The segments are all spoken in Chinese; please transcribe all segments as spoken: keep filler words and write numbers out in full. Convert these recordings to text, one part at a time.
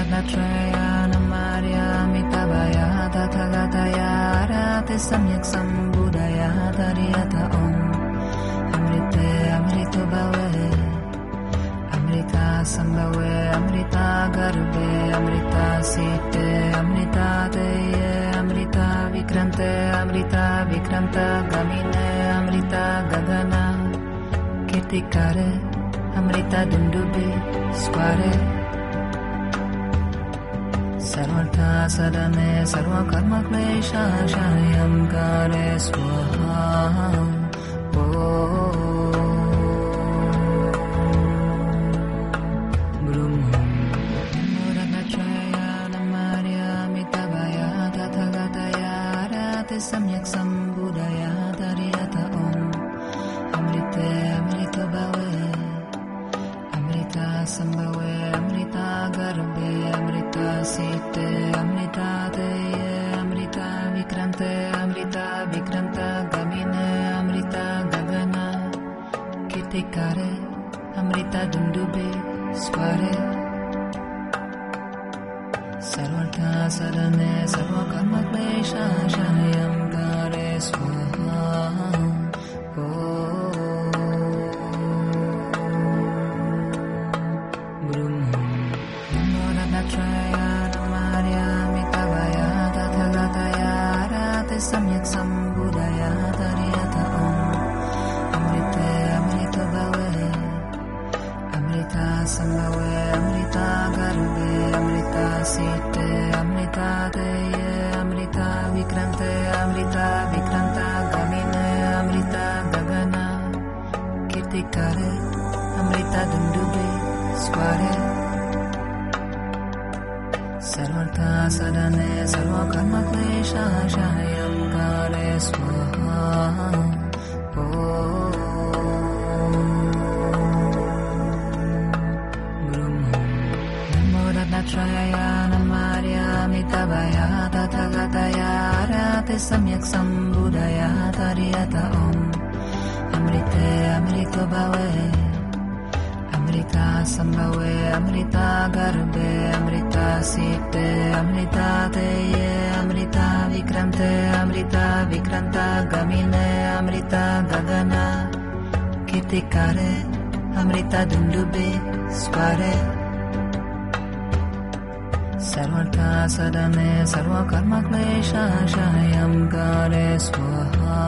Ratnatraya Namaryamitavaya Tathagataya Arate Samyak Sambuddhaya Tariyata Om Amrite Amrito Bhave Amrita Sambhave Amrita Garbhe Amrita Site Amrita Deye Amrita Vikrante Amrita Vikranta Gamine Amrita Gagana Kirtikare Amrita Dundube Square Sarvartha Sadane Sarva Karma Klesha Shayam Kare Swaha Samyak Sambuddhaya Tariyata Om Amrite Amrito Bhave Amrita Sambhave Amrita Garbhe Amrita Site Amrita Deye Amrita Vikrante Amrita Vikranta Gamine Amrita Gagana Kirtikare Amrita Dundube Square Sarvartha Sadane Sarva Karma Klesha Shayam Kare Swaha Brahma Namo Ratnatraya Namaryamitavaya Tathagataya Arate Samyak Sambuddhaya Tariyata Om Amrite Amrito Bhave Amrita Sambhave Amrita Garbhe Amrita Site Amrita Deye Amrita Vikrante Amrita Vikranta Gamine Amrita Gagana Kirtikare Amrita Dundube Square Sarvartha Sadane Sarva Karma Klesha Shayam Kare Swaha Ratnatraya Namaryamitavaya Tathagataya Arate Samyak Sambuddhaya Tariyata Om Amrite Amrito Bhave Amrita Sambhave Amrita Garbhe Amrita Site Amrita Deye Amrita Vikrante Amrita Vikranta Gamine Amrita Gagana Kirtikare Amrita Dundube Square Sarvartha Sadane Sarva Karma Klesha Shayam Kare Swaha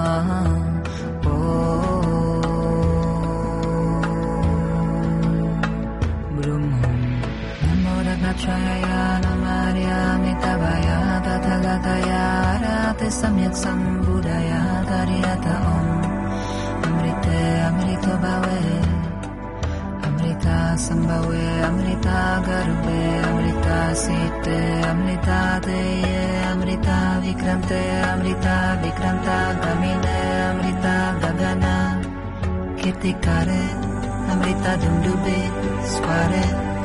Brahma Namo Ratnatraya Namaryamitavaya Tathagataya Arate Samyak Sambuddhaya Tariyata Om Amrite Amrito Bhave Amrita Sambhave Amrita Garbhe Amrita Site Amrita Deye Amrita Vikrante Amrita Vikranta Gamine Amrita Gagana Kirtikare Amrita Dundube Square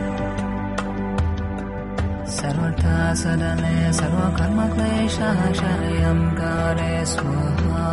Sarvartha Sadane Sarva Karma Klesha Shayam Kare Swaha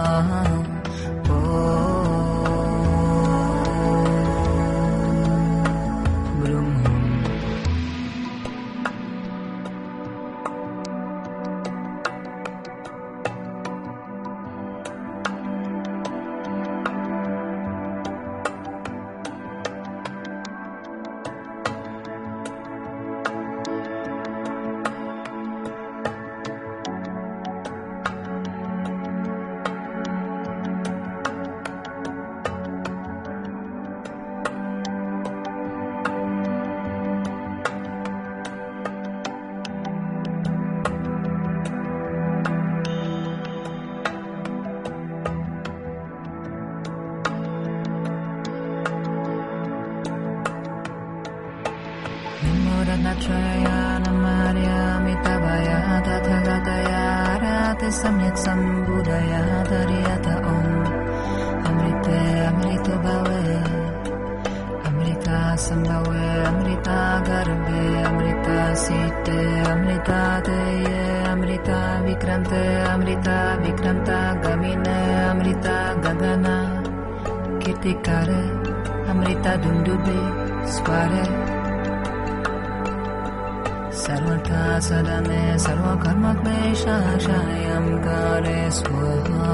Ratnatraya Namaryamitavaya Tathagataya Arate Samyak Sambuddhaya Tariyata Om Amrite Amrito Bhave Amrita Sambhave Amrita Garbhe Amrita Site Amrita Deye Amrita Vikrante Amrita Vikranta Gamine Amrita Gagana Kirtikare Amrita Dundube Square सर्वथा सदने सर्वकर्मक्लेशाशायं काले स्वाहा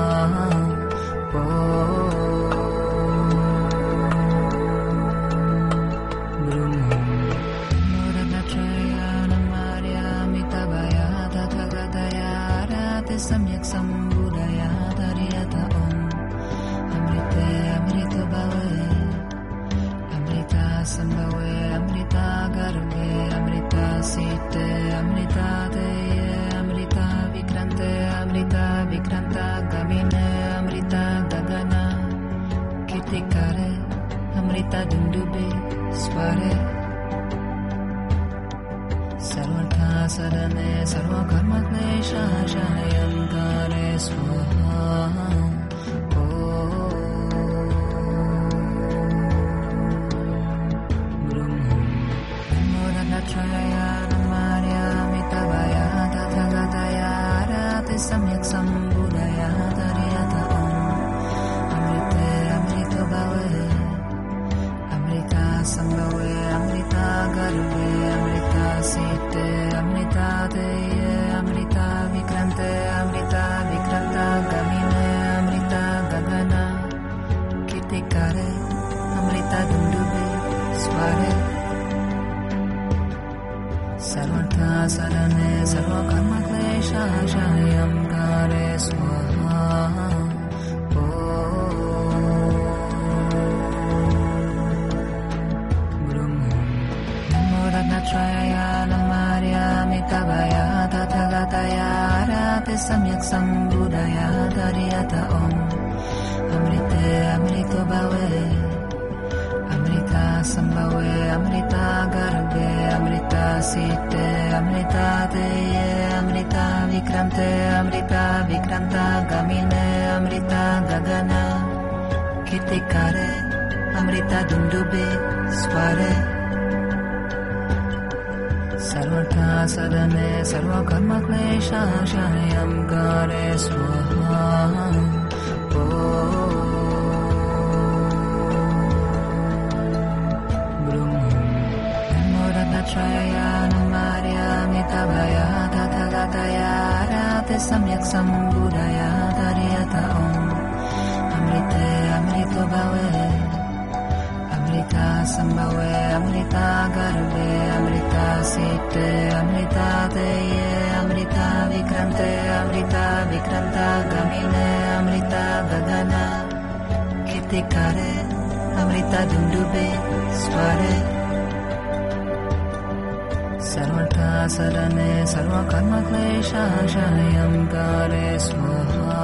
सम्यक् सम्बुधया धर्यत ॐ अमृते अमृतो भवे अमृता सम्भवे अमृता गर्भे अमृता सीते अमृता देये अमृता विक्रान्ते अमृता विक्रान्ता गमिने अमृता गगना कीर्तिकारे अमृता दुन्दुबे स्वरे सर्वथा सदने सर्वकर्मक्लेशाशायं काले स्वाहा ब्रह्मोरत्रया नमार्यामि तवया तथागतया राति सम्यक् सम्बुधया धर्यत ॐ अमृते अमृतो भवे अमृता सम्भवे अमृता गर्भे अमृता सीते अमृता देये अमृता विक्रान्ते अमृता विक्रान्ता गमिने अमृता गगना कीर्तिकारे अमृता दुन्दुबे स्वरे सर्वथा सदने सर्वकर्मक्लेशाशायं काले स्वाहा त्रया नमार्यामि तवया तथागतया राति सम्यक् सम्बुधया धर्यत ॐ अमृते अमृतो भवे अमृता सम्भवे अमृता गर्भे अमृता सीते अमृता देये अमृता विक्रान्ते अमृता विक्रान्ता गमिने अमृता गगना कीर्तिकारे अमृता दुन्दुबे स्वरे सर्वथा सदने सर्वकर्मक्लेशाशायं काले स्वाहा ब्रह्मोरत्रया नमार्यामि तवया तथागतया राति सम्यक् सम्बुधया धर्यत ॐ अमृते अमृतो भवे अमृता सम्भवे अमृता गर्भे अमृता सीते अमृता देये अमृता विक्रान्ते अमृता विक्रान्ता गमिने अमृता गगना कीर्तिकारे अमृता दुन्दुबे स्वरे सर्वथा सदने सर्वकर्मक्लेशाशायं काले स्वाहा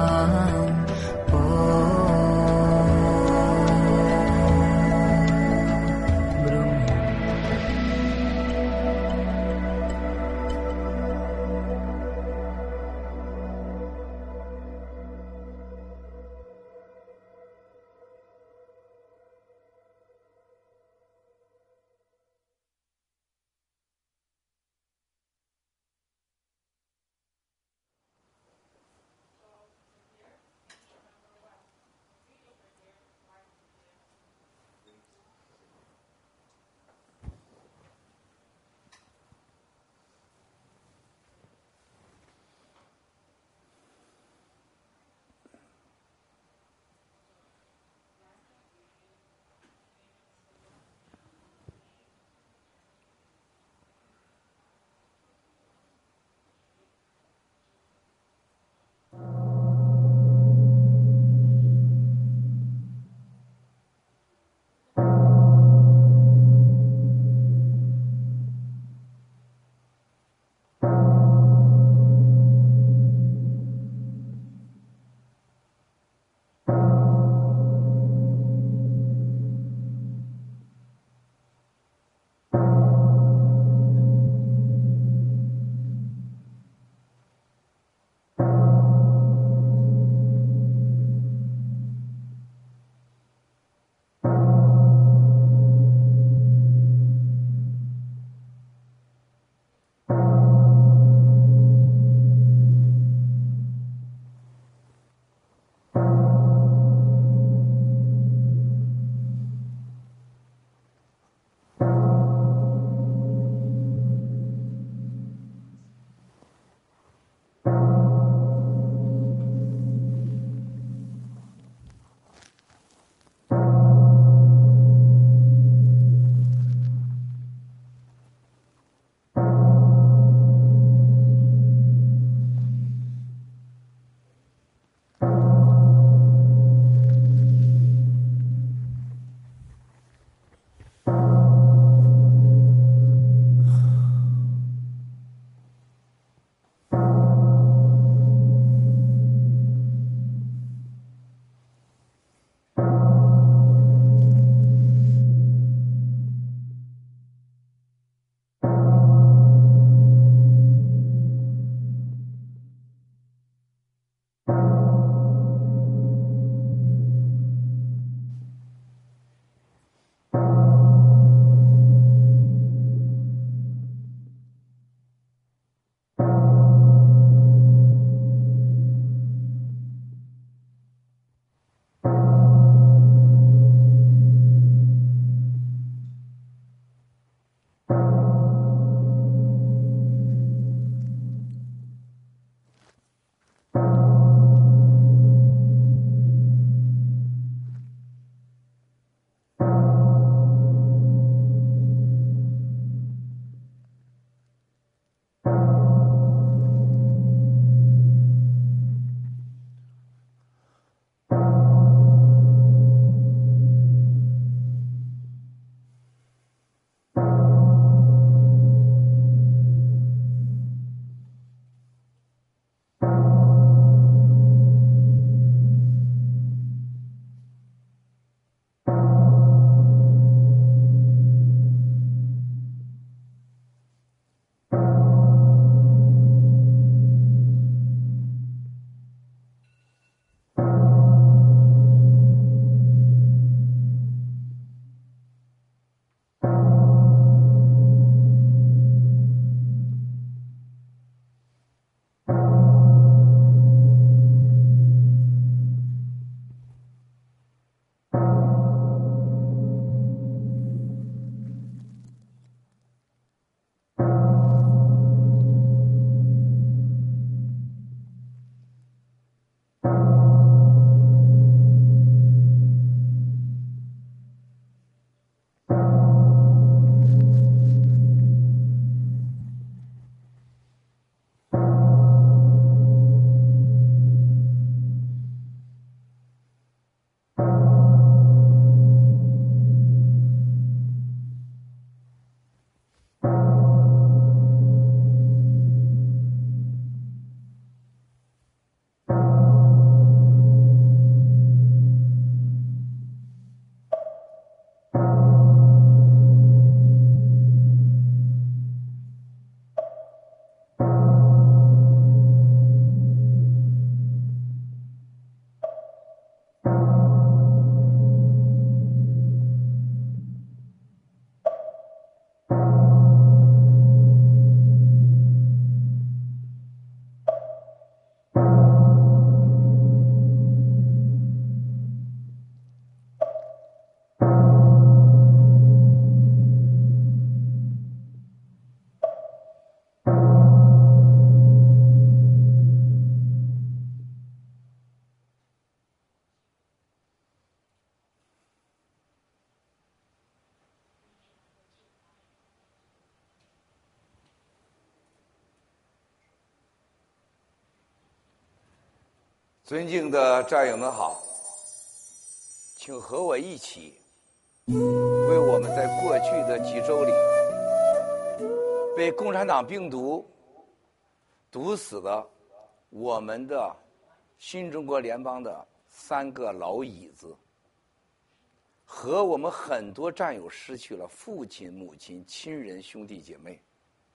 尊敬的战友们好，请和我一起为我们在过去的几周里被共产党病毒毒死的我们的新中国联邦的三个老椅子，和我们很多战友失去了父亲、母亲、亲人、兄弟姐妹，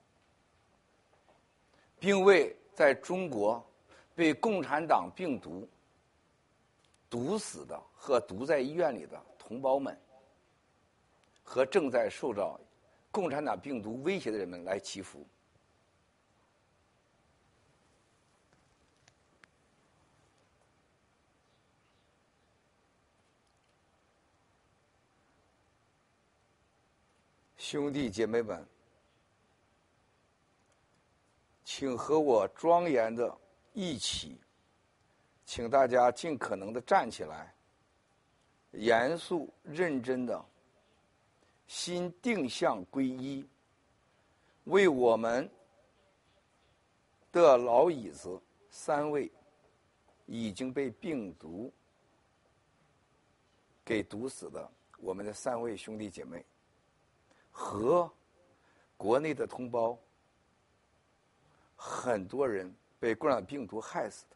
并为在中国被共产党病毒毒死的和毒在医院里的同胞们，和正在受到共产党病毒威胁的人们来祈福。兄弟姐妹们，请和我庄严的一起，请大家尽可能的站起来，严肃认真的心定向归一，为我们的老椅子三位已经被病毒给毒死的我们的三位兄弟姐妹和国内的同胞，很多人被共产党病毒害死的，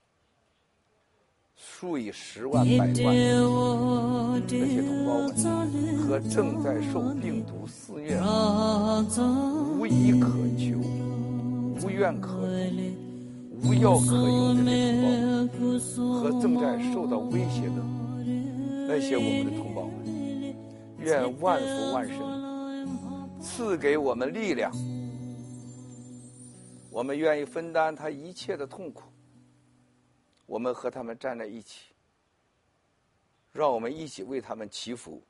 数以十万百万这些同胞们和正在受病毒肆虐无依可求、无怨可悔、无药可用的这些同胞们，和正在受到威胁的那些我们的同胞们，愿万福万神赐给我们力量，我们愿意分担他一切的痛苦，我们和他们站在一起，让我们一起为他们祈福。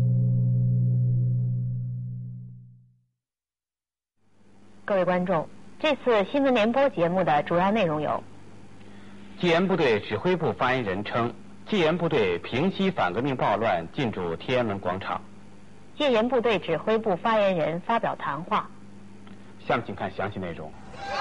各位观众， 这次新闻联播节目的主要内容有： 戒严部队指挥部发言人称，戒严部队平息反革命暴乱进驻天安门广场。 戒严部队指挥部发言人发表谈话。 下面请看详细内容。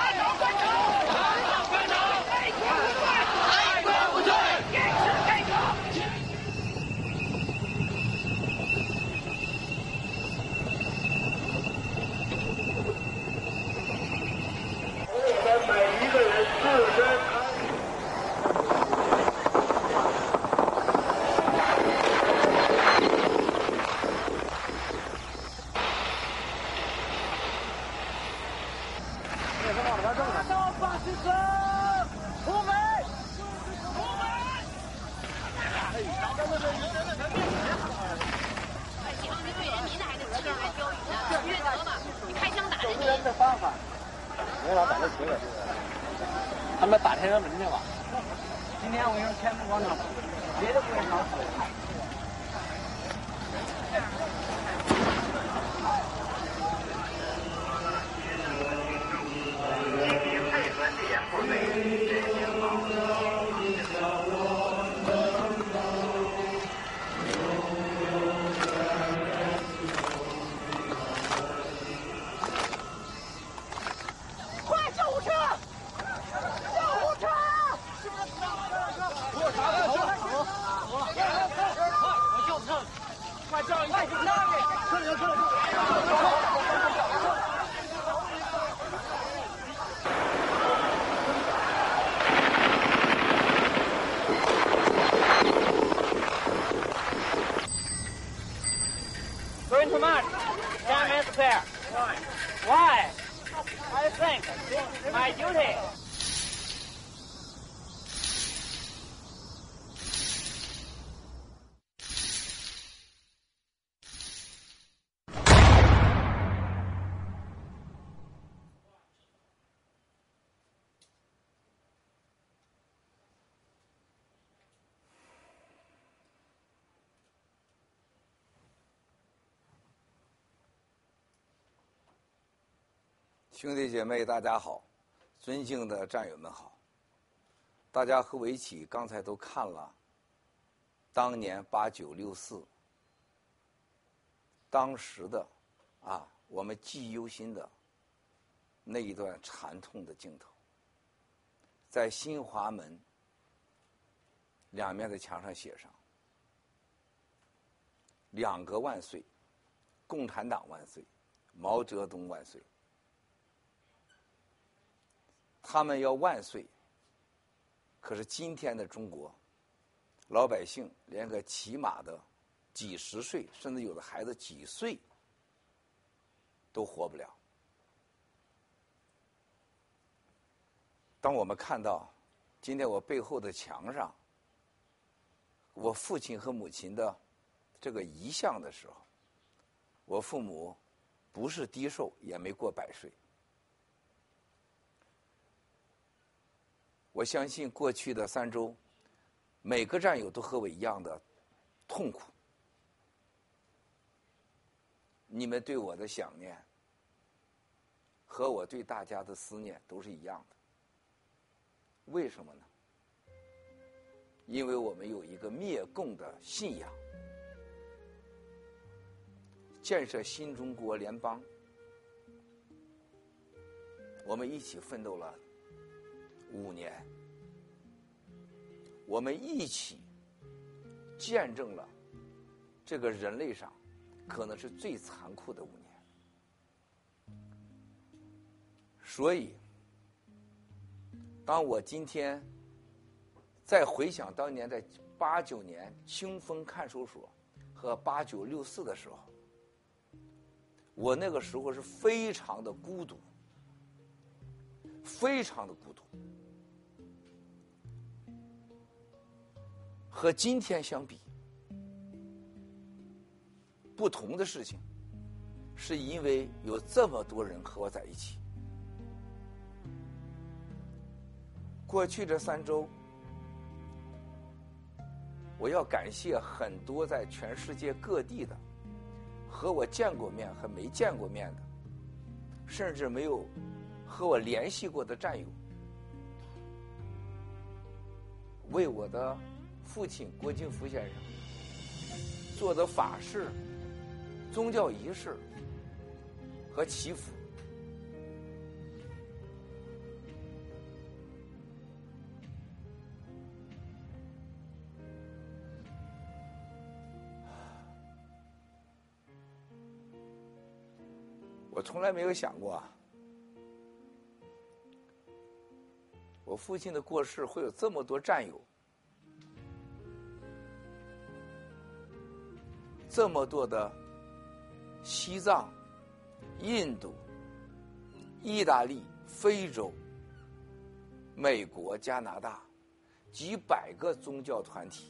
他们打天安门去了。今天我跟你说，天安门广场别的不会吵死。 Going too much. Time is clear. Why? I think my duty. 兄弟姐妹，大家好！尊敬的战友们好！大家和我一起刚才都看了当年八九六四当时的啊，我们记忆犹新的那一段惨痛的镜头，在新华门两面的墙上写上两个万岁，共产党万岁，毛泽东万岁。他们要万岁，可是今天的中国老百姓连个起码的几十岁，甚至有的孩子几岁都活不了。当我们看到今天我背后的墙上我父亲和母亲的这个遗像的时候，我父母不是低寿，也没过百岁。我相信过去的三周，每个战友都和我一样的痛苦。你们对我的想念，和我对大家的思念都是一样的。为什么呢？因为我们有一个灭共的信仰，建设新中国联邦，我们一起奋斗了五年，我们一起见证了这个人类上可能是最残酷的五年。所以当我今天再回想当年在八九年清风看守所和八九六四的时候，我那个时候是非常的孤独，非常的孤独。和今天相比，不同的事情，是因为有这么多人和我在一起。过去这三周，我要感谢很多在全世界各地的和我见过面和没见过面的，甚至没有和我联系过的战友，为我的父亲郭敬福先生做的法事、宗教仪式和祈福。我从来没有想过啊，我父亲的过世会有这么多战友，这么多的西藏、印度、意大利、非洲、美国、加拿大几百个宗教团体，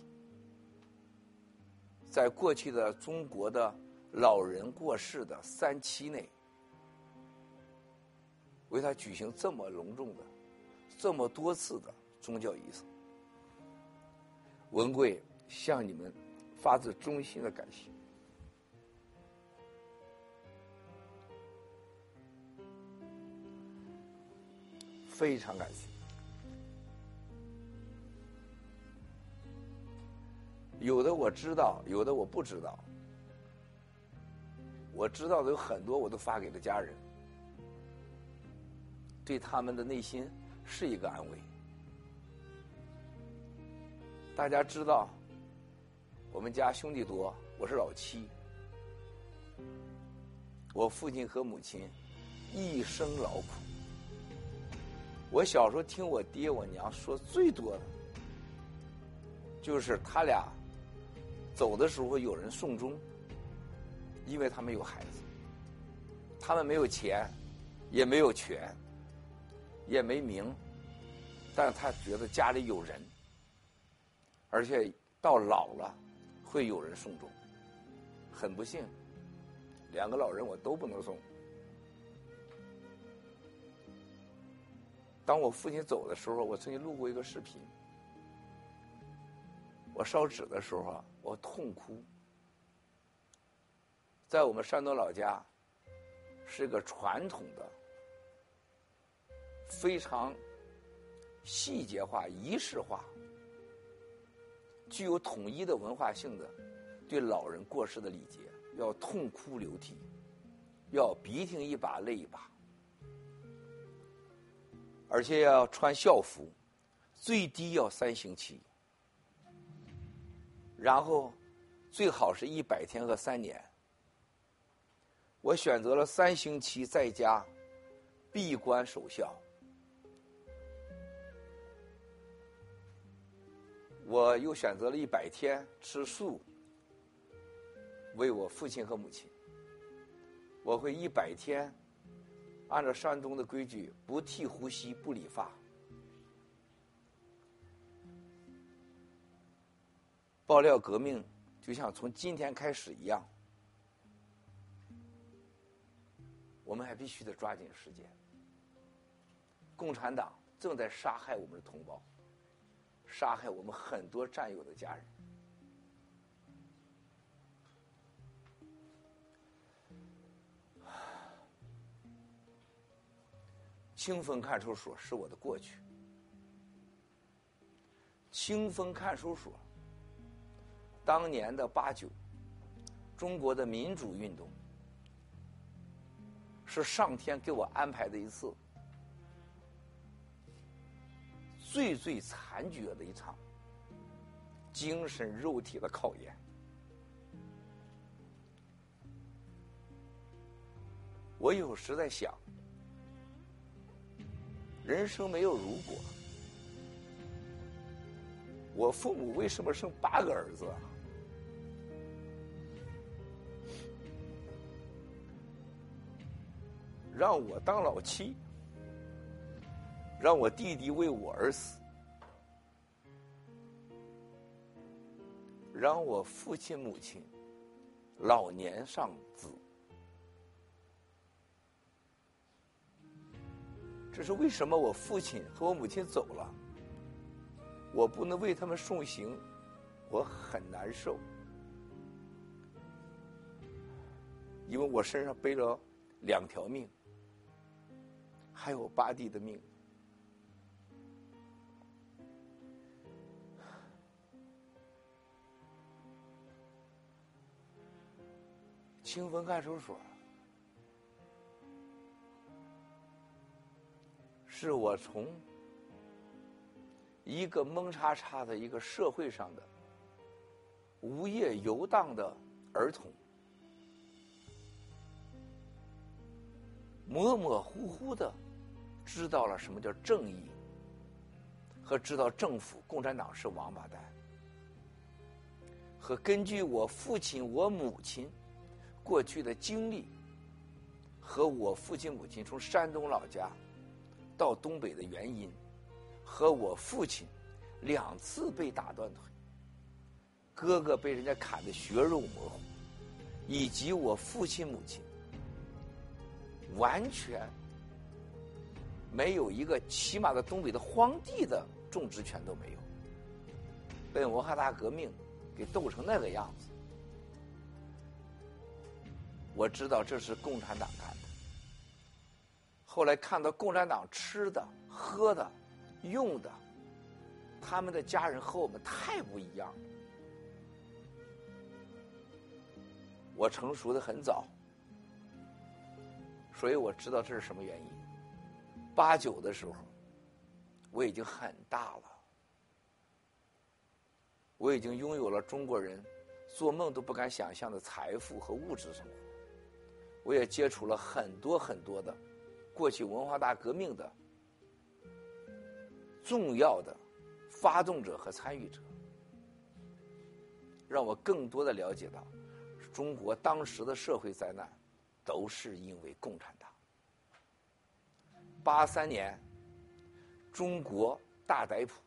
在过去的中国的老人过世的三期内，为他举行这么隆重的、这么多次的宗教仪式。文贵向你们发自衷心的感谢。非常感谢。有的我知道，有的我不知道。我知道的有很多，我都发给了家人，对他们的内心是一个安慰。大家知道，我们家兄弟多，我是老七。我父亲和母亲一生劳苦。我小时候听我爹我娘说最多的，就是他俩走的时候有人送终，因为他们有孩子，他们没有钱，也没有权，也没名，但是他觉得家里有人，而且到老了会有人送终。很不幸，两个老人我都不能送。当我父亲走的时候，我曾经录过一个视频。我烧纸的时候啊，我痛哭。在我们山东老家，是一个传统的、非常细节化、仪式化、具有统一的文化性的对老人过世的礼节，要痛哭流涕，要鼻涕一把泪一把。而且要穿校服，最低要三星期，然后最好是一百天和三年。我选择了三星期在家闭关守孝。我又选择了一百天吃素，为我父亲和母亲。我会一百天按照山东的规矩，不剃胡须，不理发。爆料革命就像从今天开始一样，我们还必须得抓紧时间。共产党正在杀害我们的同胞，杀害我们很多战友的家人。清风看守所是我的过去。清风看守所，当年的八九，中国的民主运动，是上天给我安排的一次最最残绝的一场精神肉体的考验。我有时在想，人生没有如果，我父母为什么生八个儿子啊？让我当老七，让我弟弟为我而死，让我父亲母亲老年丧子，这是为什么？我父亲和我母亲走了，我不能为他们送行，我很难受，因为我身上背了两条命， 还有八弟的命。清风看守所是我从一个蒙查查的一个社会上的无业游荡的儿童，模模糊糊的知道了什么叫正义，和知道政府共产党是王八蛋，和根据我父亲我母亲过去的经历，和我父亲母亲从山东老家到东北的原因，和我父亲两次被打断腿，哥哥被人家砍得血肉模糊，以及我父亲母亲完全没有一个起码在东北的荒地的种植权都没有，被文化大革命给斗成那个样子。我知道这是共产党干的。后来看到共产党吃的、喝的、用的，他们的家人和我们太不一样了。我成熟的很早，所以我知道这是什么原因。八九的时候，我已经很大了，我已经拥有了中国人做梦都不敢想象的财富和物质生活。我也接触了很多很多的过去文化大革命的重要的发动者和参与者，让我更多的了解到中国当时的社会灾难都是因为共产党。八三年中国大逮捕，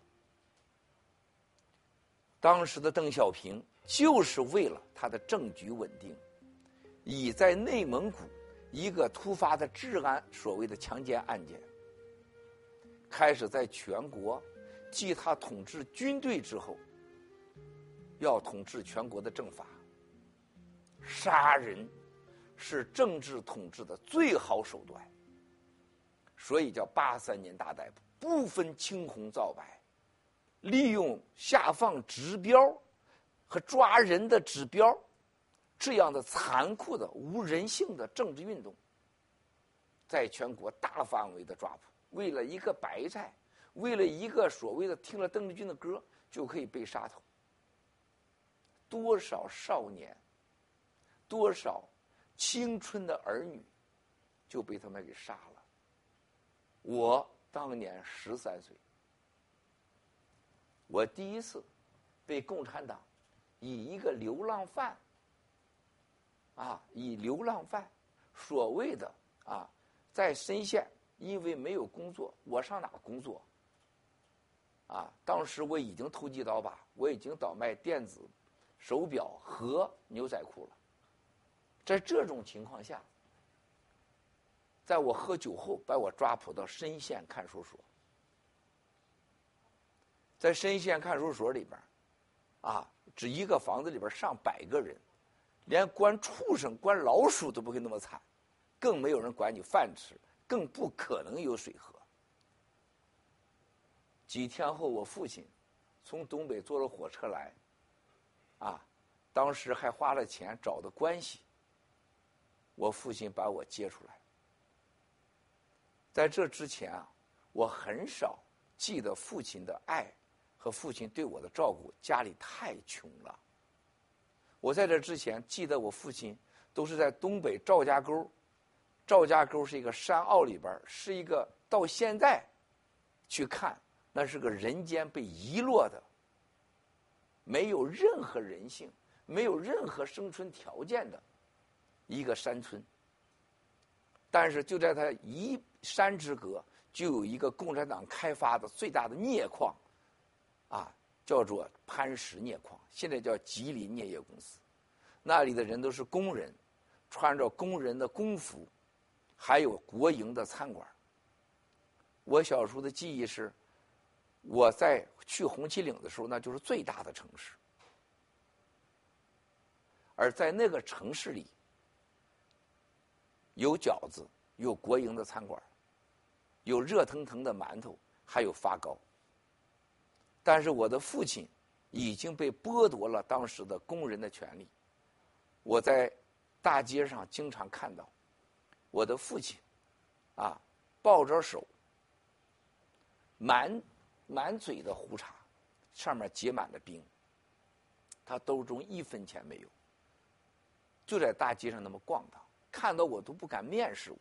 当时的邓小平就是为了他的政局稳定，以在内蒙古一个突发的治安所谓的强奸案件，开始在全国继他统治军队之后，要统治全国的政法。杀人是政治统治的最好手段，所以叫八三年大逮捕，不分青红皂白，利用下放指标和抓人的指标这样的残酷的无人性的政治运动，在全国大范围的抓捕，为了一个白菜，为了一个所谓的听了邓丽君的歌就可以被杀头，多少少年，多少青春的儿女就被他们给杀了。我当年十三岁，我第一次被共产党以一个流浪犯啊，以流浪犯所谓的啊，在深县因为没有工作，我上哪工作？啊，当时我已经投机倒把，我已经倒卖电子手表和牛仔裤了。在这种情况下，在我喝酒后把我抓捕到深县看守所，在深县看守所里边，啊，只一个房子里边上百个人，连关畜生、关老鼠都不会那么惨，更没有人管你饭吃，更不可能有水喝。几天后，我父亲从东北坐了火车来，啊，当时还花了钱找的关系，我父亲把我接出来。在这之前啊，我很少记得父亲的爱和父亲对我的照顾，家里太穷了。我在这之前记得我父亲都是在东北赵家沟，赵家沟是一个山坳里边，是一个到现在去看，那是个人间被遗落的，没有任何人性，没有任何生存条件的一个山村。但是就在它一山之隔，就有一个共产党开发的最大的镍矿，啊，叫做磐石镍矿，现在叫吉林镍业公司。那里的人都是工人，穿着工人的工服，还有国营的餐馆。我小时候的记忆是，我在去红旗岭的时候，那就是最大的城市，而在那个城市里，有饺子，有国营的餐馆， 有热腾腾的馒头，还有发糕。但是我的父亲已经被剥夺了当时的工人的权利。我在大街上经常看到我的父亲啊，抱着手，满满嘴的胡茬，上面结满了冰，他兜中一分钱没有，就在大街上那么逛荡，看到我都不敢面视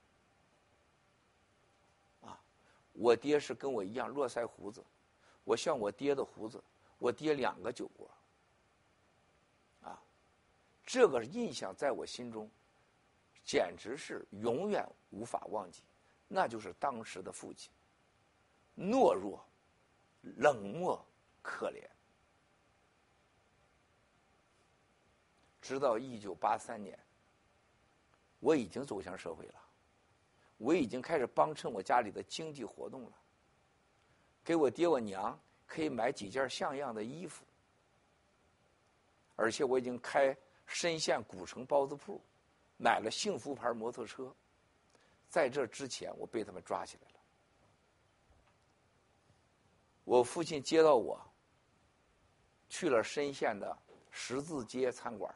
我。啊，我爹是跟我一样络腮胡子，我像我爹的胡子，我爹两个酒窝。啊，这个印象在我心中简直是永远无法忘记。那就是当时的父亲，懦弱、冷漠、可怜。直到一九八三年，我已经走向社会了，我已经开始帮衬我家里的经济活动了，给我爹我娘可以买几件像样的衣服，而且我已经开深县古城包子铺，买了幸福牌摩托车。在这之前，我被他们抓起来了。我父亲接到我，去了深县的十字街餐馆，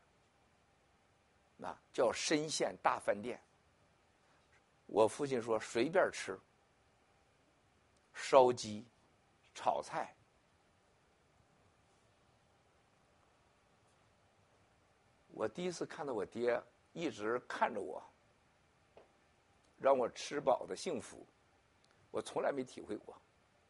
那叫深县大饭店。我父亲说随便吃，烧鸡、炒菜。我第一次看到我爹一直看着我，让我吃饱的幸福，我从来没体会过。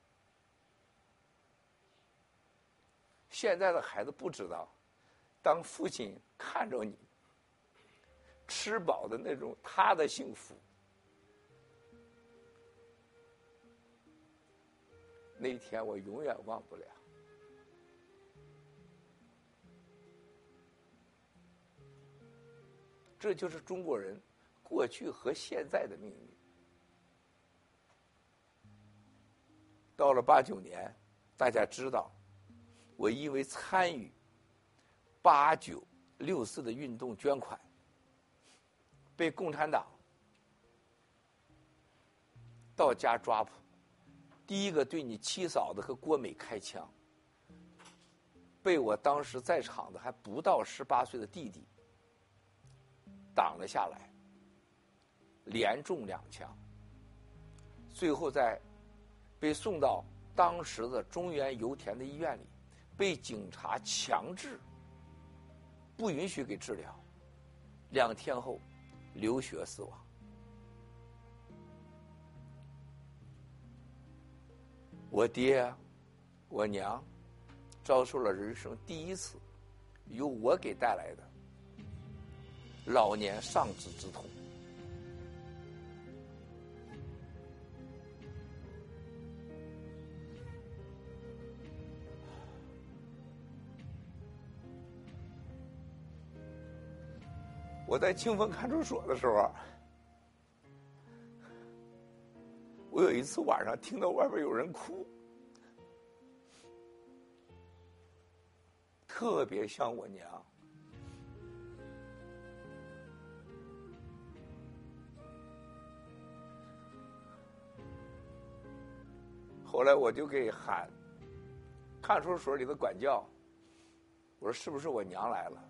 现在的孩子不知道，当父亲看着你吃饱的那种他的幸福。那天我永远忘不了。这就是中国人过去和现在的命运。到了八九年，大家知道，我因为参与八九六四的运动捐款，被共产党到家抓捕，第一个对你七嫂子和郭美开枪，被我当时在场的还不到十八岁的弟弟挡了下来，连中两枪，最后在被送到当时的中原油田的医院里，被警察强制不允许给治疗，两天后流血死亡。我爹我娘遭受了人生第一次由我给带来的老年丧子之痛。我在清风看守所的时候，我有一次晚上听到外边有人哭，特别像我娘。后来我就给喊看守所里的管教，我说是不是我娘来了？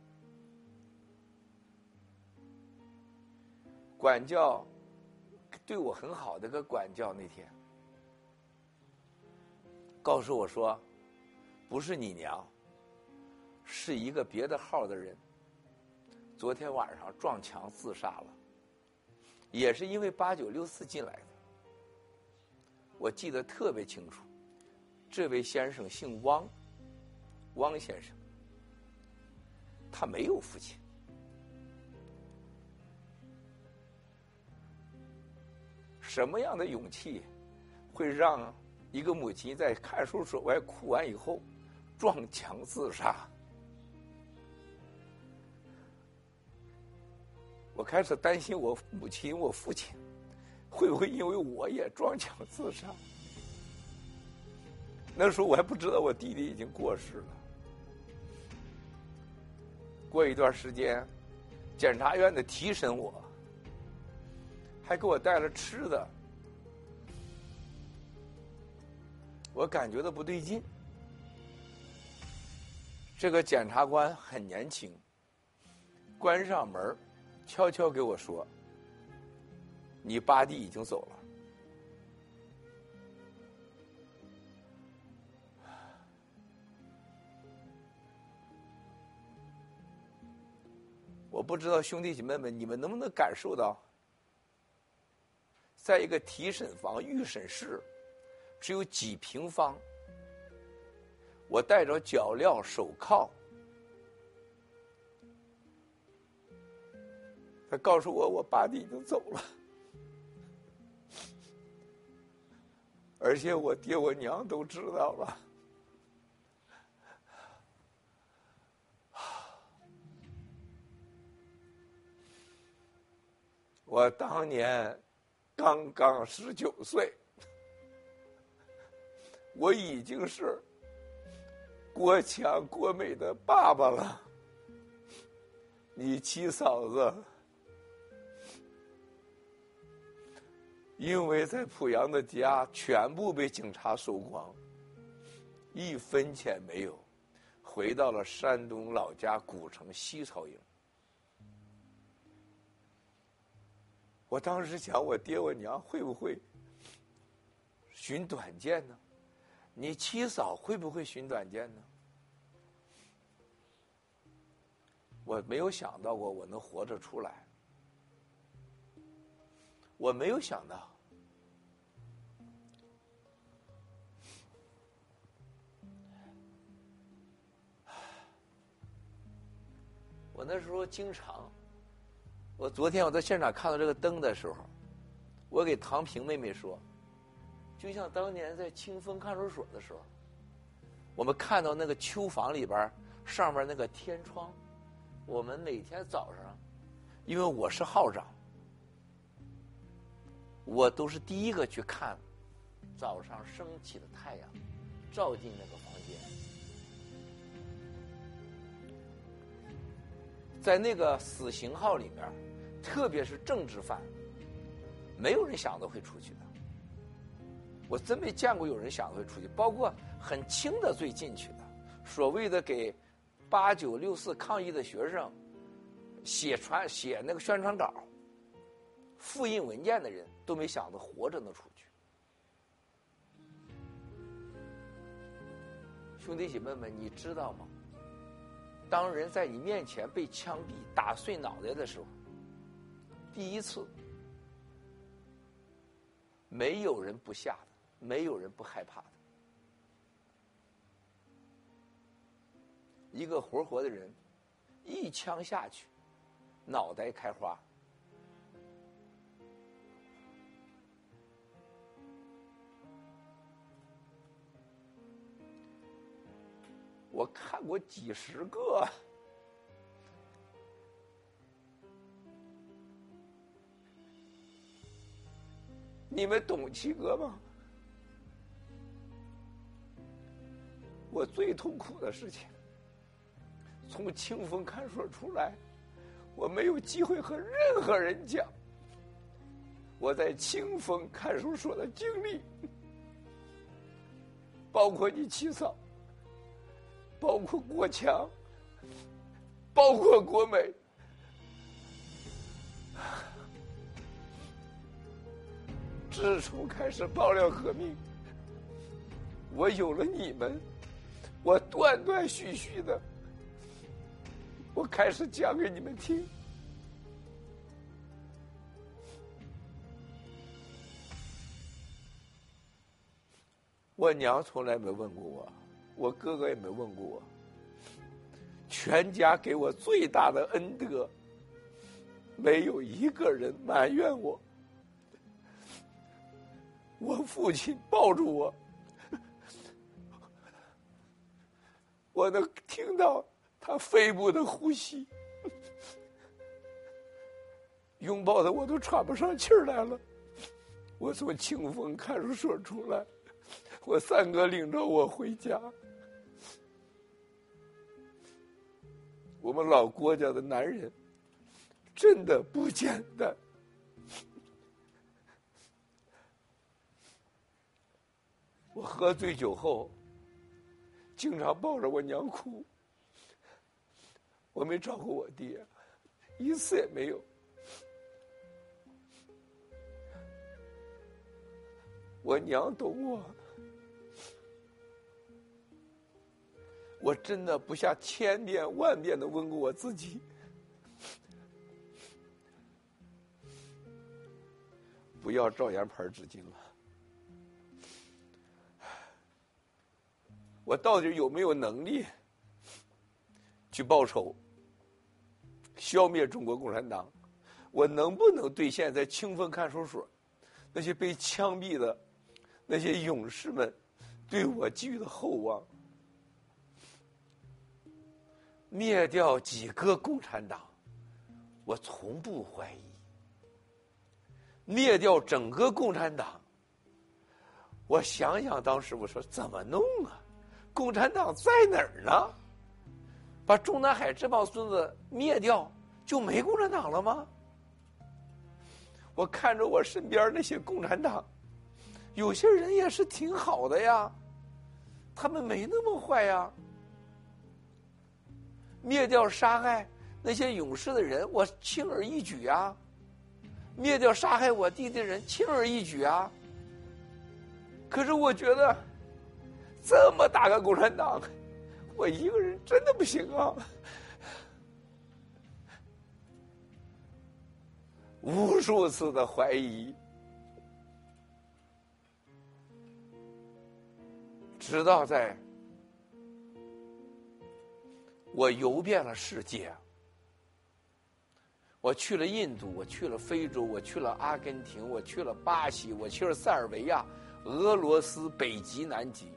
管教对我很好的个管教那天告诉我说，不是你娘，是一个别的号的人昨天晚上撞墙自杀了，也是因为八九六四进来的。我记得特别清楚，这位先生姓汪，汪先生，他没有父亲。什么样的勇气会让一个母亲在看守所外哭完以后撞墙自杀？我开始担心我母亲我父亲会不会因为我也撞墙自杀。那时候我还不知道我弟弟已经过世了。过一段时间检察院的提审我，还给我带了吃的， 我感觉到不对劲。这个检察官很年轻，关上门，悄悄给我说：“你八弟已经走了。”我不知道兄弟姐妹们，你们能不能感受到，在一个提审房预审室，只有几平方，我戴着脚镣手铐，他告诉我我八弟已经走了，而且我爹我娘都知道了。我当年刚刚十九岁，我已经是国强国美的爸爸了。你七嫂子因为在濮阳的家全部被警察收光，一分钱没有，回到了山东老家古城西曹营。我当时想，我爹我娘会不会寻短见呢？你七嫂会不会寻短见呢？我没有想到过我能活着出来，我没有想到。我那时候经常。我昨天我在现场看到这个灯的时候，我给唐平妹妹说，就像当年在清风看守所的时候，我们看到那个囚房里边上面那个天窗，我们每天早上，因为我是号长，我都是第一个去看早上升起的太阳照进那个房间。在那个死刑号里面，特别是政治犯，没有人想到会出去的。我真没见过有人想到会出去，包括很轻的罪进去的，所谓的给八九六四抗议的学生写传写那个宣传稿、复印文件的人，都没想到活着能出去。兄弟姐妹们，你知道吗？当人在你面前被枪毙、打碎脑袋的时候，第一次，没有人不吓的，没有人不害怕的。一个活活的人，一枪下去，脑袋开花。我看过几十个，你们懂七哥吗？我最痛苦的事情，从清风看守出来，我没有机会和任何人讲我在清风看守所的经历，包括你七嫂，包括国强，包括国美。自从开始爆料革命，我有了你们，我断断续续的，我开始讲给你们听。我娘从来没问过我，我哥哥也没问过我。全家给我最大的恩德，没有一个人埋怨我。我父亲抱住我，我能听到他肺部的呼吸，拥抱的我都喘不上气儿来了。我从清风看守所出来，我三哥领着我回家。我们老郭家的男人真的不简单。 我喝醉酒后，经常抱着我娘哭。我没找过我爹，一次也没有。我娘懂我，我真的不下千遍万遍的问过我自己，不要照样牌纸巾了。我到底有没有能力去报仇，消灭中国共产党？我能不能兑现在清风看守所那些被枪毙的那些勇士们对我寄予的厚望？灭掉几个共产党，我从不怀疑；灭掉整个共产党，我想想当时我说怎么弄啊？共产党在哪儿呢？把中南海这帮孙子灭掉，就没共产党了吗？我看着我身边那些共产党，有些人也是挺好的呀，他们没那么坏呀。灭掉杀害那些勇士的人，我轻而易举啊；灭掉杀害我弟弟的人，轻而易举啊。可是我觉得，这么大个共产党，我一个人真的不行啊！无数次的怀疑，直到在我游遍了世界，我去了印度，我去了非洲，我去了阿根廷，我去了巴西，我去了塞尔维亚、俄罗斯、北极、南极，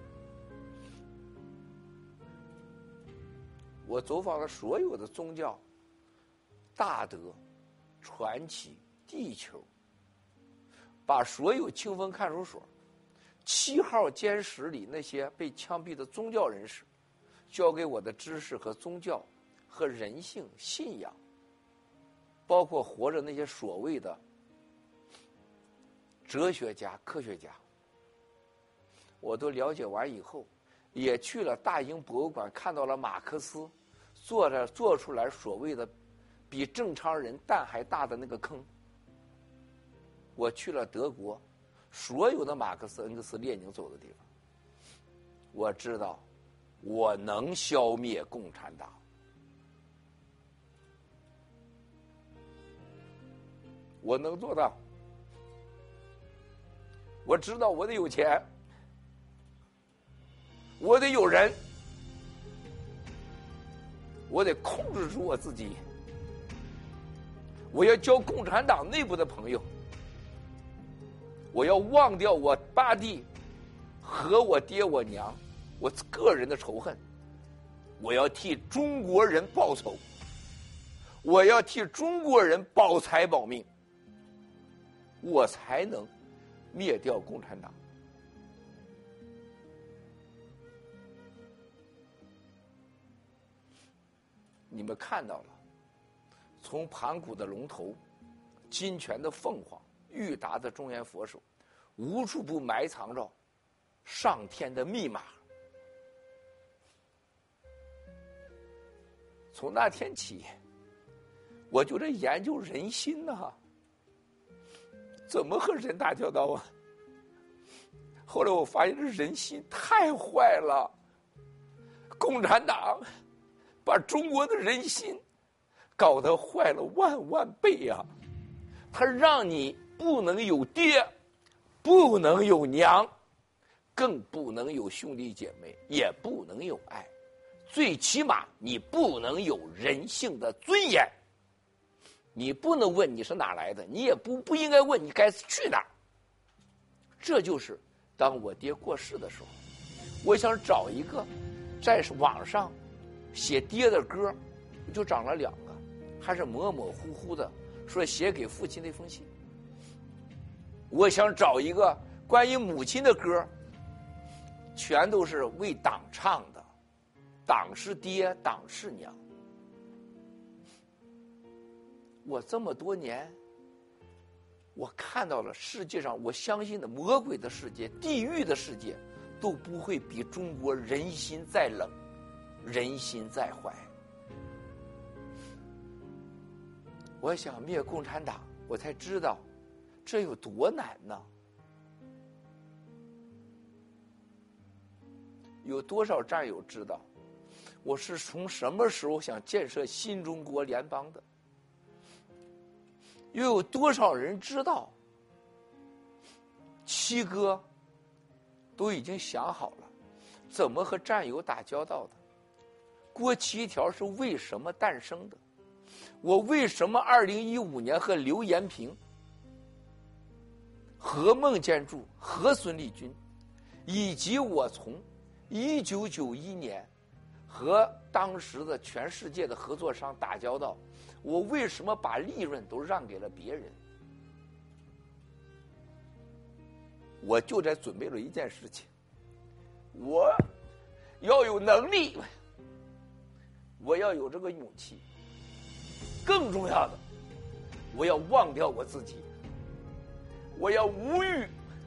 我走访了所有的宗教、大德、传奇、地球，把所有清风看守所七号监室里那些被枪毙的宗教人士教给我的知识和宗教和人性信仰，包括活着那些所谓的哲学家、科学家，我都了解完以后，也去了大英博物馆，看到了马克思做着做出来所谓的比正常人蛋还大的那个坑。我去了德国，所有的马克思、恩格斯、列宁走的地方，我知道我能消灭共产党。我能做到。我知道我得有钱，我得有人，我得控制住我自己。我要交共产党内部的朋友，我要忘掉我八弟和我爹我娘我个人的仇恨，我要替中国人报仇，我要替中国人保财保命，我才能灭掉共产党。你们看到了，从盘古的龙头、金泉的凤凰、裕达的中原佛手，无处不埋藏着上天的密码。从那天起，我就在研究人心呐、啊，怎么和人打交道啊？后来我发现这人心太坏了，共产党把中国的人心搞得坏了万万倍啊！他让你不能有爹，不能有娘，更不能有兄弟姐妹，也不能有爱，最起码你不能有人性的尊严。你不能问你是哪来的，你也不不应该问你该去哪儿。这就是当我爹过世的时候，我想找一个在网上写爹的歌，就找了两个，还是模模糊糊的说写给父亲那封信。我想找一个关于母亲的歌，全都是为党唱的，党是爹，党是娘。我这么多年我看到了世界上我相信的魔鬼的世界、地狱的世界，都不会比中国人心再冷，人心再坏。我想灭共产党，我才知道这有多难呢？有多少战友知道我是从什么时候想建设新中国联邦的？又有多少人知道七哥都已经想好了怎么和战友打交道的？郭七条是为什么诞生的？我为什么二零一五年和刘延平、和孟建柱、和孙立军，以及我从一九九一年和当时的全世界的合作商打交道，我为什么把利润都让给了别人？我就在准备了一件事情，我要有能力，我要有这个勇气，更重要的，我要忘掉我自己，我要无欲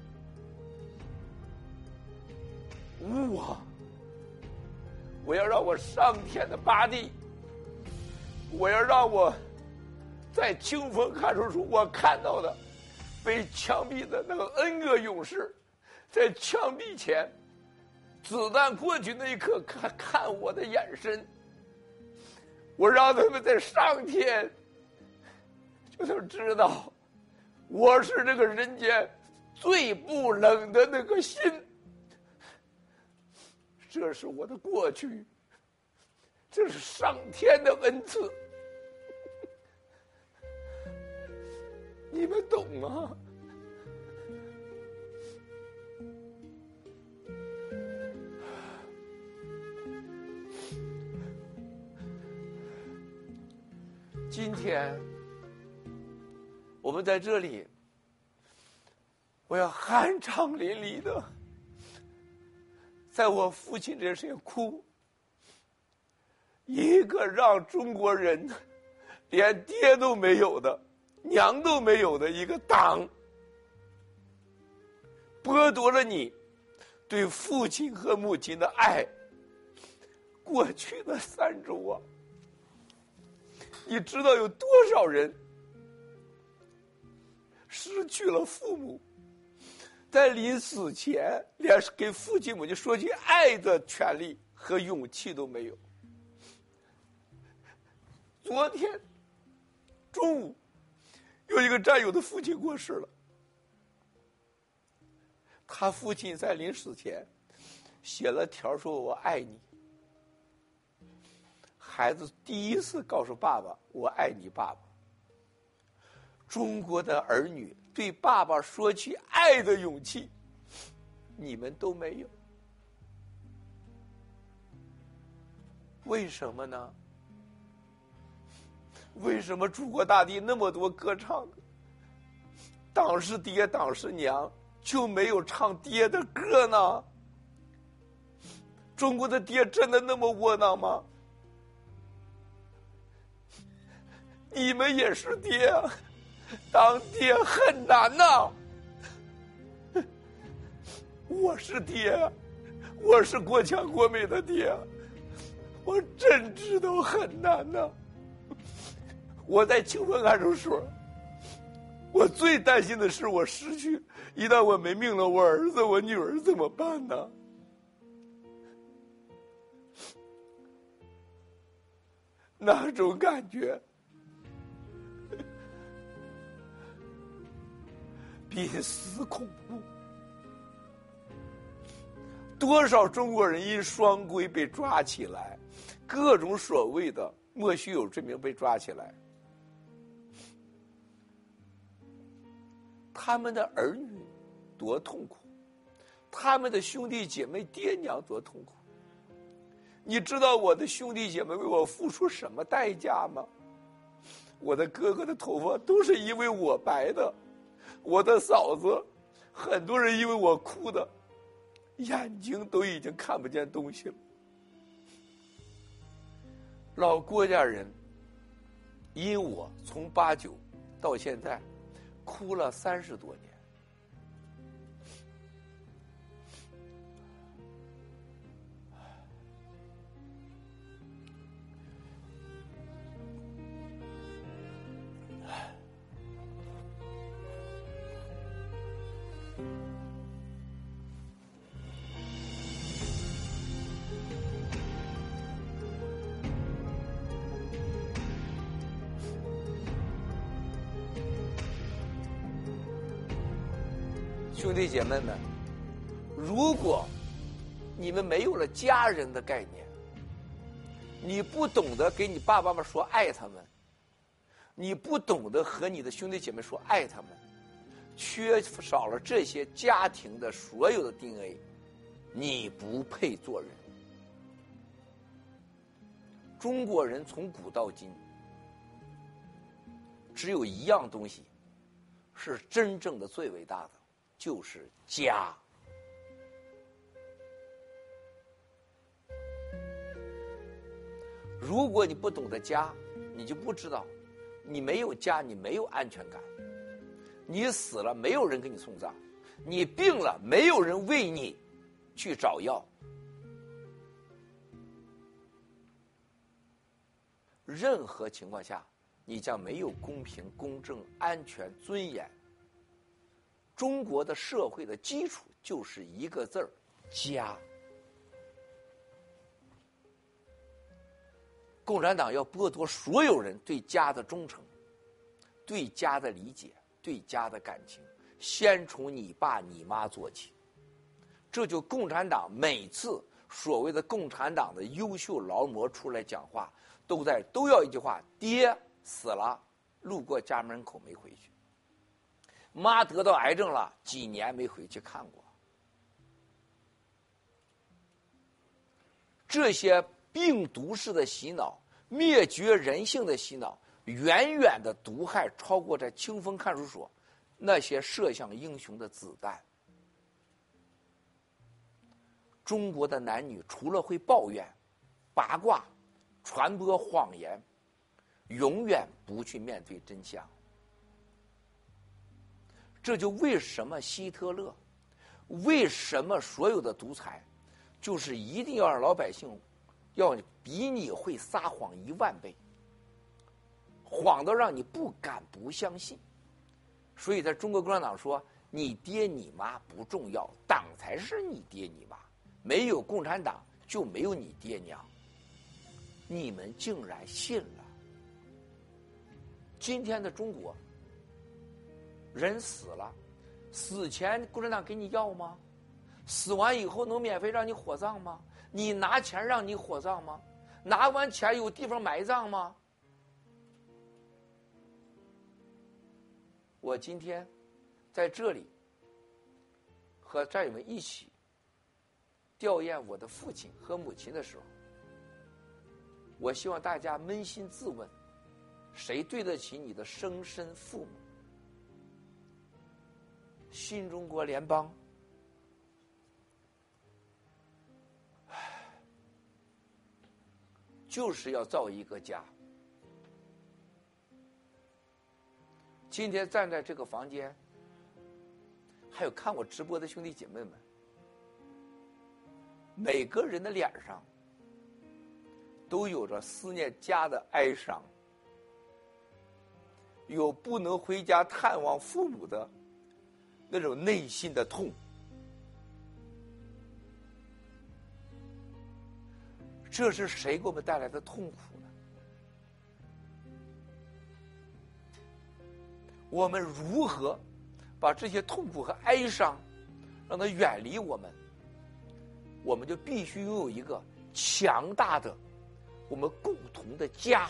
无我，我要让我上天的八地，我要让我在清风看守处我看到的被枪毙的那个 N 个勇士，在枪毙前子弹过去那一刻看看我的眼神，我让他们在上天就能知道我是这个人间最不冷的那个心。这是我的过去，这是上天的恩赐，你们懂吗？今天我们在这里，我要酣畅淋漓的在我父亲这些哭，一个让中国人连爹都没有的、娘都没有的一个党，剥夺了你对父亲和母亲的爱。过去的三周啊，你知道有多少人失去了父母，在临死前连给父亲母亲说句爱的权利和勇气都没有。昨天中午有一个战友的父亲过世了，他父亲在临死前写了条说我爱你。孩子第一次告诉爸爸我爱你爸爸。中国的儿女对爸爸说起爱的勇气，你们都没有。为什么呢？为什么祖国大地那么多歌唱的，党是爹党是娘，就没有唱爹的歌呢？中国的爹真的那么窝囊吗？你们也是爹，当爹很难呐。我是爹，我是国强国美的爹，我真知道很难呐。我在清风看守所，我最担心的是我失去，一旦我没命了，我儿子我女儿怎么办呢？那种感觉比死恐怖。多少中国人因双规被抓起来，各种所谓的莫须有罪名被抓起来，他们的儿女多痛苦，他们的兄弟姐妹爹娘多痛苦。你知道我的兄弟姐妹为我付出什么代价吗？我的哥哥的头发都是因为我白的，我的嫂子很多人因为我哭的眼睛都已经看不见东西了。老郭家人因我从八九到现在哭了三十多年。兄弟姐妹们，如果你们没有了家人的概念，你不懂得给你爸爸妈妈说爱他们，你不懂得和你的兄弟姐妹说爱他们，缺少了这些家庭的所有的 D N A， 你不配做人。中国人从古到今，只有一样东西是真正的最伟大的，就是家。如果你不懂得家，你就不知道，你没有家，你没有安全感。你死了，没有人给你送葬；你病了，没有人为你去找药。任何情况下，你将没有公平、公正、安全、尊严。中国的社会的基础就是一个字儿：家。共产党要剥夺所有人对家的忠诚、对家的理解、对家的感情，先从你爸你妈做起。这就共产党每次所谓的共产党的优秀劳模出来讲话，都在都要一句话：爹死了，路过家门口没回去；妈得到癌症了，几年没回去看过。这些病毒式的洗脑、灭绝人性的洗脑，远远的毒害超过在清风看守所那些射向英雄的子弹。中国的男女除了会抱怨、八卦、传播谎言，永远不去面对真相。这就为什么希特勒，为什么所有的独裁，就是一定要让老百姓要比你会撒谎一万倍，谎到让你不敢不相信。所以在中国共产党说，你爹你妈不重要，党才是你爹你妈，没有共产党就没有你爹娘。你们竟然信了。今天的中国，人死了，死前共产党给你药吗？死完以后能免费让你火葬吗？你拿钱让你火葬吗？拿完钱有地方埋葬吗？我今天在这里和战友们一起吊唁我的父亲和母亲的时候，我希望大家扪心自问，谁对得起你的生身父母？新中国联邦就是要造一个家。今天站在这个房间，还有看我直播的兄弟姐妹们，每个人的脸上都有着思念家的哀伤，有不能回家探望父母的那种内心的痛。这是谁给我们带来的痛苦呢？我们如何把这些痛苦和哀伤让它远离我们？我们就必须拥有一个强大的我们共同的家。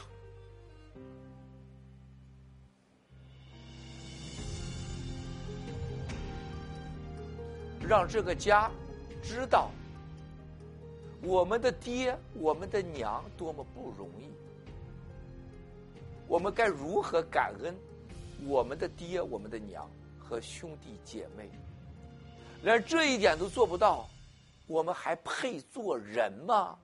让这个家知道我们的爹我们的娘多么不容易，我们该如何感恩我们的爹我们的娘和兄弟姐妹。连这一点都做不到，我们还配做人吗？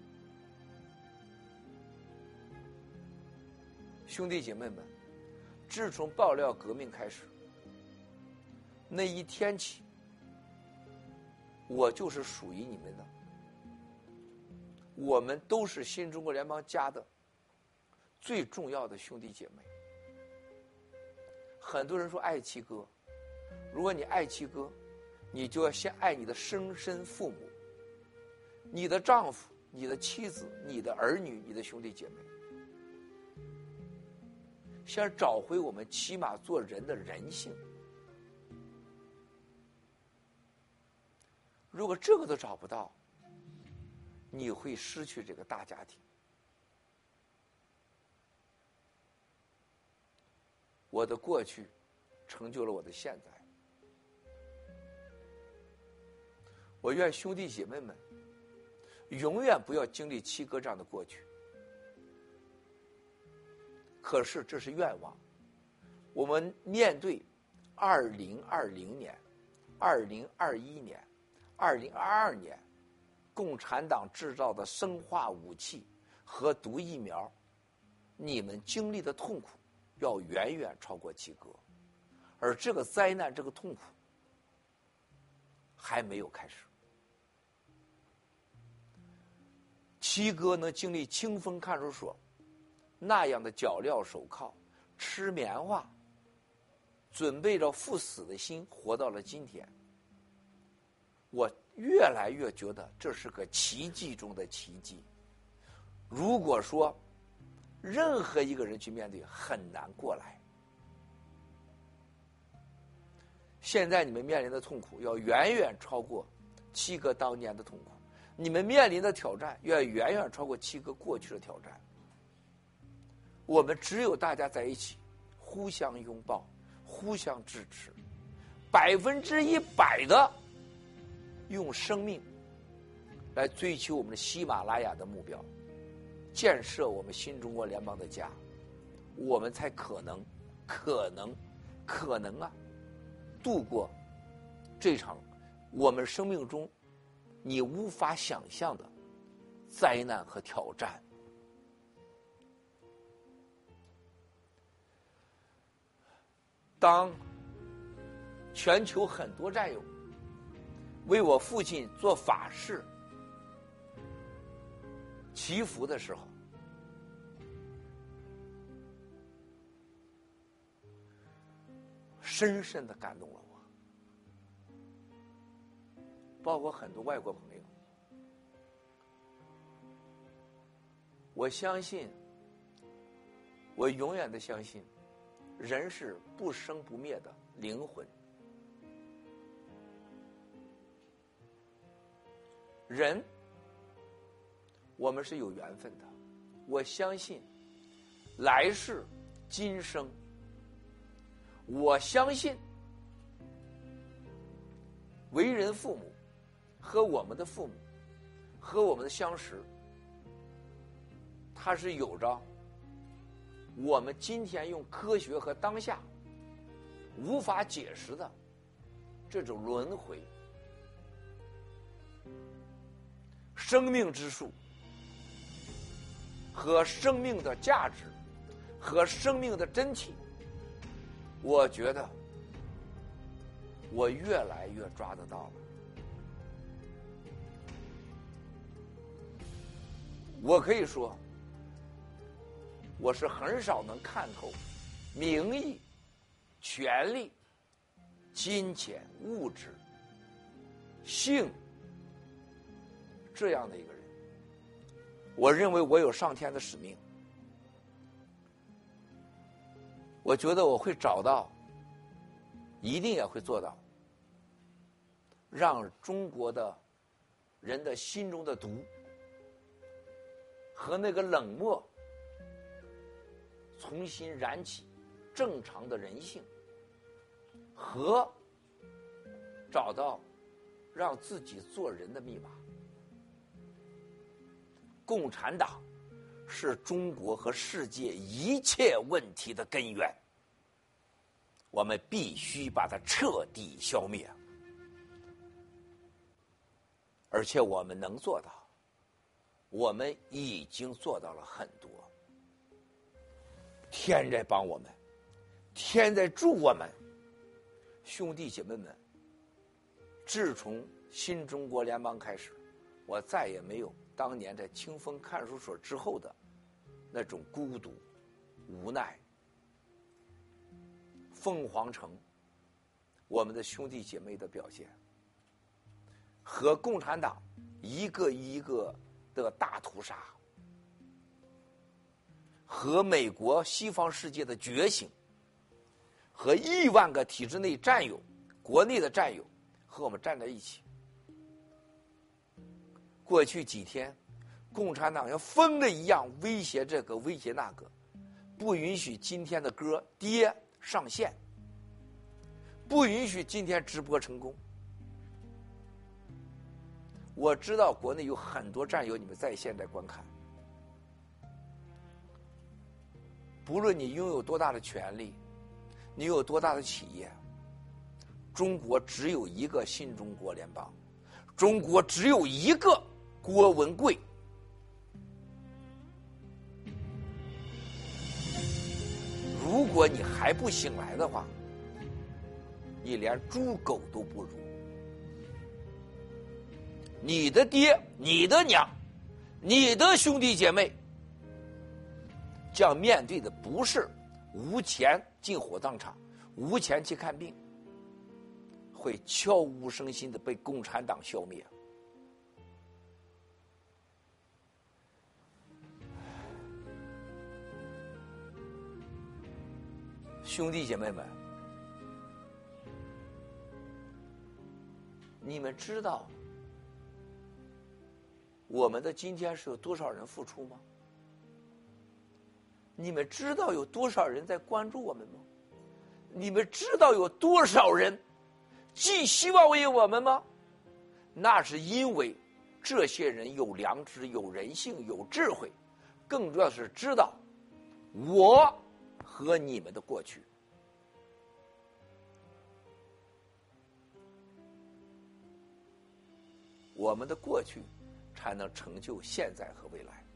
兄弟姐妹们， 自从爆料革命开始，那一天起，我就是属于你们的。我们都是新中国联邦家的最重要的兄弟姐妹。很多人说爱七哥，如果你爱七哥，你就要先爱你的生身父母，你的丈夫、你的妻子、你的儿女、你的兄弟姐妹，先找回我们起码做人的人性。如果这个都找不到，你会失去这个大家庭。我的过去成就了我的现在。我愿兄弟姐妹们永远不要经历七哥这样的过去。可是这是愿望。我们面对二零二零年、二零二一年、二零二二年共产党制造的生化武器和毒疫苗，你们经历的痛苦要远远超过七哥，而这个灾难、这个痛苦还没有开始。七哥能经历清风看守所那样的脚镣手铐，吃棉花，准备着赴死的心活到了今天，我越来越觉得这是个奇迹中的奇迹。如果说任何一个人去面对，很难过来。现在你们面临的痛苦要远远超过七哥当年的痛苦，你们面临的挑战要远远超过七哥过去的挑战。我们只有大家在一起，互相拥抱，互相支持，百分之一百的用生命来追求我们的喜马拉雅的目标，建设我们新中国联邦的家，我们才可能可能可能啊度过这场我们生命中你无法想象的灾难和挑战。当全球很多战友为我父亲做法事祈福的时候，深深的感动了我，包括很多外国朋友。我相信，我永远的相信，人是不生不灭的灵魂。人，我们是有缘分的。我相信，来世今生。我相信，为人父母和我们的父母和我们的相识，它是有着我们今天用科学和当下无法解释的这种轮回。生命之树和生命的价值和生命的真谛，我觉得我越来越抓得到了。我可以说，我是很少能看透名义、权力、金钱、物质、性这样的一个人。我认为我有上天的使命，我觉得我会找到，一定也会做到，让中国的人的心中的毒和那个冷漠重新燃起正常的人性，和找到让自己做人的密码。共产党是中国和世界一切问题的根源，我们必须把它彻底消灭，而且我们能做到，我们已经做到了很多。天在帮我们， 天在助我们，兄弟姐妹们。自从新中国联邦开始，我再也没有当年在清风看守所之后的那种孤独、无奈。凤凰城，我们的兄弟姐妹的表现，和共产党一个一个的大屠杀，和美国西方世界的觉醒，和亿万个体制内战友、国内的战友和我们站在一起。过去几天，共产党像疯了一样威胁这个威胁那个，不允许今天的歌爹上线，不允许今天直播成功。我知道国内有很多战友你们在线在观看，不论你拥有多大的权利，你有多大的企业，中国只有一个新中国联邦，中国只有一个郭文贵。如果你还不醒来的话，你连猪狗都不如。你的爹、你的娘、你的兄弟姐妹，将面对的不是无钱进火葬场、无钱去看病，会悄无声息的被共产党消灭。兄弟姐妹们，你们知道我们的今天是有多少人付出吗？你们知道有多少人在关注我们吗？你们知道有多少人寄希望为我们吗？那是因为这些人有良知、有人性、有智慧，更重要的是知道我和你们的过去。我们的过去才能成就现在和未来。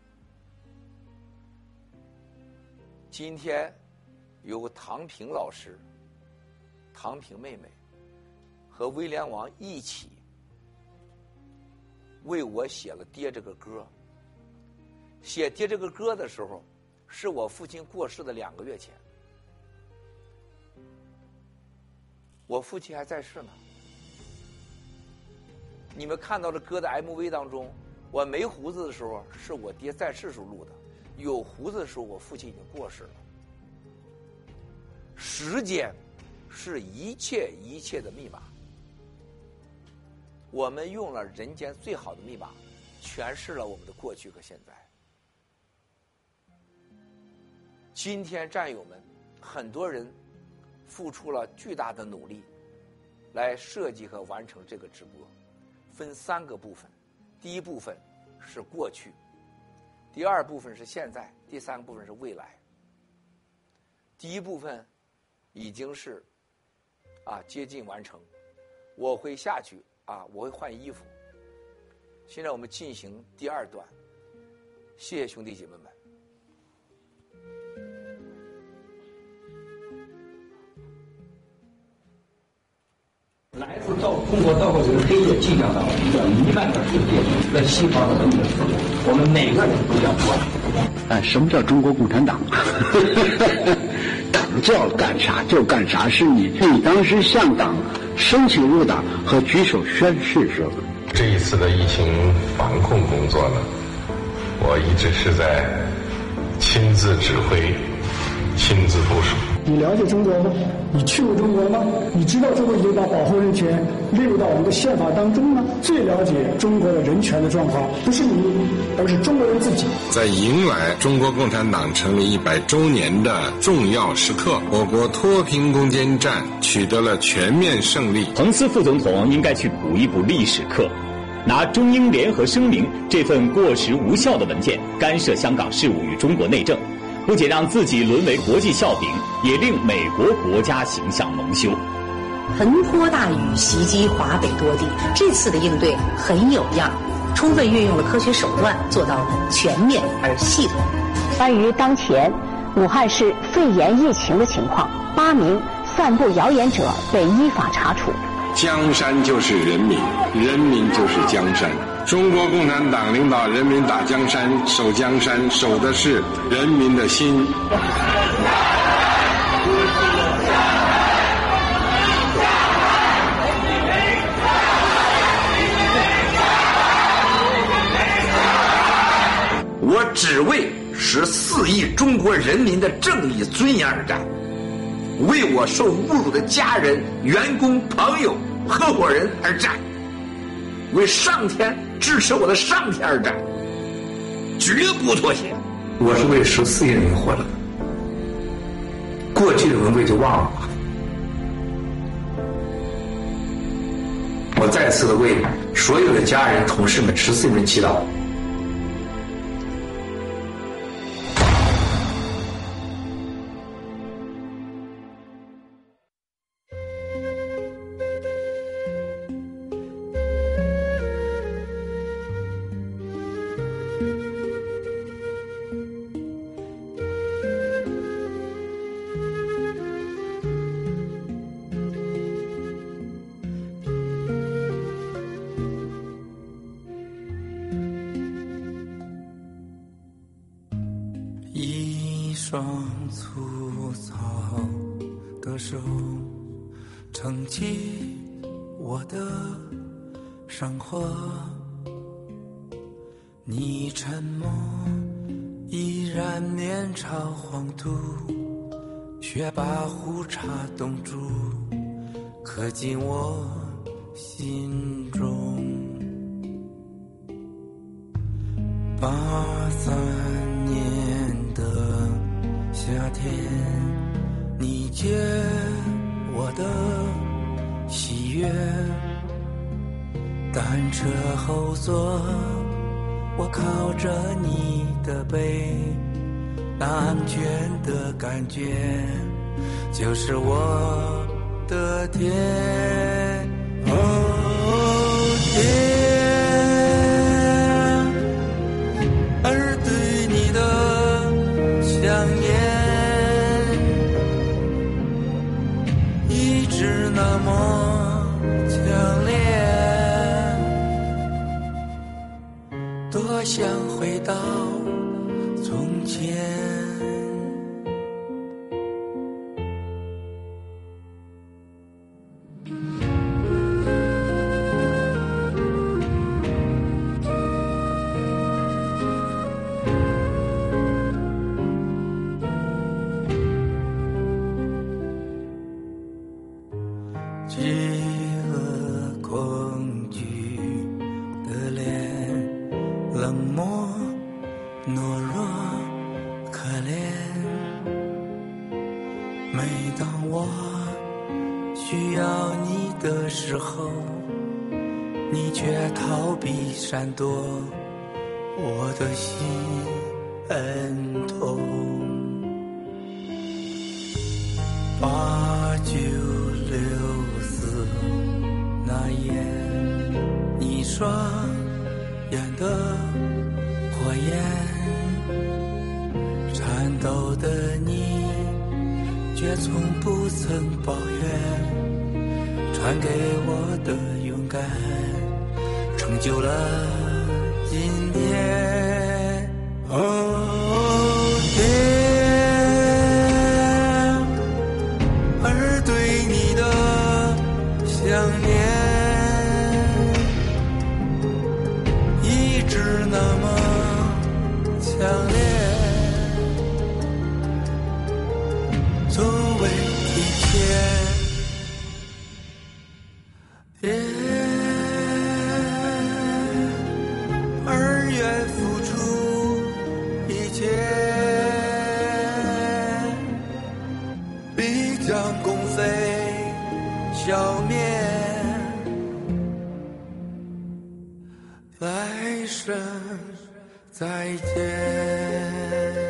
今天由唐平老师、唐平妹妹和威廉王一起为我写了《爹》这个歌。写《爹》这个歌的时候，是我父亲过世的两个月前，我父亲还在世呢。你们看到的歌的 M V 当中，我没胡子的时候是我爹在世时候录的，有胡子的时候我父亲已经过世了。时间是一切一切的密码，我们用了人间最好的密码，诠释了我们的过去和现在。今天战友们，很多人付出了巨大的努力，来设计和完成这个直播，分三个部分。第一部分是过去，第二部分是现在，第三个部分是未来。第一部分已经是啊接近完成，我会下去啊，我会换衣服。现在我们进行第二段，谢谢兄弟姐妹们。 来自到中国到过这个黑夜即将到来，一个弥漫的世界，在西方的文明世界，我们每个人都要关注。 哎，什么叫中国共产党？党叫干啥就干啥，是你你当时向党申请入党和举手宣誓时候。 这一次的疫情防控工作呢，我一直是在亲自指挥、亲自部署。 你了解中国吗？你去过中国吗？你知道中国已经把保护人权列入到我们的宪法当中吗？最了解中国的人权的状况，不是你，而是中国人自己。 在迎来中国共产党成立一百周年的重要时刻，我国脱贫攻坚战取得了全面胜利。 彭斯副总统应该去补一补历史课，拿中英联合声明这份过时无效的文件干涉香港事务与中国内政，不仅让自己沦为国际笑柄，也令美国国家形象蒙羞。 滂沱大雨袭击华北多地，这次的应对很有样，充分运用了科学手段，做到了全面而系统。 关于当前武汉市肺炎疫情的情况， 八名散布谣言者被依法查处。 江山就是人民，人民就是江山。中国共产党领导人民打江山，守江山，守的是人民的心。 我只为十四亿中国人民的正义尊严而战，为我受侮辱的家人、员工、朋友、合伙人而战，为上天支持我的上天而战，绝不妥协。我是为十四亿人活着，过去的恩贵就忘了。我再次的为所有的家人、同事们、十四亿人祈祷。 一双粗糙的手撑起我的生活，你沉默依然面朝黄土，却把胡茬冻住，刻进我心中。八三年的夏天，你借我的喜悦，单车后座，我靠着你的背，那安全的感觉就是我的天。哦天，而对你的想念一直那么强烈，多想回到从前。饥饿恐惧的脸，冷漠懦弱可怜。每当我需要你的时候，你却逃避闪躲，我的心很痛。八九六四那夜，你双眼的火焰，颤抖的你却从不曾抱怨，传给我的勇敢成就了今天。哦天，而对你的想念一直那么强烈，作为体贴，而愿付出一切，必将共飞消灭，来生再见。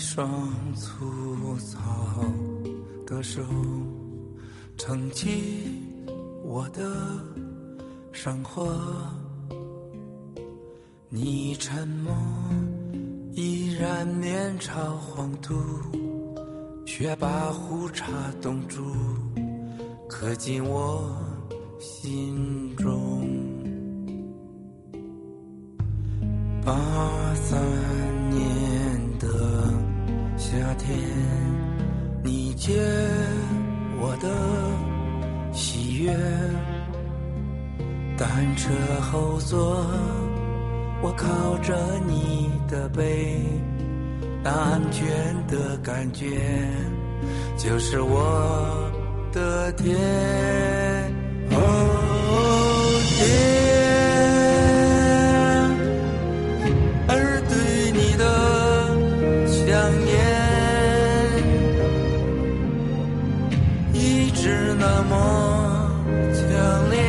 双粗糙的手撑起我的生活，你沉默依然面朝黄土，却把胡茬冻住，刻进我心中。八三年的夏天，你借我的喜悦，单车后座我靠着你的背，那安全的感觉就是我的天。哦天，而对你的想念一直那么强烈，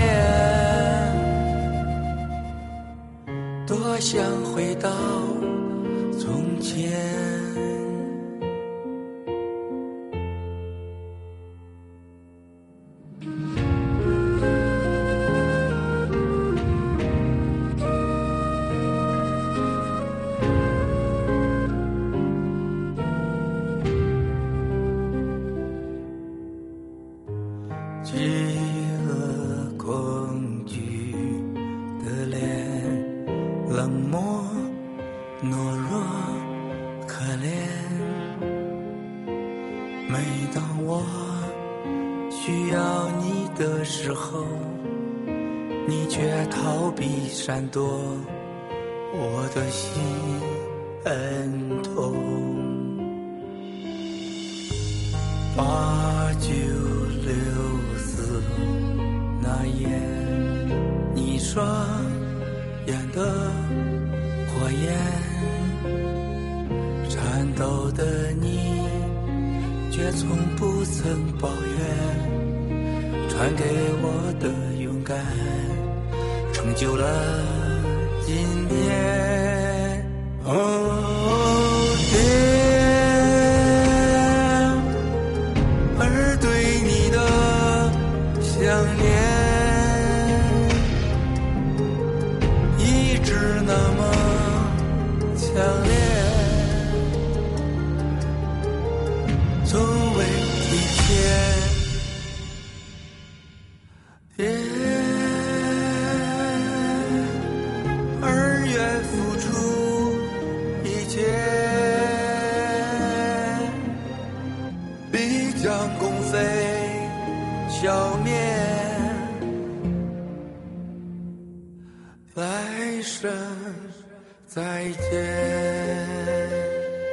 多想回到从前。饥饿恐惧的脸，冷漠懦弱可怜，每当我需要你的时候，你却逃避闪躲，我的心很痛。八九六四那夜，你双眼的火焰，颤抖的你却从不曾抱怨，传给我的勇敢成就了今天。哦天，而对你的想念一直那么强烈，从未体贴。而愿付出一切，必将共飞消灭，来生再见。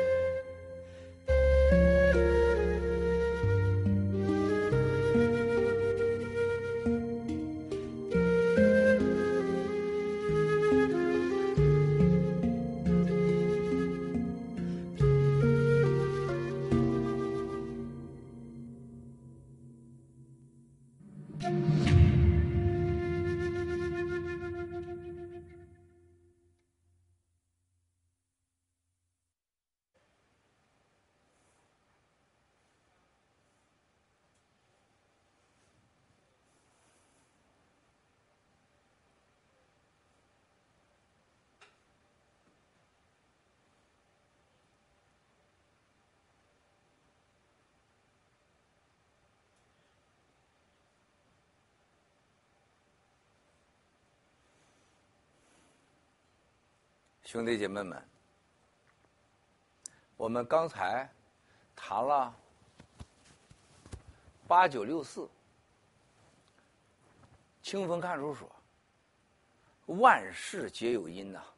兄弟姐妹们，我们刚才谈了八九六四清风看守所，万事皆有因呐、啊。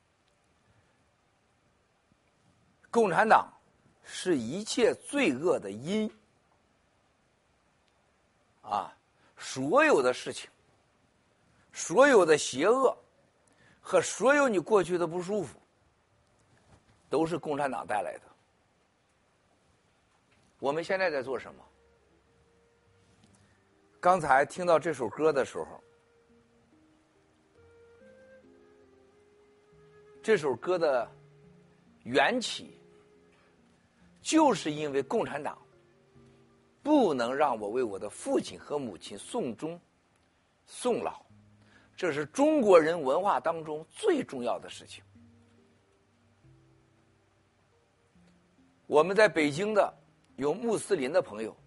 共产党是一切罪恶的因啊，所有的事情，所有的邪恶和所有你过去的不舒服，都是共产党带来的。我们现在在做什么？刚才听到这首歌的时候，这首歌的缘起就是因为共产党不能让我为我的父亲和母亲送终、送老，这是中国人文化当中最重要的事情。我们在北京的有穆斯林的朋友，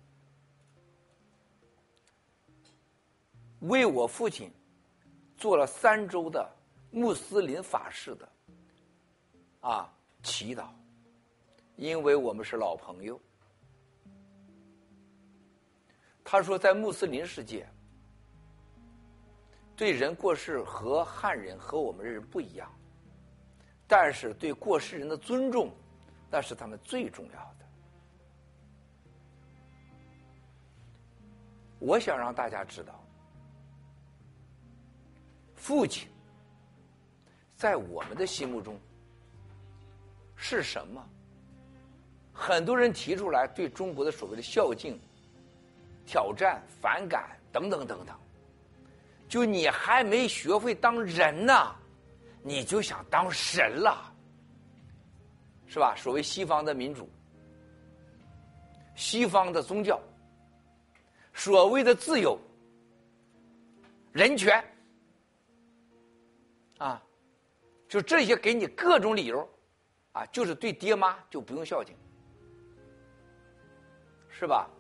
为我父亲做了三周的穆斯林法事的啊祈祷，因为我们是老朋友。他说，在穆斯林世界，对人过世和汉人和我们人不一样，但是对过世人的尊重，那是他们最重要的。我想让大家知道，父亲在我们的心目中是什么？很多人提出来对中国的所谓的孝敬挑战、反感等等等等，就你还没学会当人呢，你就想当神了，是吧？所谓西方的民主，西方的宗教，所谓的自由、人权，啊，就这些给你各种理由，啊，就是对爹妈就不用孝敬，是吧？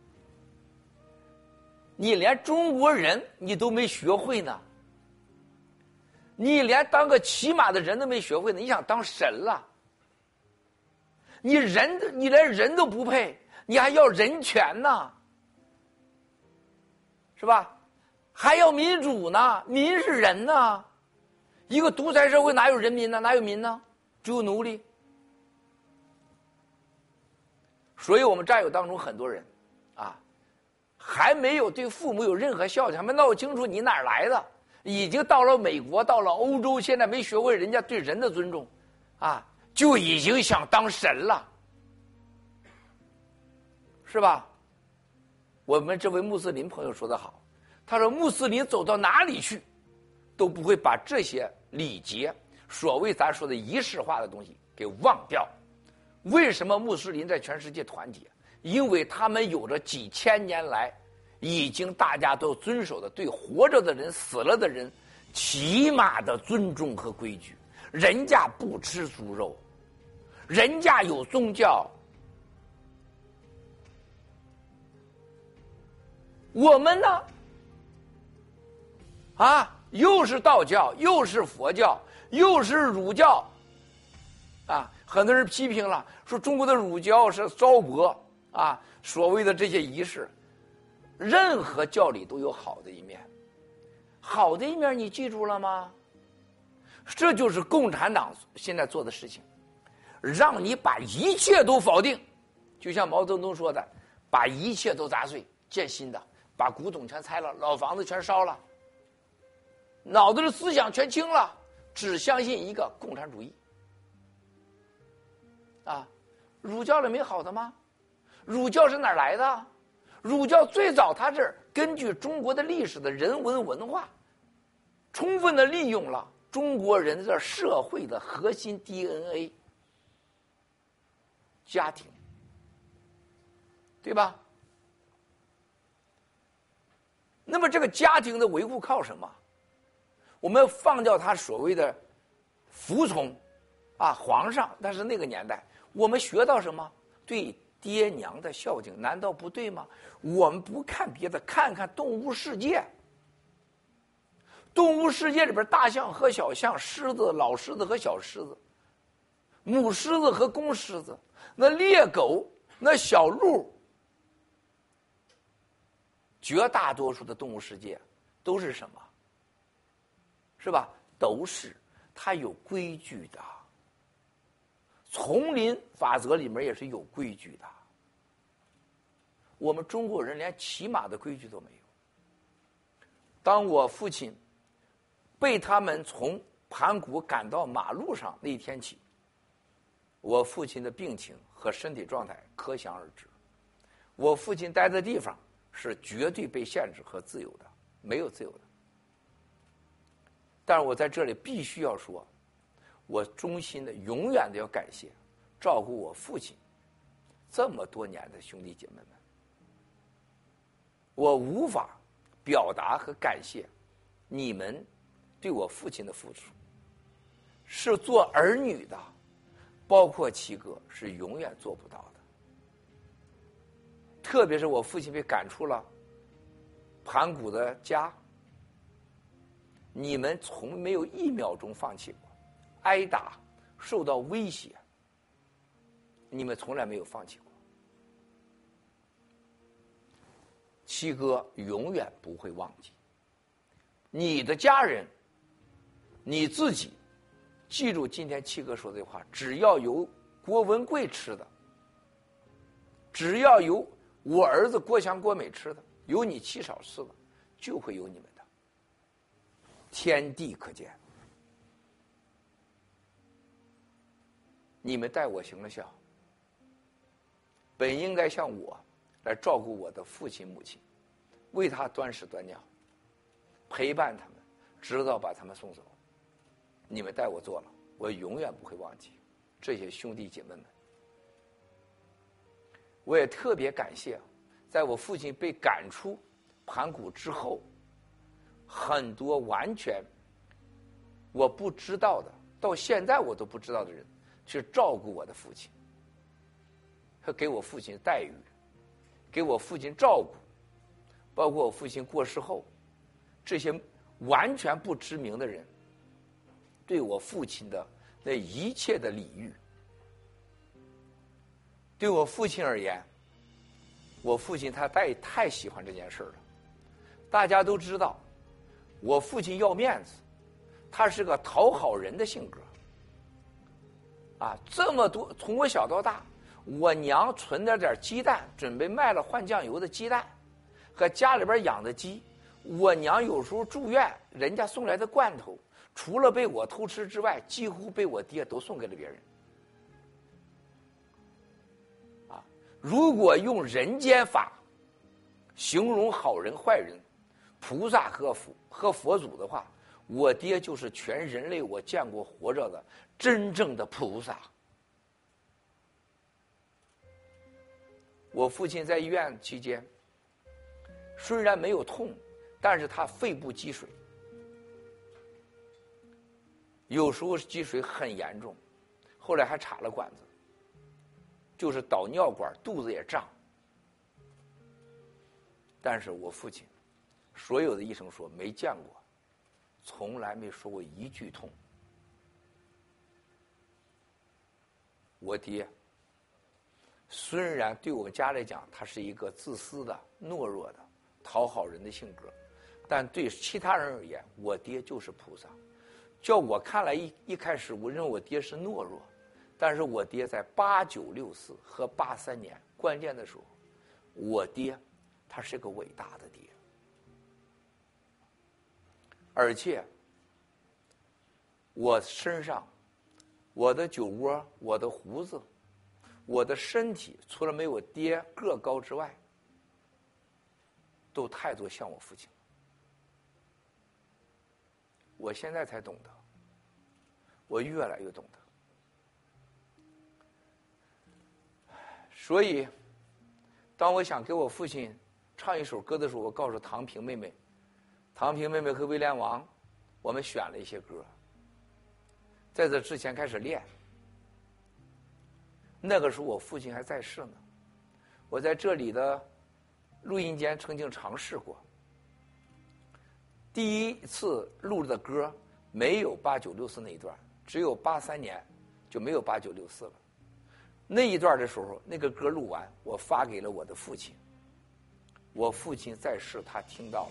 你连中国人你都没学会呢，你连当个起码的人都没学会呢，你想当神了？你人，你连人都不配，你还要人权呢，是吧？还要民主呢，民是人呢。一个独裁社会哪有人民呢？哪有民呢？只有奴隶。所以我们战友当中很多人啊，还没有对父母有任何孝敬，还没闹清楚你哪儿来的，已经到了美国，到了欧洲，现在没学会人家对人的尊重，啊，就已经想当神了，是吧？我们这位穆斯林朋友说得好，他说穆斯林走到哪里去，都不会把这些礼节，所谓咱说的仪式化的东西给忘掉。为什么穆斯林在全世界团结？因为他们有着几千年来已经大家都遵守的对活着的人、死了的人起码的尊重和规矩。人家不吃猪肉，人家有宗教，我们呢？啊，又是道教，又是佛教，又是儒教，啊，很多人批评了，说中国的儒教是糟粕啊，所谓的这些仪式，任何教理都有好的一面，好的一面你记住了吗？这就是共产党现在做的事情，让你把一切都否定，就像毛泽东说的，把一切都砸碎，建新的，把古董全拆了，老房子全烧了，脑子的思想全清了，只相信一个共产主义。啊，儒教里没好的吗？儒教是哪儿来的？儒教最早它是根据中国的历史的人文文化，充分的利用了中国人的社会的核心 D N A， 家庭，对吧？那么这个家庭的维护靠什么？我们放掉他所谓的服从啊，皇上，但是那个年代我们学到什么？对爹娘的孝敬，难道不对吗？我们不看别的，看看动物世界。动物世界里边，大象和小象，狮子、老狮子和小狮子，母狮子和公狮子，那猎狗、那小鹿，绝大多数的动物世界都是什么？是吧？都是它有规矩的。丛林法则里面也是有规矩的。我们中国人连起码的规矩都没有。当我父亲被他们从盘古赶到马路上那一天起，我父亲的病情和身体状态可想而知。我父亲待的地方是绝对被限制和自由的，没有自由的。但是我在这里必须要说，我衷心的、永远的要感谢照顾我父亲这么多年的兄弟姐妹们，我无法表达和感谢你们对我父亲的付出，是做儿女的，包括七哥是永远做不到的。特别是我父亲被赶出了盘古的家，你们从没有一秒钟放弃过，挨打受到威胁，你们从来没有放弃过。七哥永远不会忘记你的家人，你自己记住今天七哥说这话，只要有郭文贵吃的，只要有我儿子郭强郭美吃的，有你七嫂吃的，就会有你们的。天地可见，你们待我行了孝，本应该像我来照顾我的父亲母亲，为他端屎端尿，陪伴他们，直到把他们送走。你们带我做了，我永远不会忘记这些兄弟姐妹们。我也特别感谢，在我父亲被赶出盘古之后，很多完全我不知道的，到现在我都不知道的人，去照顾我的父亲，和给我父亲待遇，给我父亲照顾，包括我父亲过世后，这些完全不知名的人对我父亲的那一切的礼遇。对我父亲而言，我父亲他太太喜欢这件事了。大家都知道，我父亲要面子，他是个讨好人的性格。啊，这么多，从我小到大，我娘存了点鸡蛋，准备卖了换酱油的鸡蛋，和家里边养的鸡。我娘有时候住院，人家送来的罐头，除了被我偷吃之外，几乎被我爹都送给了别人。啊，如果用人间法形容好人坏人、菩萨和佛和佛祖的话，我爹就是全人类我见过活着的真正的菩萨。我父亲在医院期间，虽然没有痛，但是他肺部积水，有时候积水很严重，后来还插了管子，就是导尿管，肚子也胀。但是我父亲，所有的医生说没见过，从来没说过一句痛。我爹虽然对我们家来讲，他是一个自私的、懦弱的、讨好人的性格，但对其他人而言，我爹就是菩萨。叫我看来一一开始，我认为我爹是懦弱，但是我爹在八九六四和八三年关键的时候，我爹他是个伟大的爹，而且我身上、我的酒窝、我的胡子、我的身体，除了没我爹个高之外，都太多像我父亲。我现在才懂得，我越来越懂得。所以，当我想给我父亲唱一首歌的时候，我告诉唐平妹妹，唐平妹妹和威廉王，我们选了一些歌，在这之前开始练。那个时候我父亲还在世呢，我在这里的录音间曾经尝试过。第一次录的歌没有八九六四那一段，只有八三年就没有八九六四了。那一段的时候，那个歌录完，我发给了我的父亲。我父亲在世，他听到了。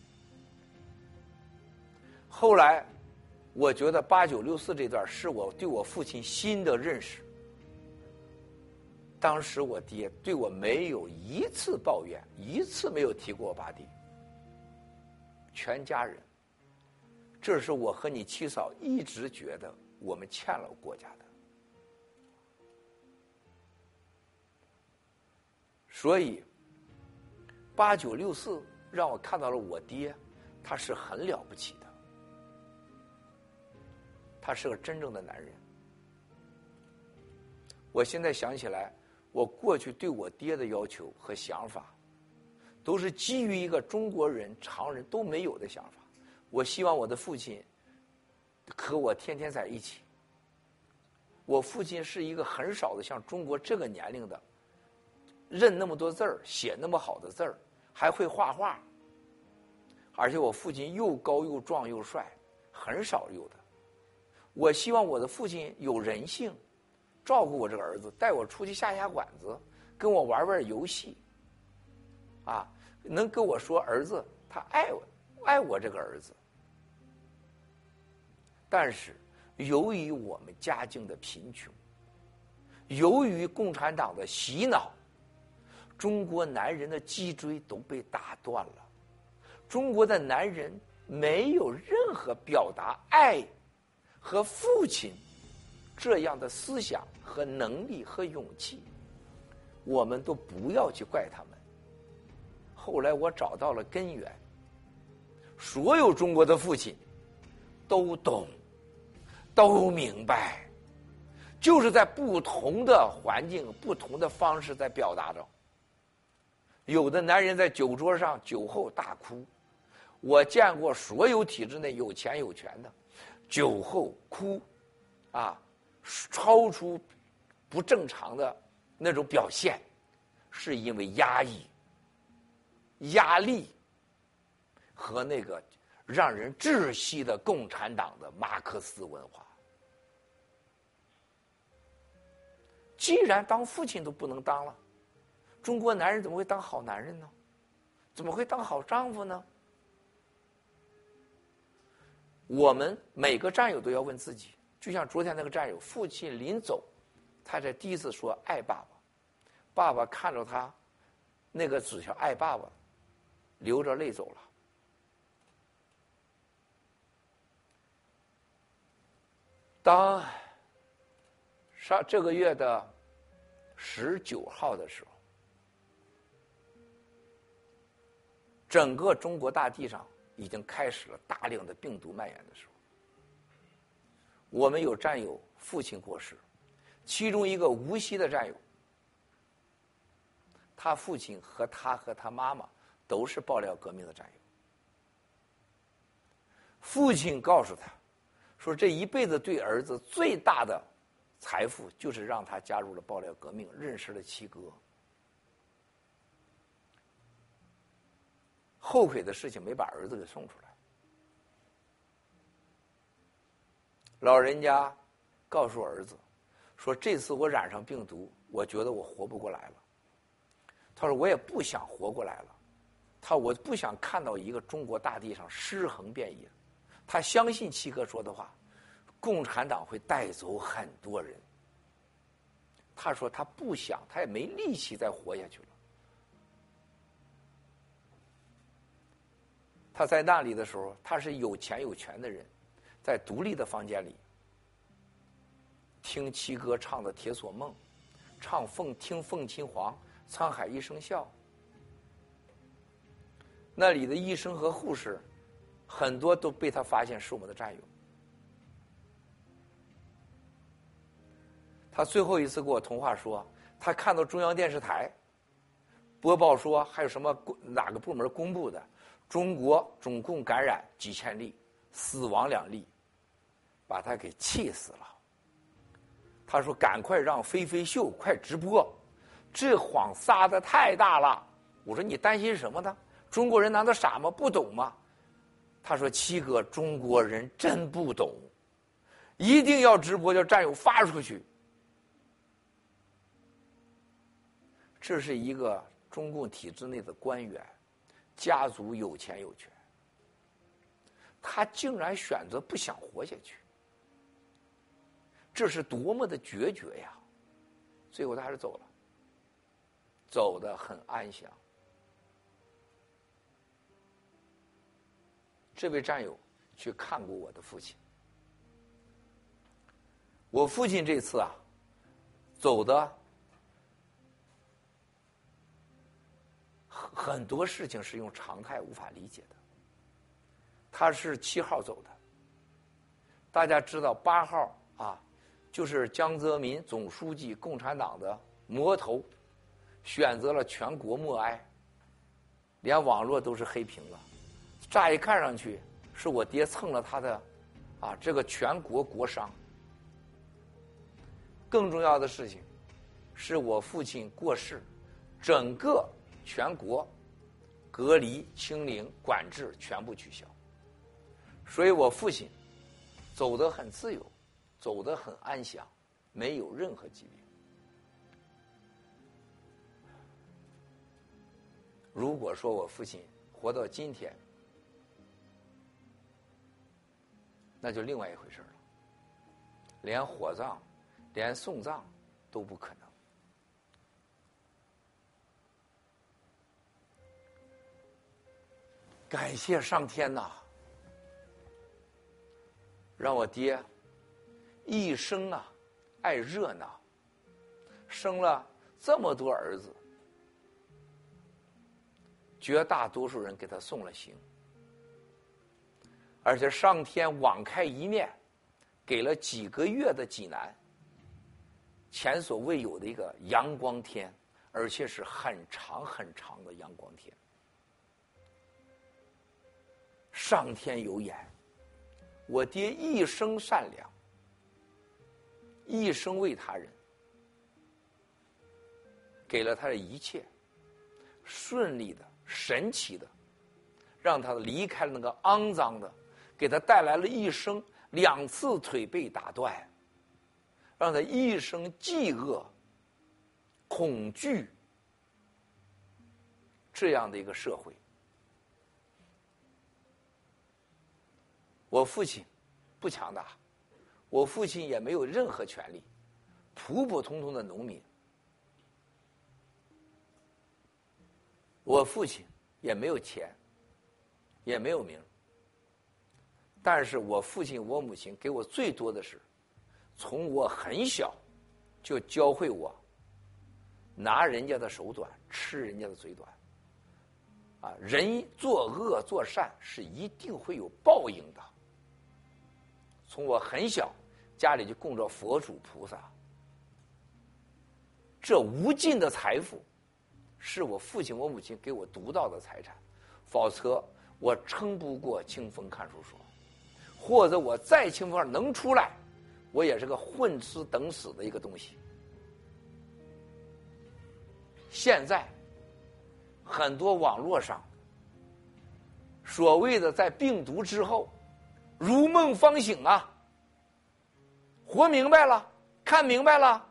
后来，我觉得八九六四这段是我对我父亲新的认识。当时我爹对我没有一次抱怨，一次没有提过我爸爹。全家人，这是我和你七嫂一直觉得我们欠了国家的。所以，八九六四让我看到了我爹，他是很了不起的，他是个真正的男人。我现在想起来， 我过去对我爹的要求和想法，都是基于一个中国人常人都没有的想法。我希望我的父亲和我天天在一起。我父亲是一个很少的像中国这个年龄的，认那么多字儿，写那么好的字儿，还会画画。而且我父亲又高又壮又帅，很少有的。我希望我的父亲有人性，照顾我这个儿子，带我出去下下馆子，跟我玩玩游戏，啊，能跟我说儿子他爱我，爱我这个儿子。但是由于我们家境的贫穷，由于共产党的洗脑，中国男人的脊椎都被打断了。中国的男人没有任何表达爱和父亲这样的思想和能力和勇气，我们都不要去怪他们。后来我找到了根源，所有中国的父亲都懂，都明白，就是在不同的环境、不同的方式在表达着。有的男人在酒桌上酒后大哭，我见过所有体制内有钱有权的酒后哭，啊，超出不正常的那种表现，是因为压抑、压力和那个让人窒息的共产党的马克思文化。既然当父亲都不能当了，中国男人怎么会当好男人呢？怎么会当好丈夫呢？我们每个战友都要问自己，就像昨天那个战友，父亲临走，他才第一次说爱爸爸，爸爸看着他那个纸条爱爸爸，流着泪走了。当上这个月的十九号的时候，整个中国大地上已经开始了大量的病毒蔓延的时候，我们有战友父亲过世，其中一个无锡的战友，他父亲和他和他妈妈都是爆料革命的战友。父亲告诉他说，这一辈子对儿子最大的财富就是让他加入了爆料革命，认识了七哥。后悔的事情没把儿子给送出来。老人家告诉儿子说，这次我染上病毒，我觉得我活不过来了。他说我也不想活过来了，他说我不想看到一个中国大地上尸横遍野。他相信七哥说的话，共产党会带走很多人。他说他不想，他也没力气再活下去了。他在那里的时候，他是有钱有权的人，在独立的房间里听七哥唱的《铁索梦》，唱凤听凤琴黄，沧海一声笑。那里的医生和护士很多都被他发现是我们的战友。他最后一次给我通话说，他看到中央电视台播报说还有什么哪个部门公布的中国总共感染几千例，死亡两例，把他给气死了。他说赶快让飞飞秀快直播，这谎撒的太大了。我说你担心什么呢？中国人难道傻吗？不懂吗？他说七哥，中国人真不懂，一定要直播，叫战友发出去。这是一个中共体制内的官员，家族有钱有权，他竟然选择不想活下去，这是多么的决绝呀！最后他还是走了，走得很安详。这位战友去看过我的父亲，我父亲这次啊，走的很多事情是用常态无法理解的。他是七号走的，大家知道八号啊，就是江泽民总书记共产党的魔头选择了全国默哀，连网络都是黑屏了。乍一看上去是我爹蹭了他的啊这个全国国殇。更重要的事情是我父亲过世，整个全国隔离、清零、管制全部取消，所以我父亲走得很自由，走得很安详，没有任何疾病。如果说我父亲活到今天，那就另外一回事了，连火葬连送葬都不可能。感谢上天呐，让我爹一生啊爱热闹，生了这么多儿子，绝大多数人给他送了行，而且上天网开一面，给了几个月的济南前所未有的一个阳光天，而且是很长很长的阳光天。上天有眼，我爹一生善良，一生为他人，给了他的一切，顺利的、神奇的，让他离开了那个肮脏的，给他带来了一生两次腿被打断，让他一生饥饿、恐惧这样的一个社会。我父亲不强大，我父亲也没有任何权利，普普通通的农民。我父亲也没有钱，也没有名，但是我父亲我母亲给我最多的是，从我很小就教会我拿人家的手短，吃人家的嘴短。啊，人作恶作善是一定会有报应的。从我很小，家里就供着佛祖菩萨，这无尽的财富是我父亲我母亲给我独到的财产，否则我撑不过清风看守所，或者我再清风能出来，我也是个混吃等死的一个东西。现在很多网络上所谓的在病毒之后如梦方醒啊，活明白了，看明白了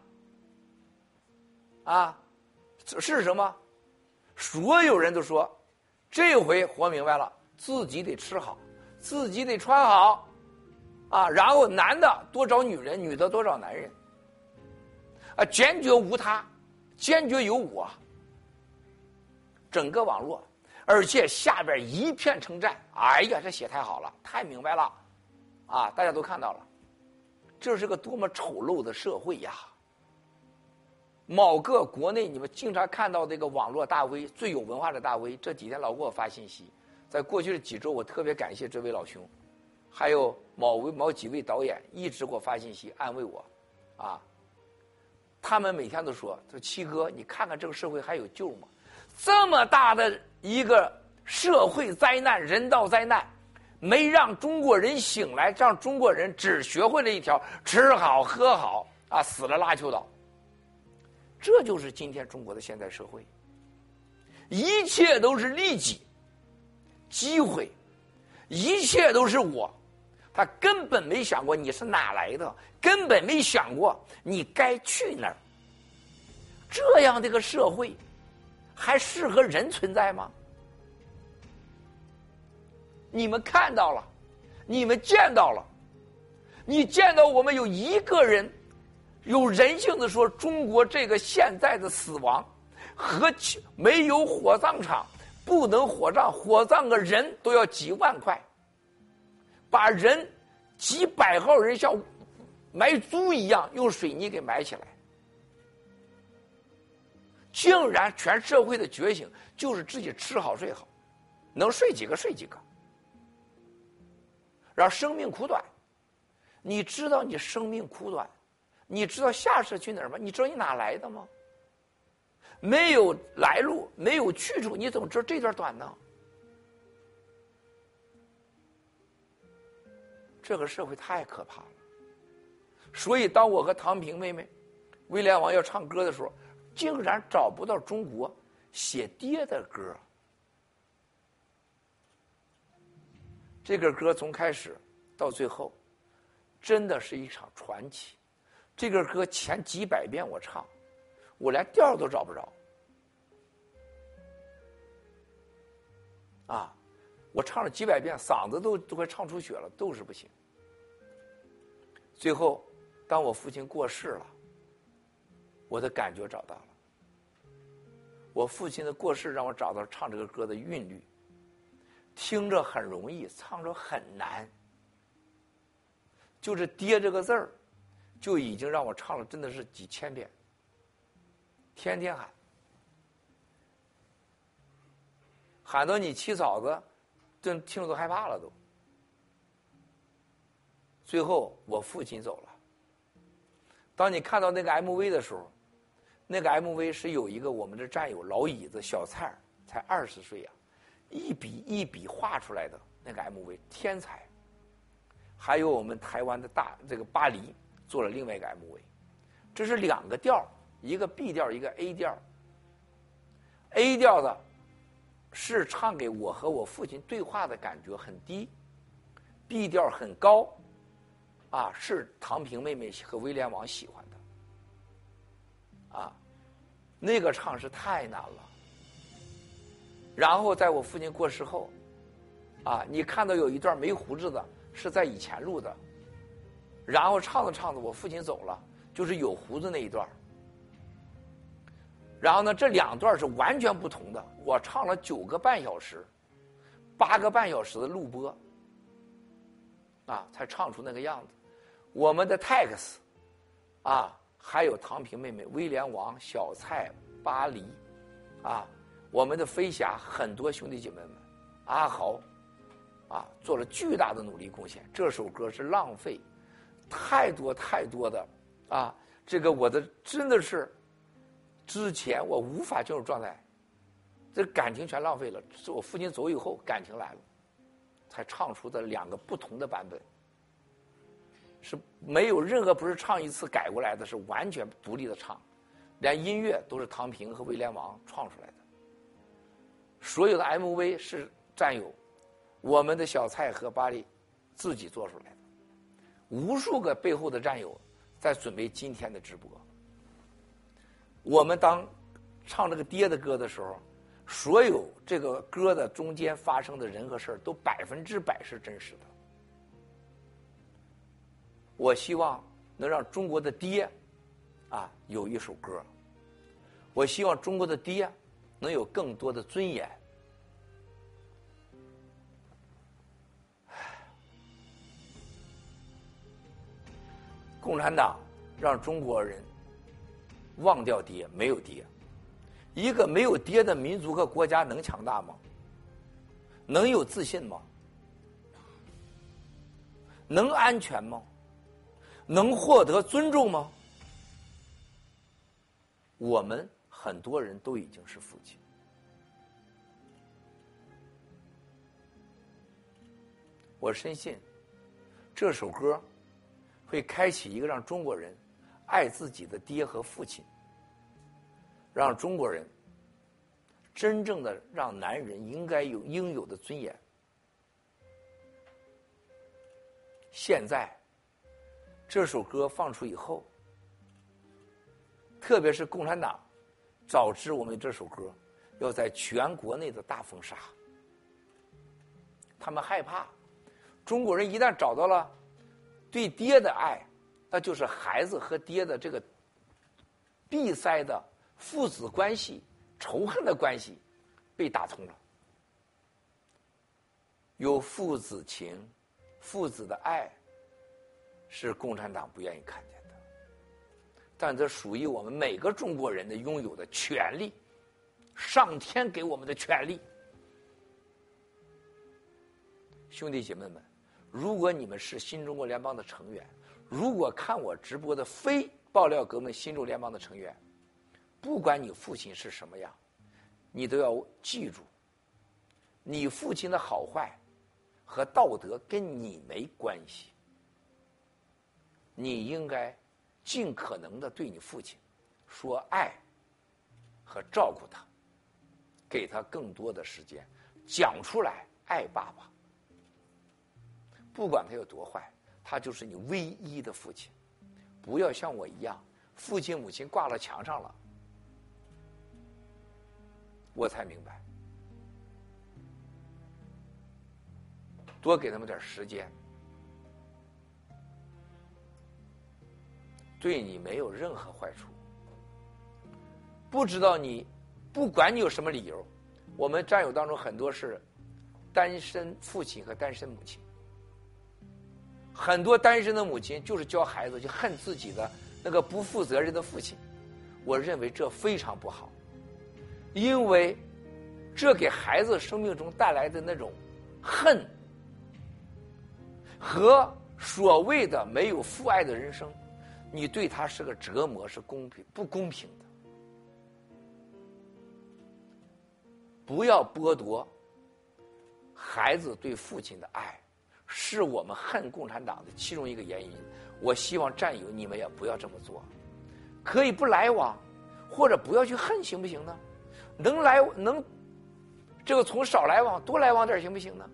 啊，是什么？所有人都说这回活明白了，自己得吃好，自己得穿好啊，然后男的多找女人，女的多找男人啊，坚决无他，坚决有我。整个网络，而且下边一片称赞，哎呀，这写太好了，太明白了啊，大家都看到了，这是个多么丑陋的社会呀。某个国内你们经常看到这个网络大 V， 最有文化的大 V， 这几天老给我发信息，在过去的几周我特别感谢这位老兄，还有某位某几位导演一直给我发信息安慰我啊，他们每天都说，说七哥你看看这个社会还有救吗？这么大的一个社会灾难，人道灾难，没让中国人醒来，让中国人只学会了一条吃好喝好啊，死了拉秋岛。这就是今天中国的现代社会，一切都是利己、机会，一切都是我，他根本没想过你是哪来的，根本没想过你该去哪儿。这样的一个社会还适合人存在吗？你们看到了，你们见到了，你见到我们有一个人有人性的说，中国这个现在的死亡和没有火葬场，不能火葬，火葬个人都要几万块，把人几百号人像埋猪一样用水泥给埋起来。竟然全社会的觉醒就是自己吃好睡好，能睡几个睡几个，然后生命苦短。你知道你生命苦短，你知道下世去哪儿吗？你知道你哪来的吗？ 没有来路，没有去处，你怎么知道这段短呢？这个社会太可怕了。所以，当我和唐平妹妹、威廉王要唱歌的时候，竟然找不到中国写爹的歌。这个歌从开始到最后，真的是一场传奇。这个歌前几百遍我唱，我连调都找不着。啊，我唱了几百遍，嗓子都都快唱出血了，都是不行。最后，当我父亲过世了，我的感觉找到了。我父亲的过世让我找到唱这个歌的韵律，听着很容易，唱着很难。就这“爹”这个字儿，就已经让我唱了真的是几千遍，天天喊，喊到你七嫂子，真听着都害怕了都。最后我父亲走了。当你看到那个 M V 的时候，那个 M V 是有一个我们的战友老椅子小蔡儿，才二十岁呀、啊，一笔一笔画出来的那个 M V， 天才。还有我们台湾的大这个巴黎做了另外一个 M V， 这是两个调，一个 B 调，一个 A 调。A 调的是唱给我和我父亲对话的感觉很低 ，B 调很高。啊，是唐平妹妹和威廉王喜欢的，啊，那个唱是太难了。然后在我父亲过世后，啊，你看到有一段没胡子的，是在以前录的，然后唱着唱着，我父亲走了，就是有胡子那一段。然后呢，这两段是完全不同的，我唱了九个半小时，八个半小时的录播，啊，才唱出那个样子。我们的 Tex， 啊，还有唐平妹妹、威廉王、小蔡、巴黎，啊，我们的飞侠，很多兄弟姐妹们，阿豪，啊，做了巨大的努力贡献。这首歌是浪费，太多太多的，啊，这个我的真的是，之前我无法进入状态，这感情全浪费了。是我父亲走以后，感情来了，才唱出的两个不同的版本。是没有任何不是唱一次改过来的，是完全独立的唱，连音乐都是唐平和威廉王创出来的。所有的 M V 是战友，我们的小蔡和巴黎自己做出来的，无数个背后的战友在准备今天的直播。我们当唱这个爹的歌的时候，所有这个歌的中间发生的人和事儿都百分之百是真实的。我希望能让中国的爹，啊，有一首歌。我希望中国的爹能有更多的尊严。共产党让中国人忘掉爹，没有爹。一个没有爹的民族和国家能强大吗？能有自信吗？能安全吗？能获得尊重吗？我们很多人都已经是父亲。我深信这首歌会开启一个让中国人爱自己的爹和父亲，让中国人真正的让男人应该有应有的尊严。现在这首歌放出以后，特别是共产党早知我们这首歌要在全国内的大封杀，他们害怕中国人一旦找到了对爹的爱，那就是孩子和爹的这个闭塞的父子关系、仇恨的关系被打通了，有父子情、父子的爱，是共产党不愿意看见的，但这属于我们每个中国人的拥有的权利，上天给我们的权利。兄弟姐妹们，如果你们是新中国联邦的成员，如果看我直播的非爆料革命新中国联邦的成员， 不管你父亲是什么样，你都要记住，你父亲的好坏和道德跟你没关系。你应该尽可能的对你父亲说爱和照顾他，给他更多的时间，讲出来爱爸爸。不管他有多坏，他就是你唯一的父亲。不要像我一样，父亲母亲挂到墙上了，我才明白，多给他们点时间，对你没有任何坏处。不知道你，不管你有什么理由，我们战友当中很多是单身父亲和单身母亲，很多单身的母亲就是教孩子就恨自己的那个不负责任的父亲。我认为这非常不好，因为这给孩子生命中带来的那种恨和所谓的没有父爱的人生，你对他是个折磨，是公平不公平的。不要剥夺孩子对父亲的爱，是我们恨共产党的其中一个原因。我希望战友你们也不要这么做，可以不来往，或者不要去恨，行不行呢？能来能这个从少来往多来往点，行不行呢？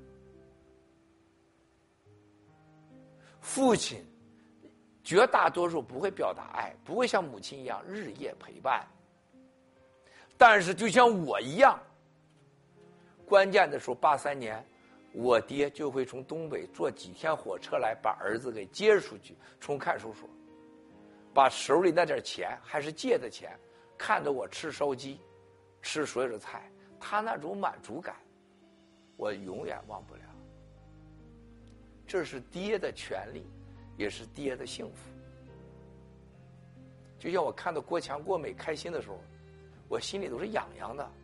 父亲绝大多数不会表达爱，不会像母亲一样日夜陪伴，但是就像我一样，关键的时候八三年我爹就会从东北坐几天火车来把儿子给接出去，从看守所把手里那点钱还是借的钱，看着我吃烧鸡吃所有的菜，他那种满足感我永远忘不了。这是爹的权利，也是爹的幸福。就像我看到郭强郭美开心的时候，我心里都是痒痒的。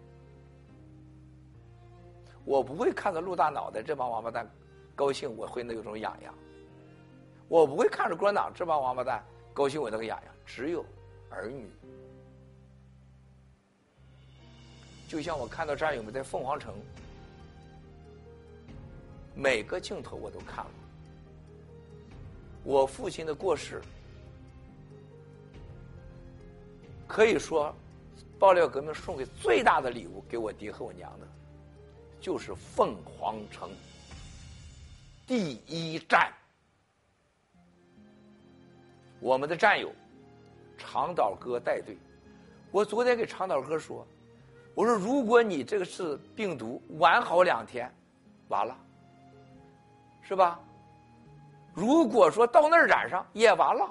我不会看着陆大脑袋这帮王八蛋高兴，我会那有种痒痒。我不会看着共产党这帮王八蛋高兴，我那个痒痒。只有儿女。就像我看到战友们在凤凰城，每个镜头我都看了。我父亲的过世，可以说爆料革命送给最大的礼物给我爹和我娘的，就是凤凰城第一战。我们的战友长岛哥带队，我昨天给长岛哥说，我说如果你这个是病毒晚好两天完了，是吧？如果说到那儿染上也完了。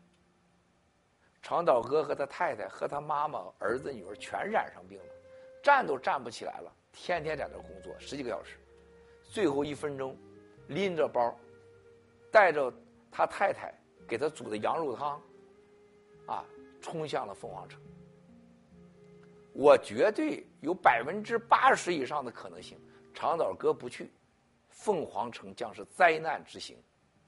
长岛哥和他太太和他妈妈儿子女儿全染上病了，站都站不起来了，天天在那工作十几个小时，最后一分钟拎着包带着他太太给他煮的羊肉汤啊，冲向了凤凰城。我绝对有百分之八十以上的可能性，长岛哥不去，凤凰城将是灾难之行。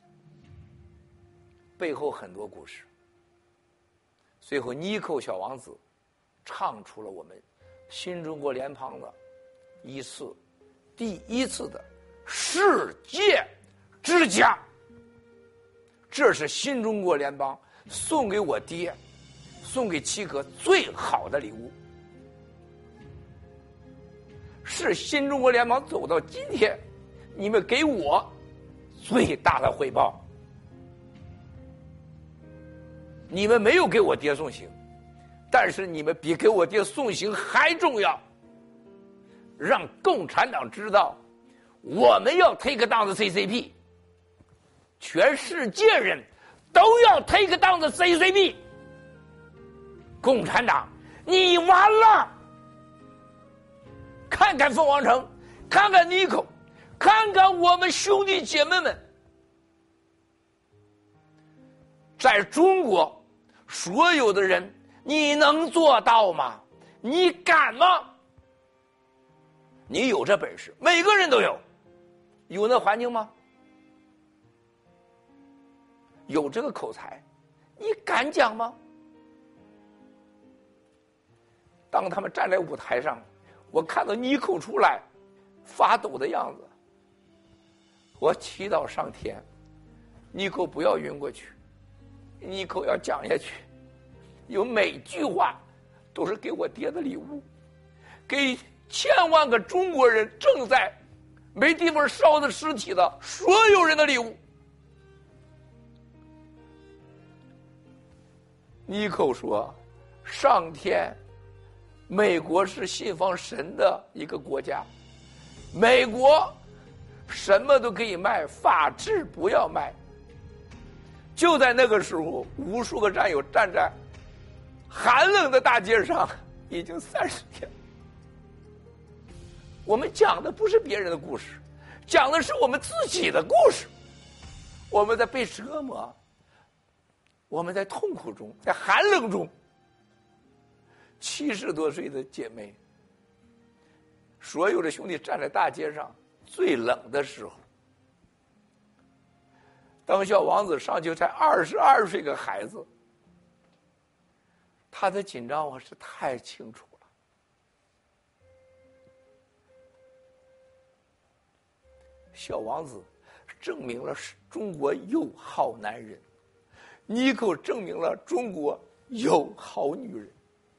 背后很多故事，最后妮蔻小王子唱出了我们新中国联邦的一次第一次的世界之奖。这是新中国联邦送给我爹送给七哥最好的礼物，是新中国联邦走到今天你们给我最大的回报。你们没有给我爹送行，但是你们比给我爹送行还重要，让共产党知道我们要 take down the C C P， 全世界人都要 take down the C C P。 共产党你完了。看看凤凰城，看看妮蔻，看看我们兄弟姐妹们，在中国所有的人，你能做到吗？你敢吗？你有这本事，每个人都有。有那环境吗？有这个口才，你敢讲吗？ 当他们站在舞台上，我看到尼寇出来发抖的样子，我祈祷上天，尼寇不要晕过去，尼寇要讲下去。有每句话都是给我爹的礼物，给千万个中国人正在没地方烧的尸体的所有人的礼物。尼寇说，上天，美国是信奉神的一个国家，美国什么都可以卖，法治不要卖。就在那个时候，无数个战友站在寒冷的大街上，已经三十天。我们讲的不是别人的故事，讲的是我们自己的故事。我们在被折磨，我们在痛苦中，在寒冷中。七十多岁的姐妹，所有的兄弟站在大街上，最冷的时候，当小王子上去才二十二岁个孩子，他的紧张我是太清楚了。小王子证明了中国有好男人，尼寇证明了中国有好女人。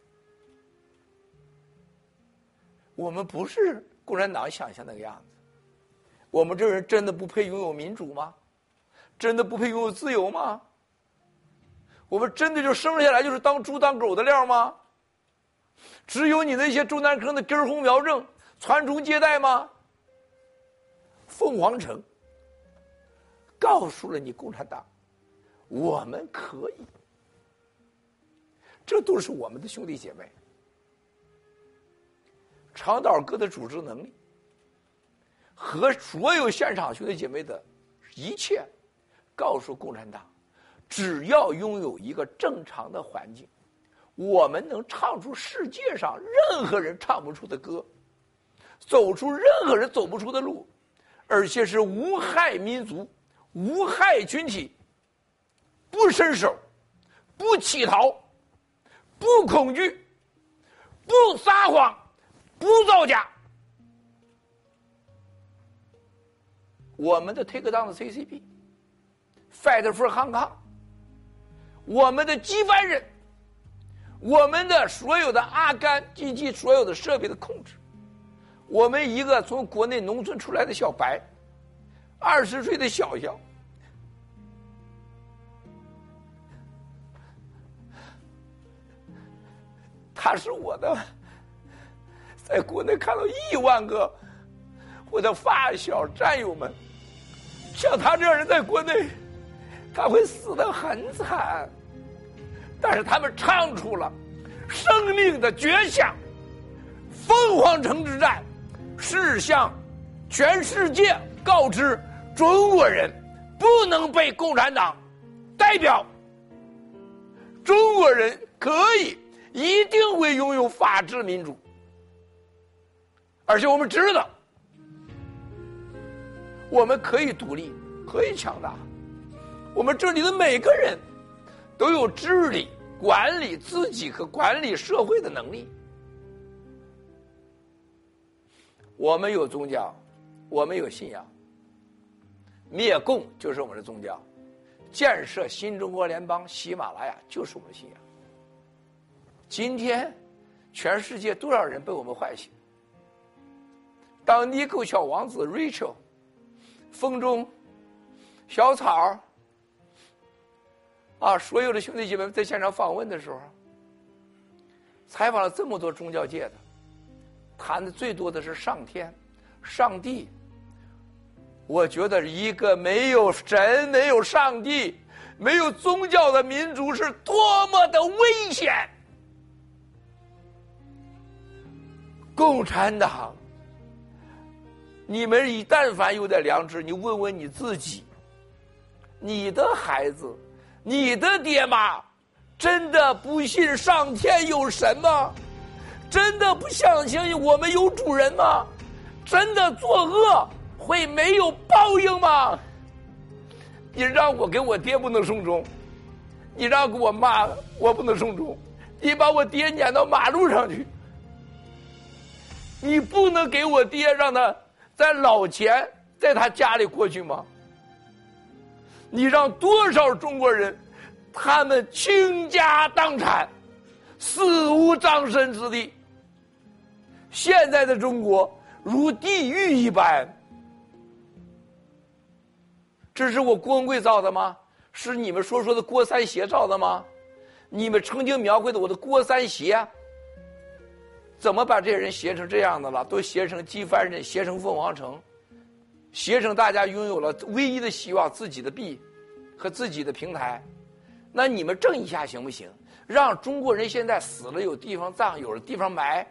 我们不是共产党想象那个样子，我们这人真的不配拥有民主吗？真的不配拥有自由吗？我们真的就生下来就是当猪当狗的料吗？只有你那些中南坑的根红苗正传宗接代吗？凤凰城告诉了你共产党，我们可以，这都是我们的兄弟姐妹。长岛哥的组织能力和所有现场兄弟姐妹的一切，告诉共产党，只要拥有一个正常的环境，我们能唱出世界上任何人唱不出的歌，走出任何人走不出的路，而且是无害民族、无害群体，不伸手，不乞讨，不恐惧，不撒谎，不造假。我们的 Take Down the C C P Fight for Hong Kong， 我们的机翻人，我们的所有的阿甘及其所有的设备的控制，我们一个从国内农村出来的小白，二十岁的小小，他是我的，在国内看到亿万个我的发小战友们，像他这样人在国内他会死得很惨，但是他们唱出了生命的绝响。凤凰城之战是向全世界告知中国人不能被共产党代表，中国人可以一定会拥有法治民主，而且我们知道我们可以独立，可以强大，我们这里的每个人都有治理、管理自己和管理社会的能力。我们有宗教，我们有信仰，灭共就是我们的宗教，建设新中国联邦喜马拉雅就是我们的信仰。今天全世界多少人被我们唤醒？当尼寇小王子 Rachel、 风中小草啊，所有的兄弟姐妹们在现场访问的时候，采访了这么多宗教界的，谈的最多的是上天、上帝。我觉得一个没有神、没有上帝、没有宗教的民族是多么的危险。共产党，你们一但凡有点良知，你问问你自己，你的孩子，你的爹妈，真的不信上天有神吗？真的不相信我们有主人吗？真的作恶会没有报应吗？你让我给我爹不能送终，你让给我妈我不能送终，你把我爹撵到马路上去， 你不能给我爹让他在老钱在他家里过去吗？你让多少中国人，他们倾家荡产，死无葬身之地。现在的中国如地狱一般。这是我郭文贵造的吗？是你们说说的郭三协造的吗？你们曾经描绘的我的郭三协，怎么把这些人写成这样的了？都写成几番人，写成凤凰城，写成大家拥有了唯一的希望，自己的币和自己的平台。那你们正一下行不行？让中国人现在死了有地方葬，有了地方埋。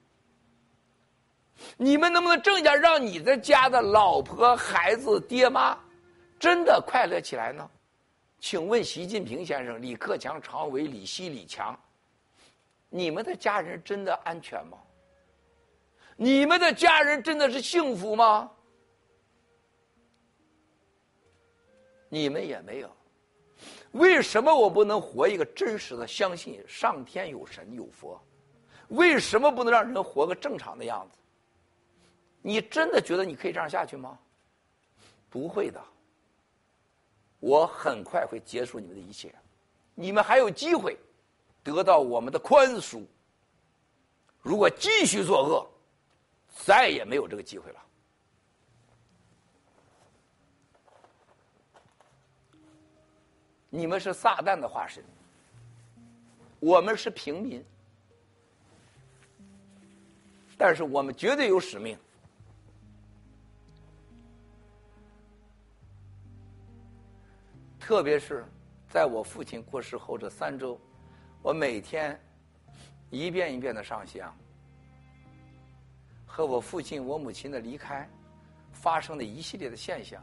你们能不能正一下，让你的家的老婆、孩子、爹妈真的快乐起来呢？请问习近平先生、李克强、常委、李希、李强，你们的家人真的安全吗？你们的家人真的是幸福吗？你们也没有。为什么我不能活一个真实的相信上天有神有佛？为什么不能让人活个正常的样子？你真的觉得你可以这样下去吗？不会的。我很快会结束你们的一切，你们还有机会得到我们的宽恕。如果继续作恶，再也没有这个机会了。你们是撒旦的化身，我们是平民，但是我们绝对有使命。特别是在我父亲过世后这三周，我每天一遍一遍的上香，和我父亲、我母亲的离开发生的一系列的现象，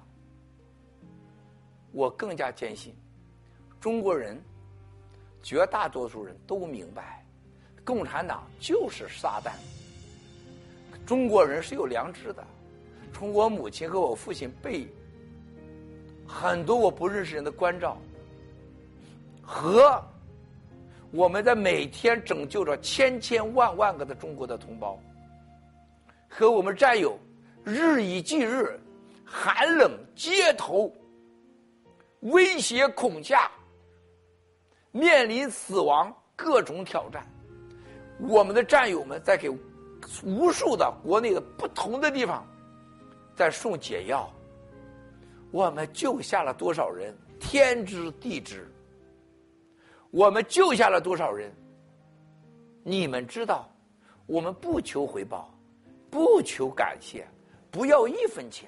我更加坚信，中国人绝大多数人都明白，共产党就是撒旦。中国人是有良知的，从我母亲和我父亲被很多我不认识人的关照，和我们在每天拯救着千千万万个的中国的同胞，和我们战友日以继日寒冷街头威胁恐吓，面临死亡各种挑战，我们的战友们在给无数的国内的不同的地方在送解药。我们救下了多少人，天知地知。我们救下了多少人，你们知道。我们不求回报，不求感谢，不要一分钱。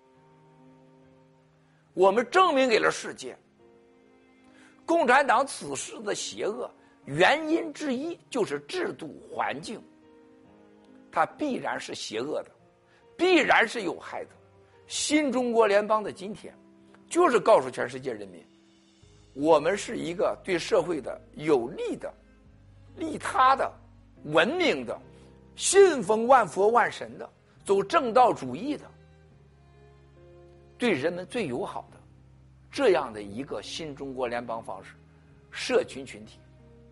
我们证明给了世界，共产党此事的邪恶原因之一就是制度环境，它必然是邪恶的，必然是有害的。新中国联邦的今天，就是告诉全世界人民，我们是一个对社会的有利的、利他的、文明的、信奉万佛万神的、走正道主义的、对人们最友好的这样的一个新中国联邦方式，社群群体。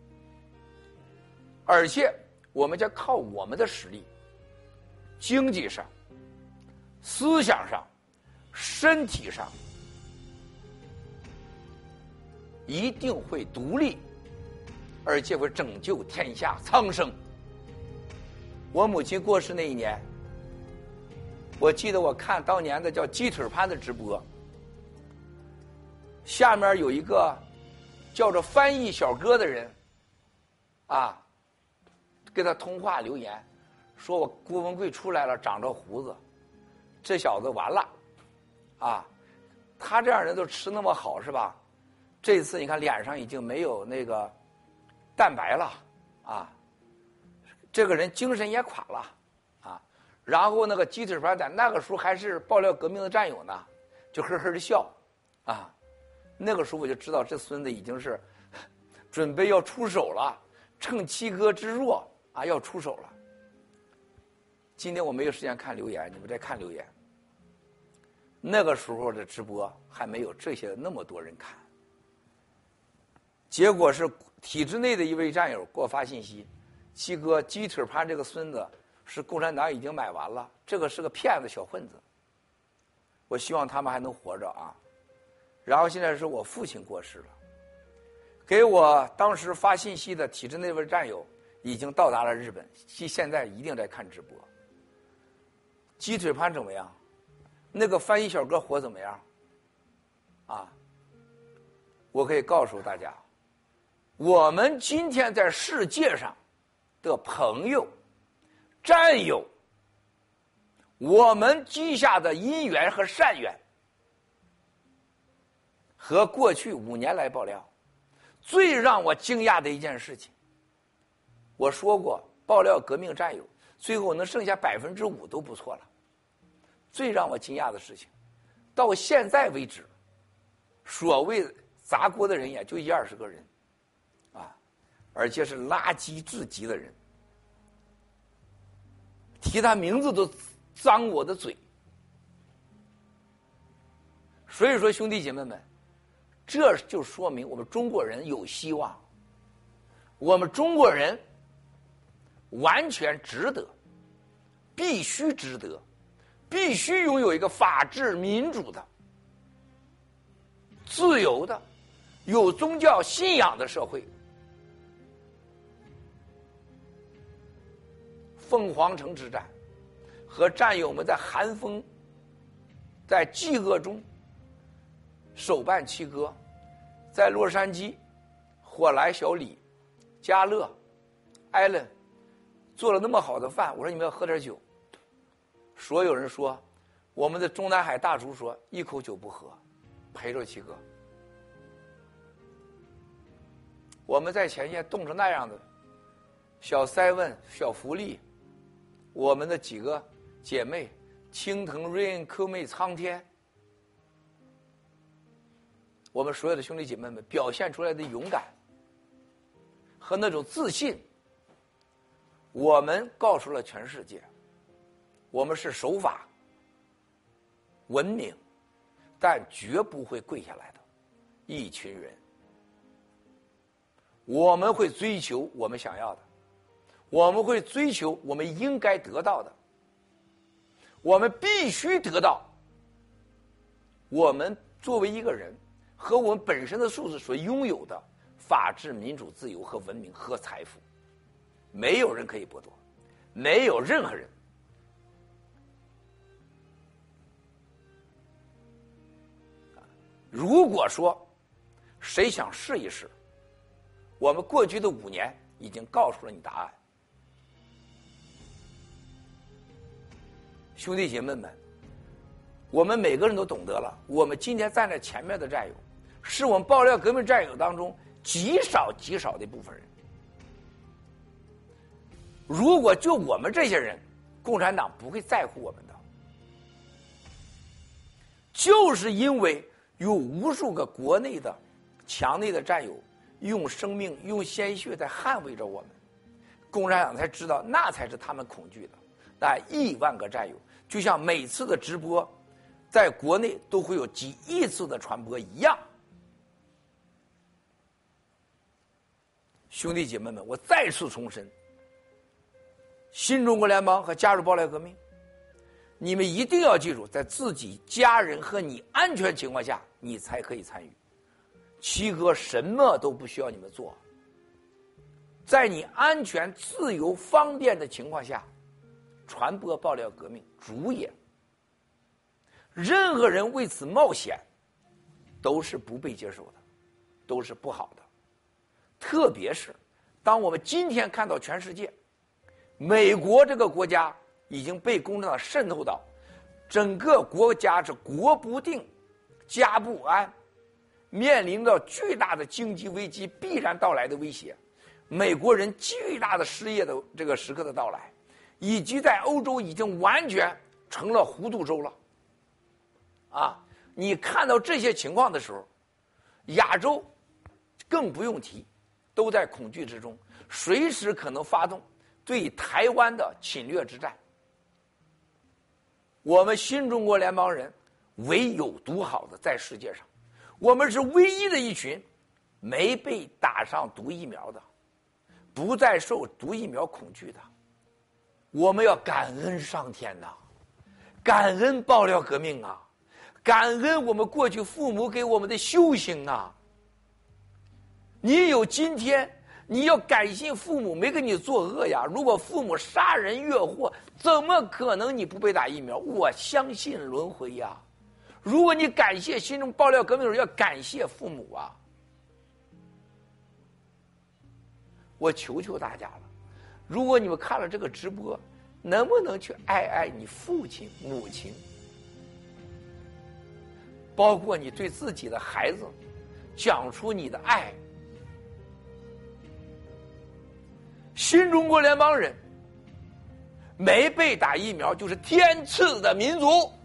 而且我们将靠我们的实力，经济上、思想上、身体上，一定会独立，而且会拯救天下苍生。我母亲过世那一年，我记得我看当年的叫鸡腿潘的直播，下面有一个叫做翻译小哥的人啊，跟他通话留言，说我郭文贵出来了，长着胡子，这小子完了啊！他这样人都吃那么好是吧？这次你看脸上已经没有那个蛋白了啊，这个人精神也垮了啊。然后那个鸡腿潘在那个时候还是爆料革命的战友呢，就呵呵的笑啊。那个时候我就知道这孙子已经是准备要出手了，趁七哥之弱啊要出手了。今天我没有时间看留言，你们在看留言。那个时候的直播还没有这些那么多人看，结果是体制内的一位战友给我发信息，七哥鸡腿潘这个孙子是共产党已经买完了，这个是个骗子小混子。我希望他们还能活着啊。然后现在是我父亲过世了，给我当时发信息的体制内位战友已经到达了日本，其现在一定在看直播。鸡腿潘怎么样？那个翻译小哥活怎么样？啊，我可以告诉大家，我们今天在世界上的朋友、战友，我们积下的因缘和善缘，和过去五年来爆料，最让我惊讶的一件事情，我说过，爆料革命战友最后能剩下百分之五都不错了。最让我惊讶的事情，到现在为止，所谓砸锅的人也就一二十个人，啊，而且是垃圾至极的人，提他名字都脏我的嘴。所以说，兄弟姐妹们，这就说明我们中国人有希望，我们中国人完全值得，必须值得。必须拥有一个法治、民主的、自由的、有宗教信仰的社会。凤凰城之战和战友们在寒风、在饥饿中手办七哥，在洛杉矶，火来小李、嘉乐、艾伦做了那么好的饭，我说你们要喝点酒。所有人说，我们的中南海大厨说一口酒不喝，陪着七哥。我们在前线冻成那样的，小塞文、小福利，我们的几个姐妹青藤、瑞恩、科妹、苍天，我们所有的兄弟姐妹们表现出来的勇敢和那种自信，我们告诉了全世界。我们是守法、文明，但绝不会跪下来的一群人。我们会追求我们想要的，我们会追求我们应该得到的，我们必须得到我们作为一个人和我们本身的素质所拥有的法治、民主、自由和文明和财富。没有人可以剥夺，没有任何人。如果说谁想试一试，我们过去的五年已经告诉了你答案。兄弟姐妹们，我们每个人都懂得了，我们今天站在前面的战友，是我们爆料革命战友当中极少极少的一部分人。如果就我们这些人，共产党不会在乎我们的，就是因为有无数个国内的墙内的战友用生命用鲜血在捍卫着我们，共产党才知道那才是他们恐惧的。那亿万个战友就像每次的直播在国内都会有几亿次的传播一样。兄弟姐妹们，我再次重申，新中国联邦和加入爆料革命，你们一定要记住，在自己家人和你安全情况下，你才可以参与。七哥什么都不需要你们做，在你安全、自由、方便的情况下，传播爆料革命主也。任何人为此冒险，都是不被接受的，都是不好的。特别是当我们今天看到全世界，美国这个国家已经被共产党渗透到，整个国家是国不定、家不安，面临着巨大的经济危机必然到来的威胁，美国人巨大的失业的这个时刻的到来，以及在欧洲已经完全成了糊涂州了。啊，你看到这些情况的时候，亚洲更不用提，都在恐惧之中，随时可能发动对台湾的侵略之战。我们新中国联邦人唯有独好的在世界上，我们是唯一的一群没被打上毒疫苗的，不再受毒疫苗恐惧的。 我们要感恩上天呐，感恩爆料革命啊，感恩我们过去父母给我们的修行啊。你有今天，你要感谢父母没给你作恶呀。如果父母杀人越货，怎么可能你不被打疫苗？我相信轮回呀。如果你感谢心中爆料革命的时候，要感谢父母啊。我求求大家了，如果你们看了这个直播，能不能去爱爱你父亲母亲，包括你对自己的孩子讲出你的爱。新中国联邦人没被打疫苗就是天赐的民族，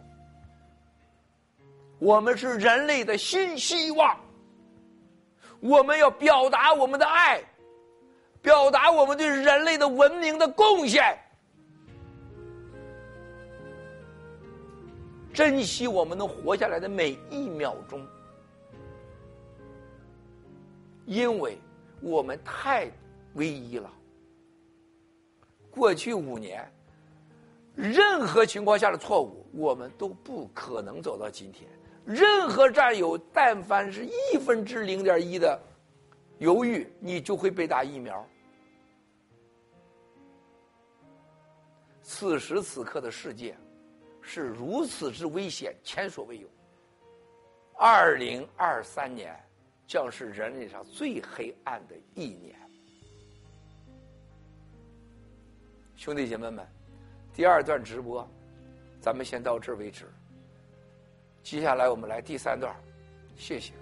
我们是人类的新希望，我们要表达我们的爱，表达我们对人类的文明的贡献，珍惜我们能活下来的每一秒钟，因为我们太唯一了。过去五年，任何情况下的错误，我们都不可能走到今天。任何战友，但凡是一分之零点一的犹豫，你就会被打疫苗。此时此刻的世界是如此之危险，前所未有。二零二三年将是人类上最黑暗的一年。兄弟姐妹们，第二段直播咱们先到这儿为止，接下来我们来第三段，谢谢。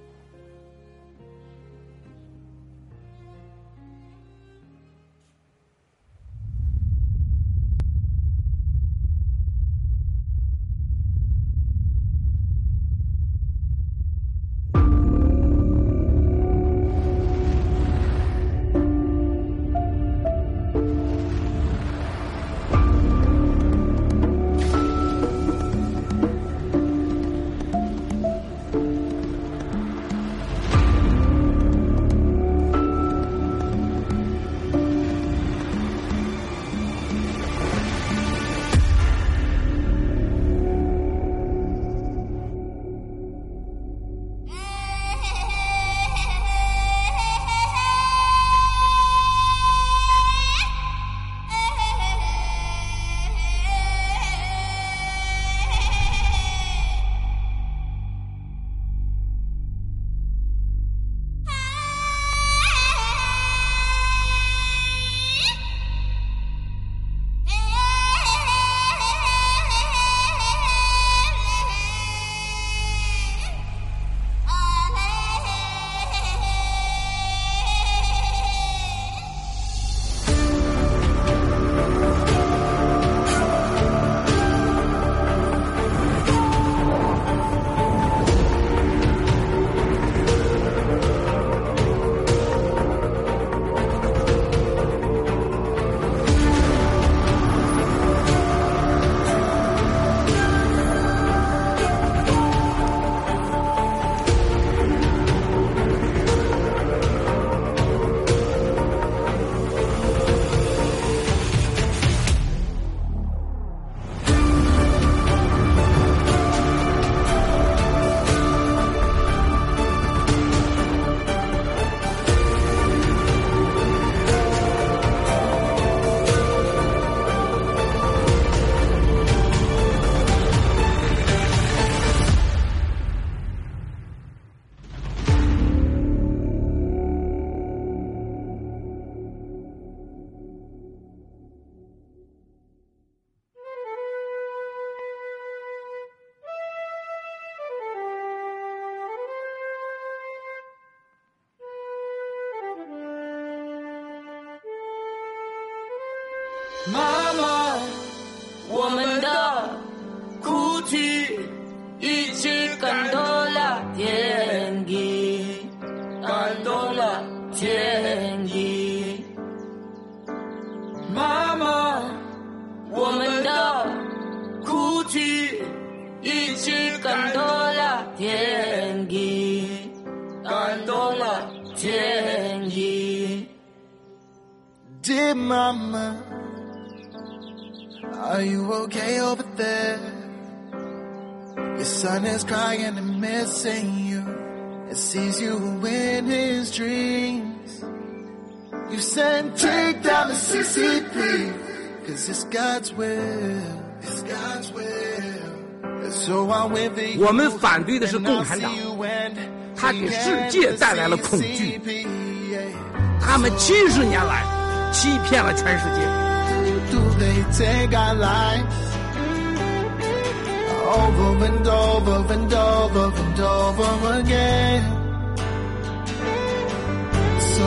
妈妈，我们的哭泣一起感动了天地，感动了天地。妈妈，我们的哭泣一起感动了天地，感动了天地。Dear Mama, Are you okay over there? Your son is crying and missing you. It sees you in his dreams. You send Jake down to C C P, cause it's God's will. It's God's will. So I'm with you. 我们反对的是共产党，他给世界带来了恐惧。他们七十年来欺骗了全世界。 Do they take our lives over and over and over and over again? So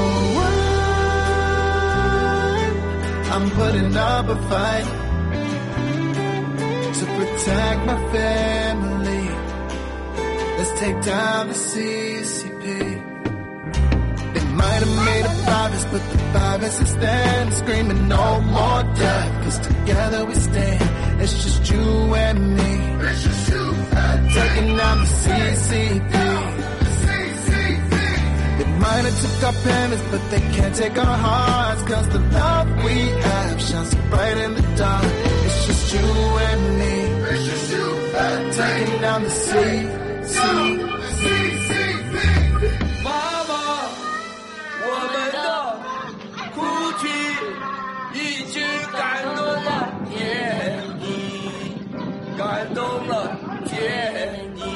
what? I'm putting up a fight to protect my family. Let's take down the C C P. They might have made a virus, but the virus is then screaming no more death. Cause together we stand. It's just you and me. It's just you and me. Taking down the C C P. They might have took our pennies, but they can't take our hearts. Cause the love we have shines so bright in the dark. It's just you and me. It's just you and me. Taking down the C C P. 妈妈，我们的哭泣已经感动了天地，感动了天地。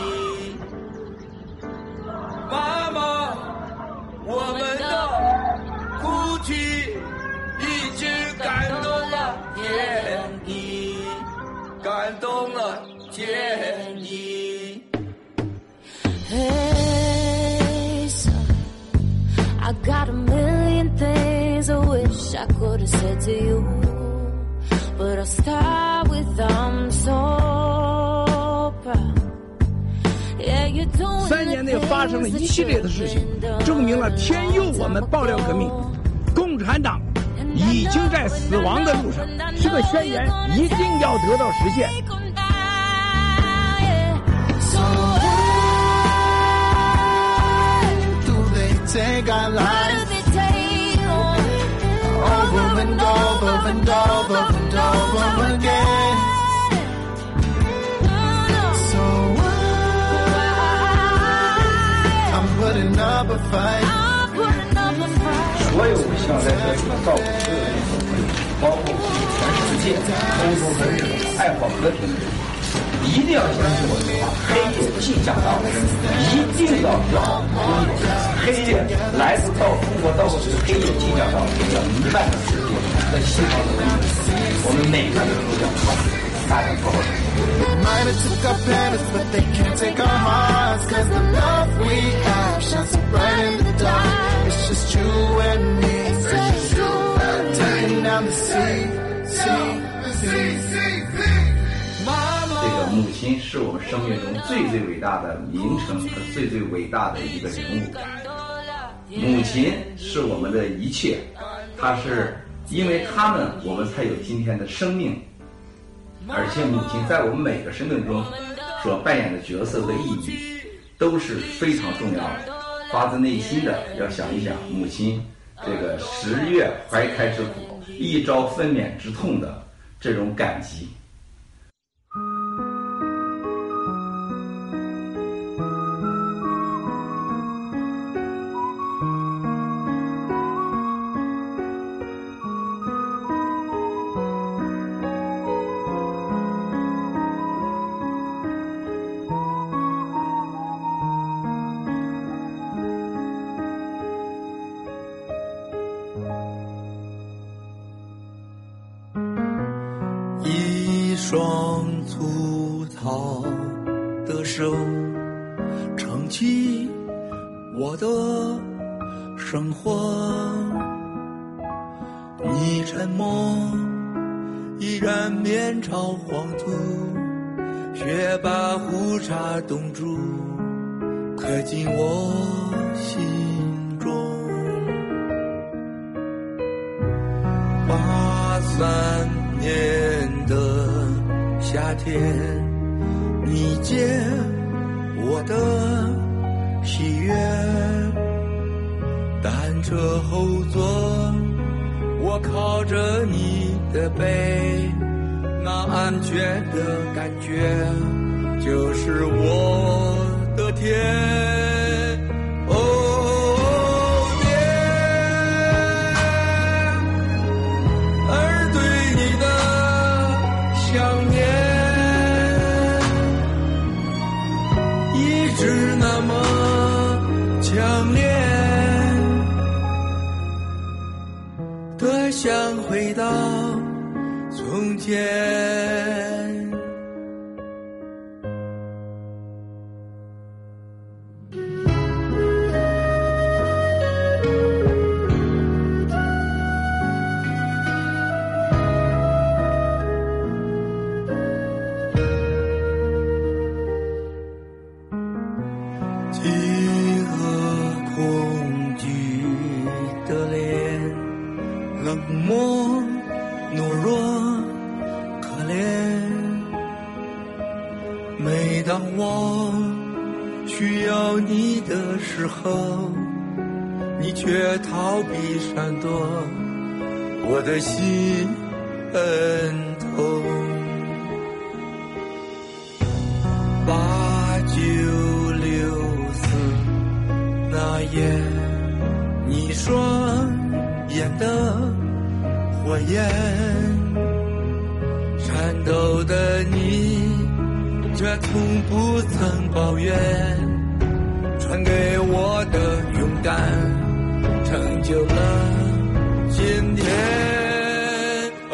妈妈，我们的哭泣已经感动了天地，感动了天地。 Hey, son, I got a million things I wish I could have said to you, but I'll start with I'm so proud. Yeah, you're doing 三年内发生了一系列的事情，证明了天佑我们爆料革命，共产党已经在死亡的路上。这个宣言一定要得到实现。 Take our lives over and over and over and over again. So I'm putting up a fight. 所有想在这里造福这个社会，包括全世界欧洲和日本爱好和平的人，一定要相信我的话，黑夜即将到，一定要找中国。黑夜来自到中国到过这个黑夜即将到，要弥漫着世界和西方的文明，我们每个人都要靠大家做好。 Might have took our pennies, but they can't take our hearts. Cause the love we have shines so bright in the dark. It's just you and me. It's just you and me. Taking down the sea, sea, sea, sea. 这个母亲是我们生命中最最伟大的名称和最最伟大的一个人物。母亲是我们的一切，她是因为他们我们才有今天的生命。而且母亲在我们每个生命中所扮演的角色和意义都是非常重要的。发自内心的要想一想母亲这个十月怀胎之苦，一朝分娩之痛的这种感激。 一双粗糙的手撑起我的生活，你沉默依然面朝黄土，却把胡茬冻住，刻进我心中。八三年的夏天，你借我的喜悦，单车后座，我靠着你的背， 安全的感觉就是我的天。哦，爹，儿对你的想念一直那么强烈，多想回到从前。饥饿恐惧的脸，冷漠懦弱可怜，每当我需要你的时候，你却逃避闪躲，我的心很痛。八九六四那夜，你双眼的火焰，颤抖的你却从不曾抱怨，传给我的勇敢成就了今天。哦，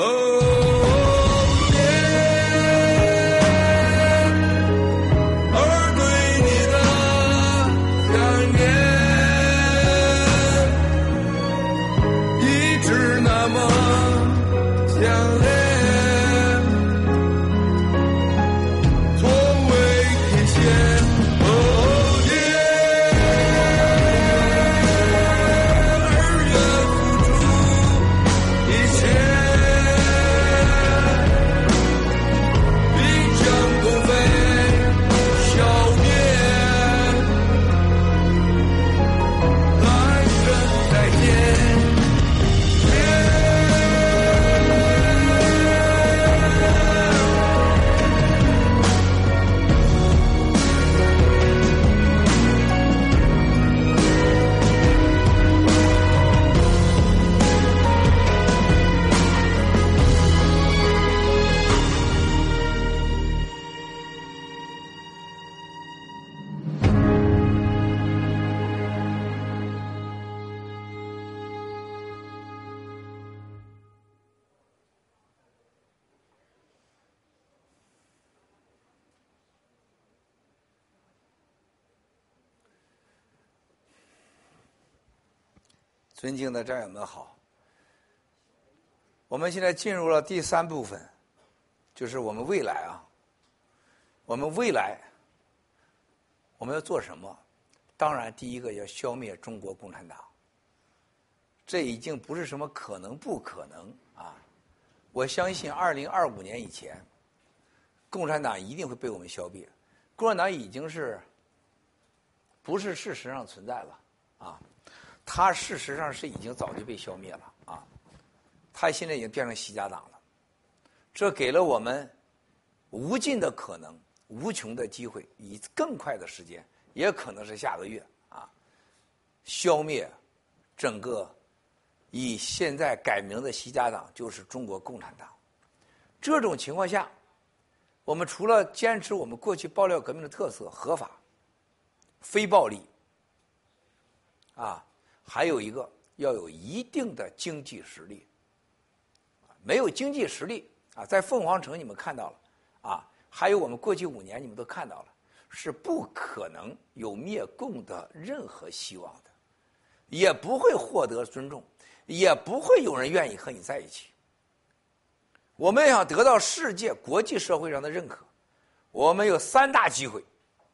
尊敬的战友们好，我们现在进入了第三部分，就是我们未来啊，我们未来我们要做什么？当然，第一个要消灭中国共产党，这已经不是什么可能不可能啊！我相信二零二五年以前，共产党一定会被我们消灭。共产党已经是不是事实上存在了啊？它事实上是已经早就被消灭了啊！它现在已经变成习家党了，这给了我们无尽的可能、无穷的机会，以更快的时间，也可能是下个月啊，消灭整个以现在改名的习家党，就是中国共产党。这种情况下，我们除了坚持我们过去爆料革命的特色——合法、非暴力，啊。还有一个要有一定的经济实力，没有经济实力啊，在凤凰城你们看到了啊，还有我们过去五年你们都看到了，是不可能有灭共的任何希望的，也不会获得尊重，也不会有人愿意和你在一起。我们想得到世界国际社会上的认可，我们有三大机会。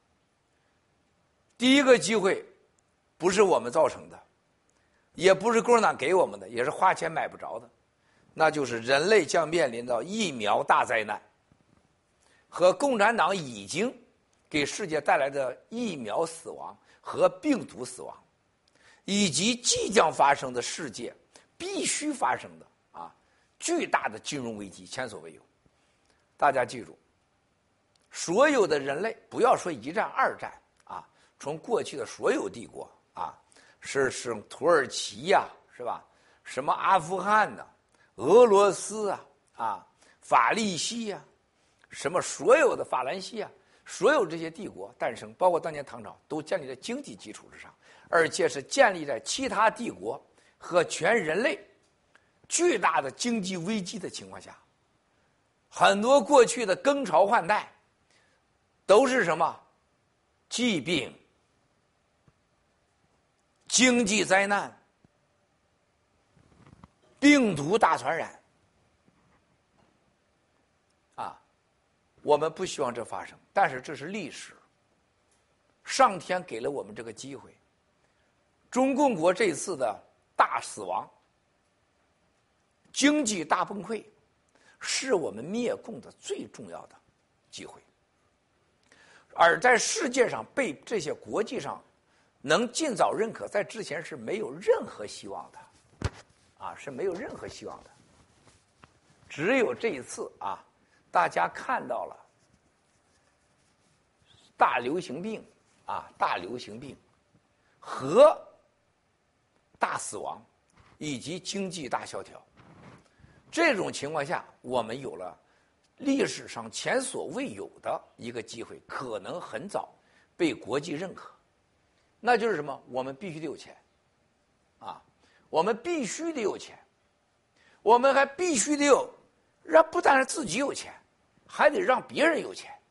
第一个机会不是我们造成的，也不是共产党给我们的，也是花钱买不着的，那就是人类将面临到疫苗大灾难和共产党已经给世界带来的疫苗死亡和病毒死亡，以及即将发生的世界必须发生的啊巨大的金融危机，前所未有。 大家记住，所有的人类，不要说一战、二战啊，从过去的所有帝国啊，是是土耳其呀、啊，是吧？什么阿富汗呐、啊、俄罗斯啊、啊法利西呀、啊，什么所有的法兰西啊，所有这些帝国诞生，包括当年唐朝，都建立在经济基础之上，而且是建立在其他帝国和全人类巨大的经济危机的情况下。很多过去的更朝换代都是什么？疾病、经济灾难、病毒大传染啊！我们不希望这发生，但是这是历史。上天给了我们这个机会。中共国这次的大死亡、经济大崩溃，是我们灭共的最重要的机会。而在世界上被这些国际上能尽早认可，在之前是没有任何希望的，啊，是没有任何希望的。只有这一次啊，大家看到了大流行病啊，大流行病和大死亡，以及经济大萧条。这种情况下，我们有了历史上前所未有的一个机会，可能很早被国际认可。那就是什么？我们必须得有钱，啊，我们必须得有钱，我们还必须得有，让不但是自己有钱，还得让别人有钱，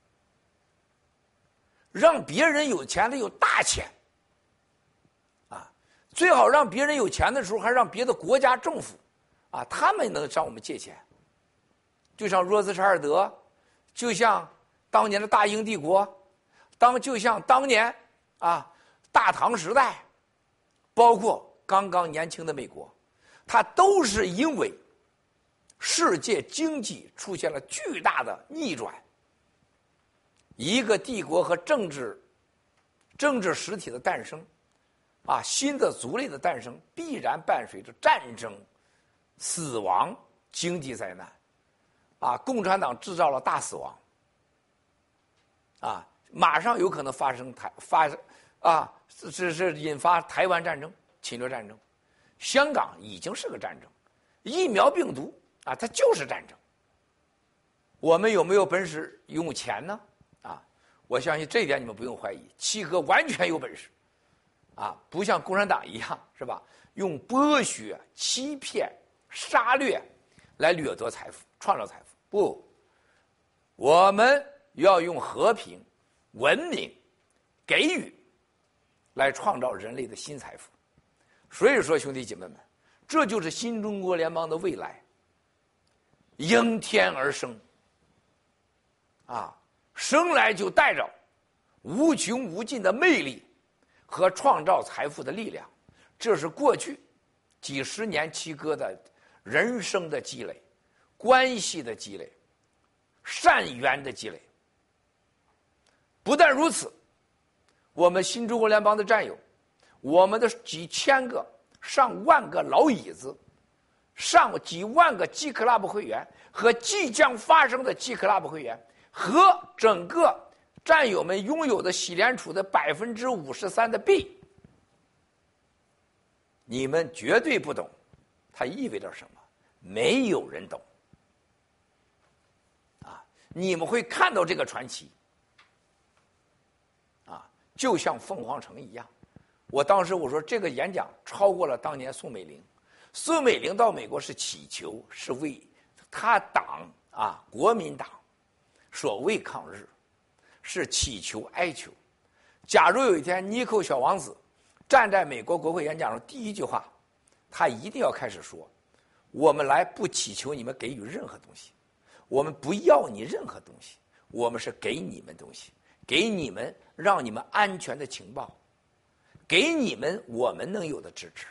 让别人有钱的有大钱，啊，最好让别人有钱的时候，还让别的国家政府。啊，他们能向我们借钱，就像罗斯柴尔德，就像当年的大英帝国，当就像当年啊大唐时代，包括刚刚年轻的美国，它都是因为世界经济出现了巨大的逆转，一个帝国和政治政治实体的诞生，啊，新的族类的诞生，必然伴随着战争。死亡、经济灾难，啊，共产党制造了大死亡，啊，马上有可能发生台发，啊，这是引发台湾战争、侵略战争，香港已经是个战争，疫苗病毒啊，它就是战争。我们有没有本事用钱呢？啊，我相信这一点你们不用怀疑，七哥完全有本事，啊，不像共产党一样是吧？用剥削、欺骗。杀掠来掠夺财富、创造财富，不，我们要用和平、文明、给予来创造人类的新财富。所以说，兄弟姐妹们，这就是新中国联邦的未来，应天而生，啊，生来就带着无穷无尽的魅力和创造财富的力量。这是过去几十年七哥的。人生的积累，关系的积累，善缘的积累。不但如此，我们新中国联邦的战友，我们的几千个、上万个老椅子，上几万个 G Club 会员和即将发生的 G Club 会员，和整个战友们拥有的喜联储的百分之五十三的币，你们绝对不懂，它意味着什么？没有人懂，啊！你们会看到这个传奇，啊，就像凤凰城一样。我当时我说这个演讲超过了当年宋美龄，宋美龄到美国是祈求，是为他党啊国民党所谓抗日，是祈求哀求。假如有一天尼寇小王子站在美国国会演讲中，第一句话，他一定要开始说。我们来不祈求你们给予任何东西，我们不要你任何东西，我们是给你们东西，给你们让你们安全的情报，给你们我们能有的支持。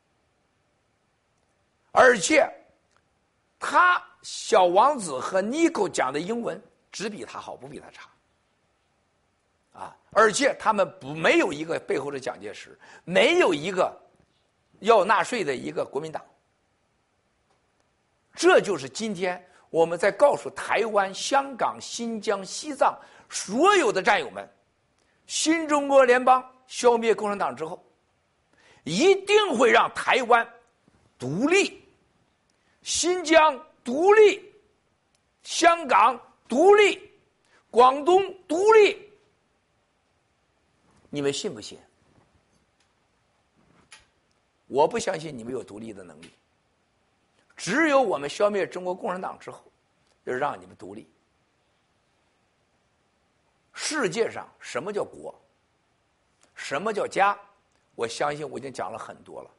而且，他小王子和尼寇讲的英文只比他好，不比他差。啊，而且他们不没有一个背后的蒋介石，没有一个要纳税的一个国民党。这就是今天我们在告诉台湾、香港、新疆、西藏所有的战友们，新中国联邦消灭共产党之后，一定会让台湾独立，新疆独立，香港独立，广东独立。你们信不信？我不相信你们有独立的能力。只有我们消灭中国共产党之后，就让你们独立。世界上什么叫国？什么叫家？我相信我已经讲了很多了。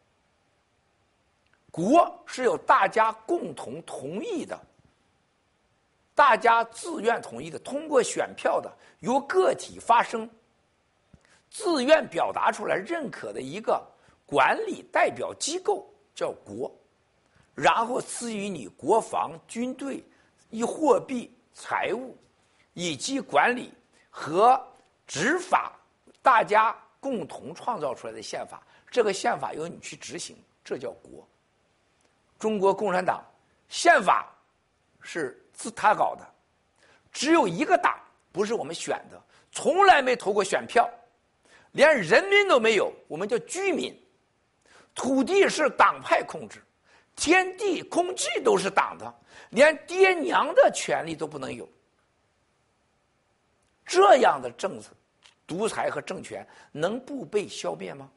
国是由大家共同同意的，大家自愿同意的，通过选票的，由个体发声，自愿表达出来认可的一个管理代表机构叫国。然后赐予你国防、军队、以货币、财务以及管理和执法，大家共同创造出来的宪法。这个宪法由你去执行，这叫国。中国共产党宪法是自他搞的，只有一个党，不是我们选的，从来没投过选票，连人民都没有，我们叫居民。土地是党派控制，天地空气都是党的，连爹娘的权利都不能有。这样的政策、独裁和政权能不被消灭吗？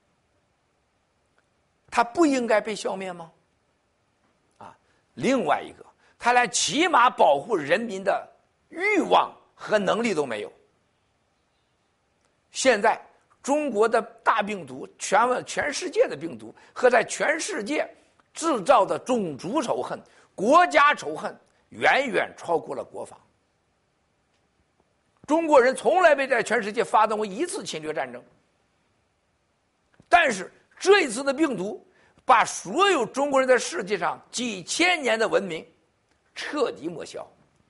它不应该被消灭吗？啊，另外一个，它连起码保护人民的欲望和能力都没有。现在中国的大病毒，全全世界的病毒和在全世界制造的种族仇恨、国家仇恨，远远超过了国防。中国人从来没在全世界发动过一次侵略战争，但是这一次的病毒把所有中国人在世界上几千年的文明彻底抹消。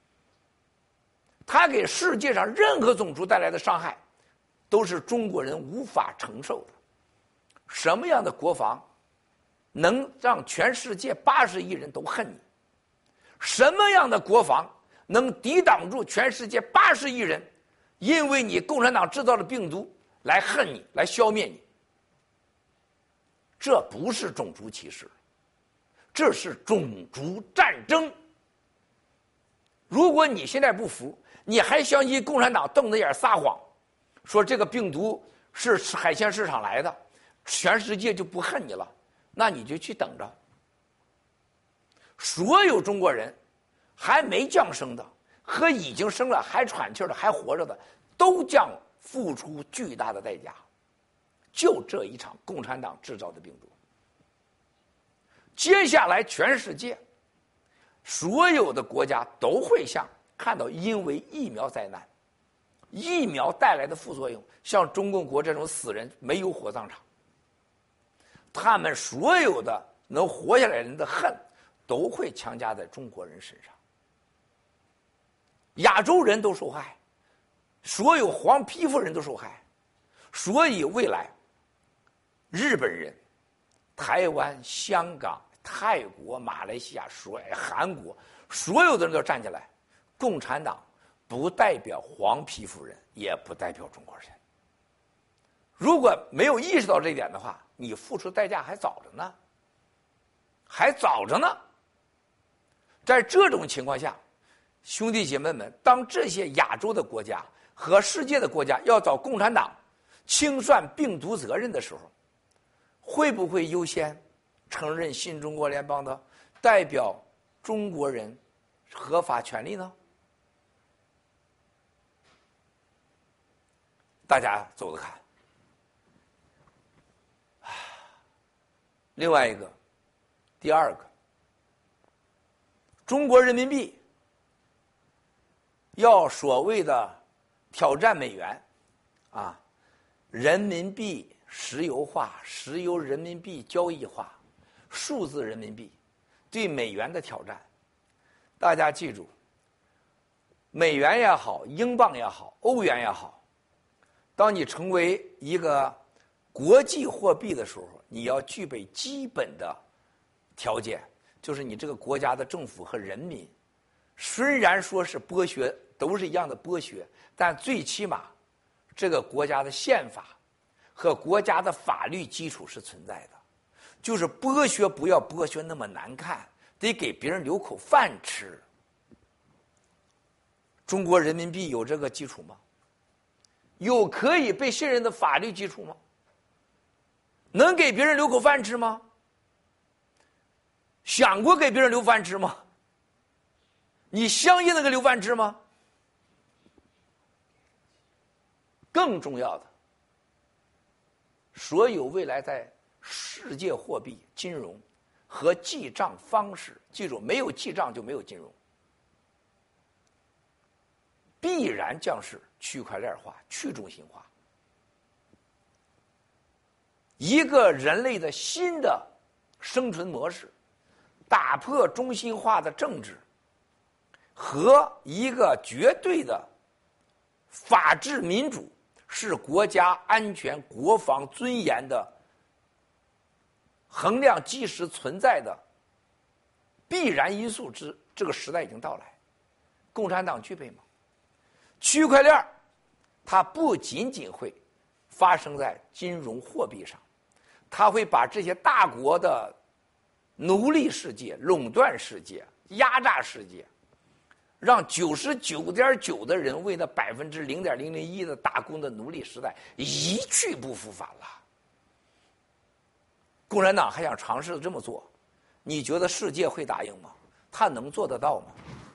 它给世界上任何种族带来的伤害，都是中国人无法承受的。什么样的国防能让全世界八十亿人都恨你？什么样的国防能抵挡住全世界八十亿人因为你共产党制造的病毒来恨你、来消灭你？这不是种族歧视，这是种族战争。如果你现在不服，你还相信共产党瞪着眼撒谎，说这个病毒是海鲜市场来的，全世界就不恨你了，那你就去等着。所有中国人还没降生的和已经生了还喘气的还活着的，都将付出巨大的代价。就这一场共产党制造的病毒，接下来全世界所有的国家都会像看到因为疫苗灾难，疫苗带来的副作用，像中共国这种死人没有火葬场，他们所有的能活下来人的恨都会强加在中国人身上。亚洲人都受害，所有黄皮肤人都受害，所以未来日本人、台湾、香港、泰国、马来西亚、所韩国，所有的人都站起来，共产党不代表黄皮肤人，也不代表中国人。如果没有意识到这一点的话，你付出代价还早着呢，还早着呢。在这种情况下，兄弟姐妹们，当这些亚洲的国家和世界的国家要找共产党清算病毒责任的时候，会不会优先承认新中国联邦的代表中国人合法权利呢？大家走着看。另外一个，第二个，中国人民币要所谓的挑战美元，啊，人民币石油化，石油人民币交易化，数字人民币对美元的挑战。大家记住，美元也好，英镑也好，欧元也好，当你成为一个国际货币的时候，你要具备基本的条件，就是你这个国家的政府和人民虽然说是剥削，都是一样的剥削，但最起码这个国家的宪法和国家的法律基础是存在的。就是剥削不要剥削那么难看，得给别人留口饭吃。中国人民币有这个基础吗？有可以被信任的法律基础吗？能给别人留口饭吃吗？想过给别人留饭吃吗？你相信那个留饭吃吗？更重要的，所有未来在世界货币、金融和记账方式，记住，没有记账就没有金融，必然将是区块链化、去中心化，一个人类的新的生存模式，打破中心化的政治和一个绝对的法治民主，是国家安全、国防尊严的衡量基石存在的必然因素之这个时代已经到来。共产党具备吗？区块链它不仅仅会发生在金融货币上，它会把这些大国的奴隶世界、垄断世界、压榨世界，让九十九点九的人为那百分之零点零零一的打工的奴隶时代一去不复返了。共产党还想尝试这么做，你觉得世界会答应吗？他能做得到吗？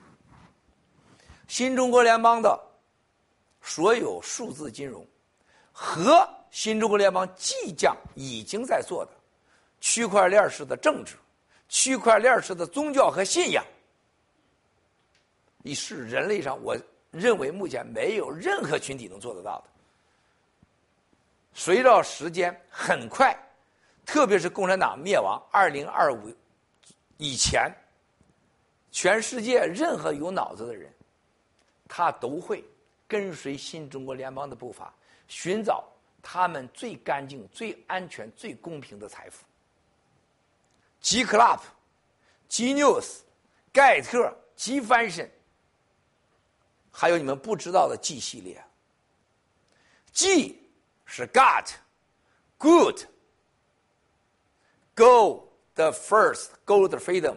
新中国联邦的所有数字金融和新中国联邦即将已经在做的区块链式的政治、区块链式的宗教和信仰，你是人类上我认为目前没有任何群体能做得到的。随着时间很快，特别是共产党灭亡二零二五以前，全世界任何有脑子的人，他都会跟随新中国联邦的步伐，寻找他们最干净、最安全、最公平的财富。G Club、G News、盖特、G Fashion， 还有你们不知道的 G 系列。G 是 God、Good、Go the first、Go the freedom，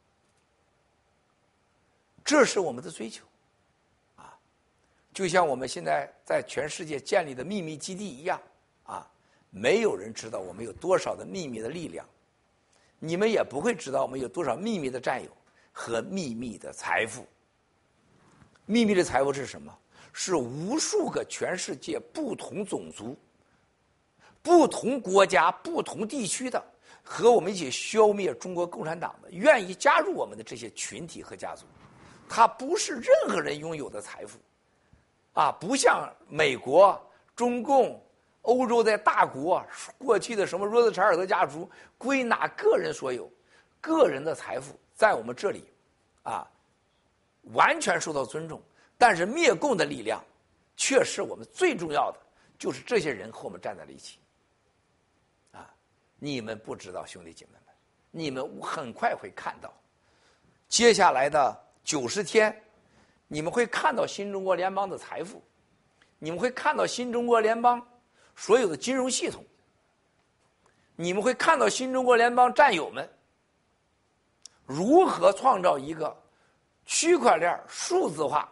这是我们的追求。就像我们现在在全世界建立的秘密基地一样，啊，没有人知道我们有多少的秘密的力量，你们也不会知道我们有多少秘密的战友和秘密的财富。秘密的财富是什么？是无数个全世界不同种族、不同国家、不同地区的，和我们一起消灭中国共产党的，愿意加入我们的这些群体和家族，它不是任何人拥有的财富。啊，不像美国、中共、欧洲的大国，过去的什么罗斯柴尔德家族归纳个人所有，个人的财富在我们这里，啊，完全受到尊重。但是灭共的力量，却是我们最重要的，就是这些人和我们站在了一起。啊，你们不知道，兄弟姐妹们，你们很快会看到，接下来的九十天。你们会看到新中国联邦的财富，你们会看到新中国联邦所有的金融系统，你们会看到新中国联邦战友们如何创造一个区块链数字化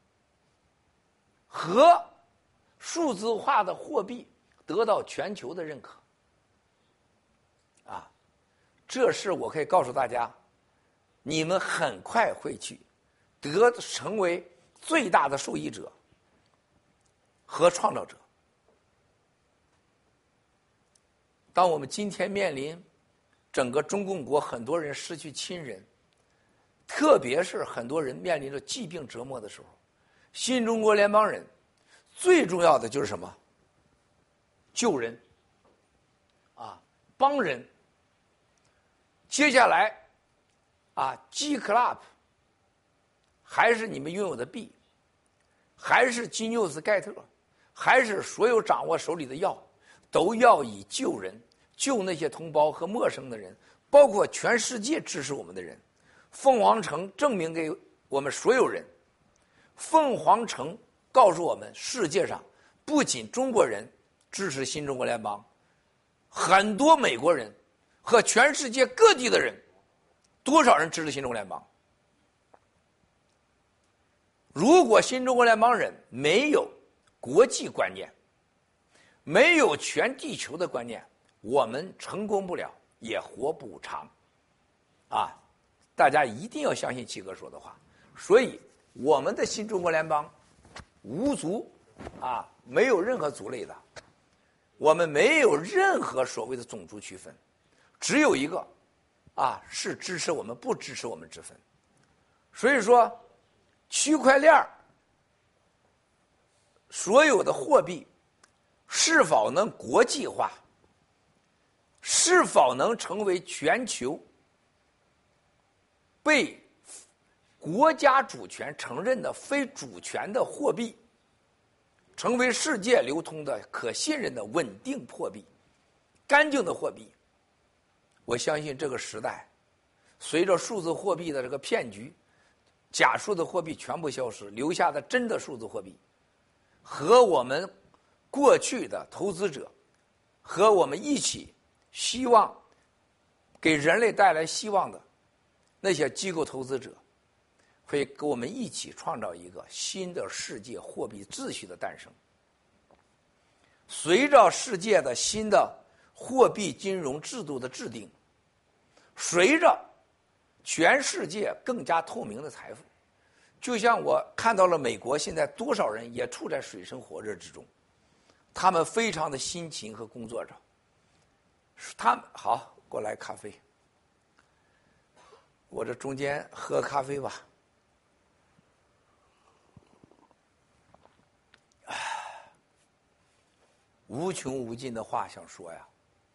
和数字化的货币得到全球的认可。啊，这是我可以告诉大家，你们很快会去得成为最大的受益者和创造者。当我们今天面临整个中共国很多人失去亲人，特别是很多人面临着疾病折磨的时候，新中国联邦人最重要的就是什么？救人，啊，帮人。接下来，啊 ，G Club。还是你们拥有的币，还是金纽斯盖特，还是所有掌握手里的药，都要以救人、救那些同胞和陌生的人，包括全世界支持我们的人。凤凰城证明给我们所有人，凤凰城告诉我们，世界上不仅中国人支持新中国联邦，很多美国人和全世界各地的人，多少人支持新中国联邦？如果新中国联邦人没有国际观念，没有全地球的观念，我们成功不了，也活不长。啊，大家一定要相信七哥说的话。所以，我们的新中国联邦无族啊，没有任何族类的，我们没有任何所谓的种族区分，只有一个啊，是支持我们不支持我们之分。所以说，区块链所有的货币是否能国际化，是否能成为全球被国家主权承认的非主权的货币，成为世界流通的可信任的稳定货币，干净的货币，我相信这个时代随着数字货币的这个骗局，假数字货币全部消失，留下的真的数字货币和我们过去的投资者和我们一起希望给人类带来希望的那些机构投资者，会跟我们一起创造一个新的世界货币秩序的诞生。随着世界的新的货币金融制度的制定，随着全世界更加透明的财富，就像我看到了美国现在多少人也处在水深火热之中，他们非常的辛勤和工作着。他们好，过来咖啡，我这中间喝咖啡吧。无穷无尽的话想说呀，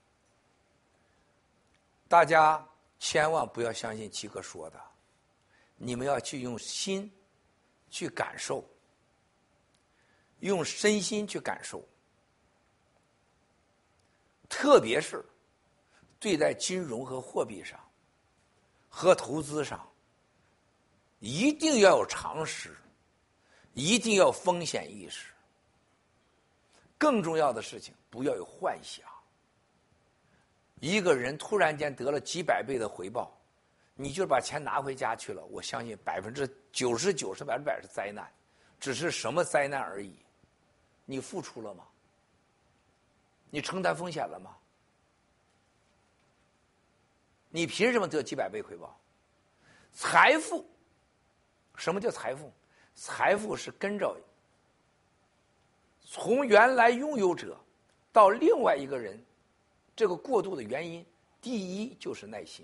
大家千万不要相信七哥说的，你们要去用心去感受，用身心去感受，特别是对待金融和货币上和投资上，一定要有常识，一定要有风险意识。更重要的事情，不要有幻想。一个人突然间得了几百倍的回报，你就把钱拿回家去了，我相信百分之九十九是百分之百是灾难，只是什么灾难而已。你付出了吗？你承担风险了吗？你凭什么得几百倍回报？财富，什么叫财富？财富是跟着从原来拥有者到另外一个人，这个过渡的原因，第一就是耐心。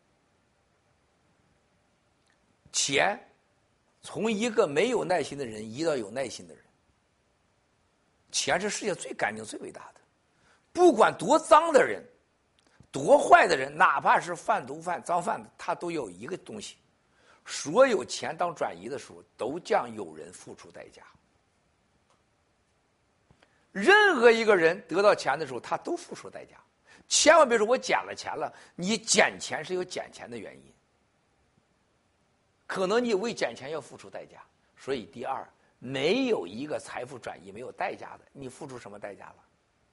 钱从一个没有耐心的人移到有耐心的人，钱是世界最干净、最伟大的。不管多脏的人、多坏的人，哪怕是贩毒犯、脏贩子，他都有一个东西：所有钱当转移的时候，都将有人付出代价。任何一个人得到钱的时候，他都付出代价。千万别说我捡了钱了，你捡钱是有捡钱的原因，可能你为捡钱要付出代价。所以第二，没有一个财富转移没有代价的，你付出什么代价了？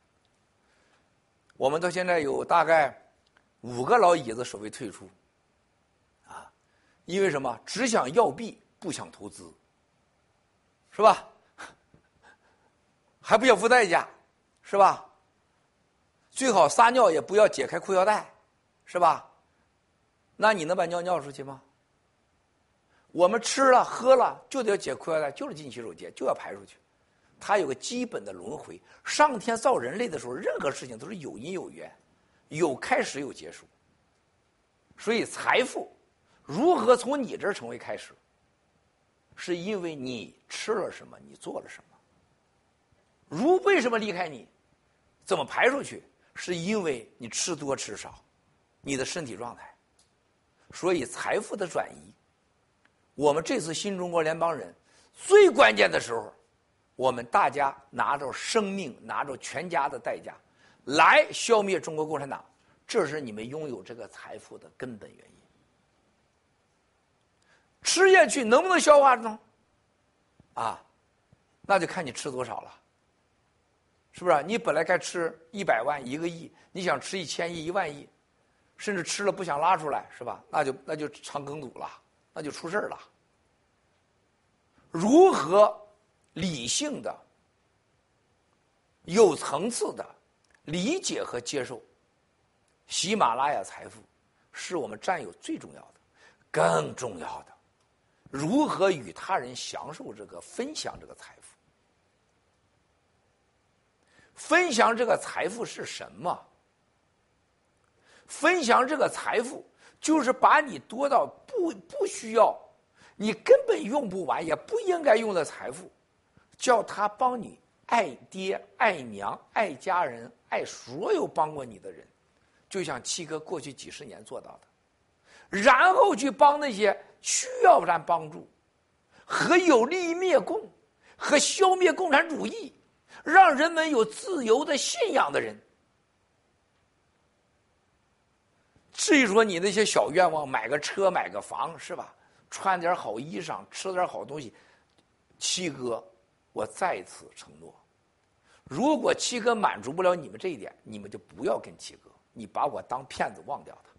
我们到现在有大概五个老椅子守卫退出，啊，因为什么？只想要币，不想投资，是吧？还不要付代价，是吧？最好撒尿也不要解开裤腰带，是吧？那你能把尿尿出去吗？我们吃了喝了就得解裤腰带，就是进洗手间就要排出去，它有个基本的轮回。上天造人类的时候，任何事情都是有因有缘，有开始有结束。所以财富如何从你这儿成为开始，是因为你吃了什么，你做了什么。如为什么离开你，怎么排出去，是因为你吃多吃少，你的身体状态。所以财富的转移，我们这次新中国联邦人最关键的时候，我们大家拿着生命，拿着全家的代价来消灭中国共产党，这是你们拥有这个财富的根本原因。 吃下去能不能消化呢？啊，那就看你吃多少了，是不是？你本来该吃一百万、一个亿，你想吃一千亿、一万亿，甚至吃了不想拉出来，是吧？那就那就肠梗阻了，那就出事了。如何理性的、有层次的理解和接受喜马拉雅财富，是我们战友最重要的。更重要的，如何与他人享受这个、分享这个财富？分享这个财富是什么？分享这个财富，就是把你多到不不需要、你根本用不完、也不应该用的财富，叫他帮你爱爹、爱娘、爱家人、爱所有帮过你的人，就像七哥过去几十年做到的。然后去帮那些需要咱帮助和有利于灭共和消灭共产主义，让人们有自由的信仰的人。至于说你那些小愿望，买个车买个房，是吧？穿点好衣裳，吃点好东西，七哥我再次承诺，如果七哥满足不了你们这一点，你们就不要跟七哥，你把我当骗子忘掉他。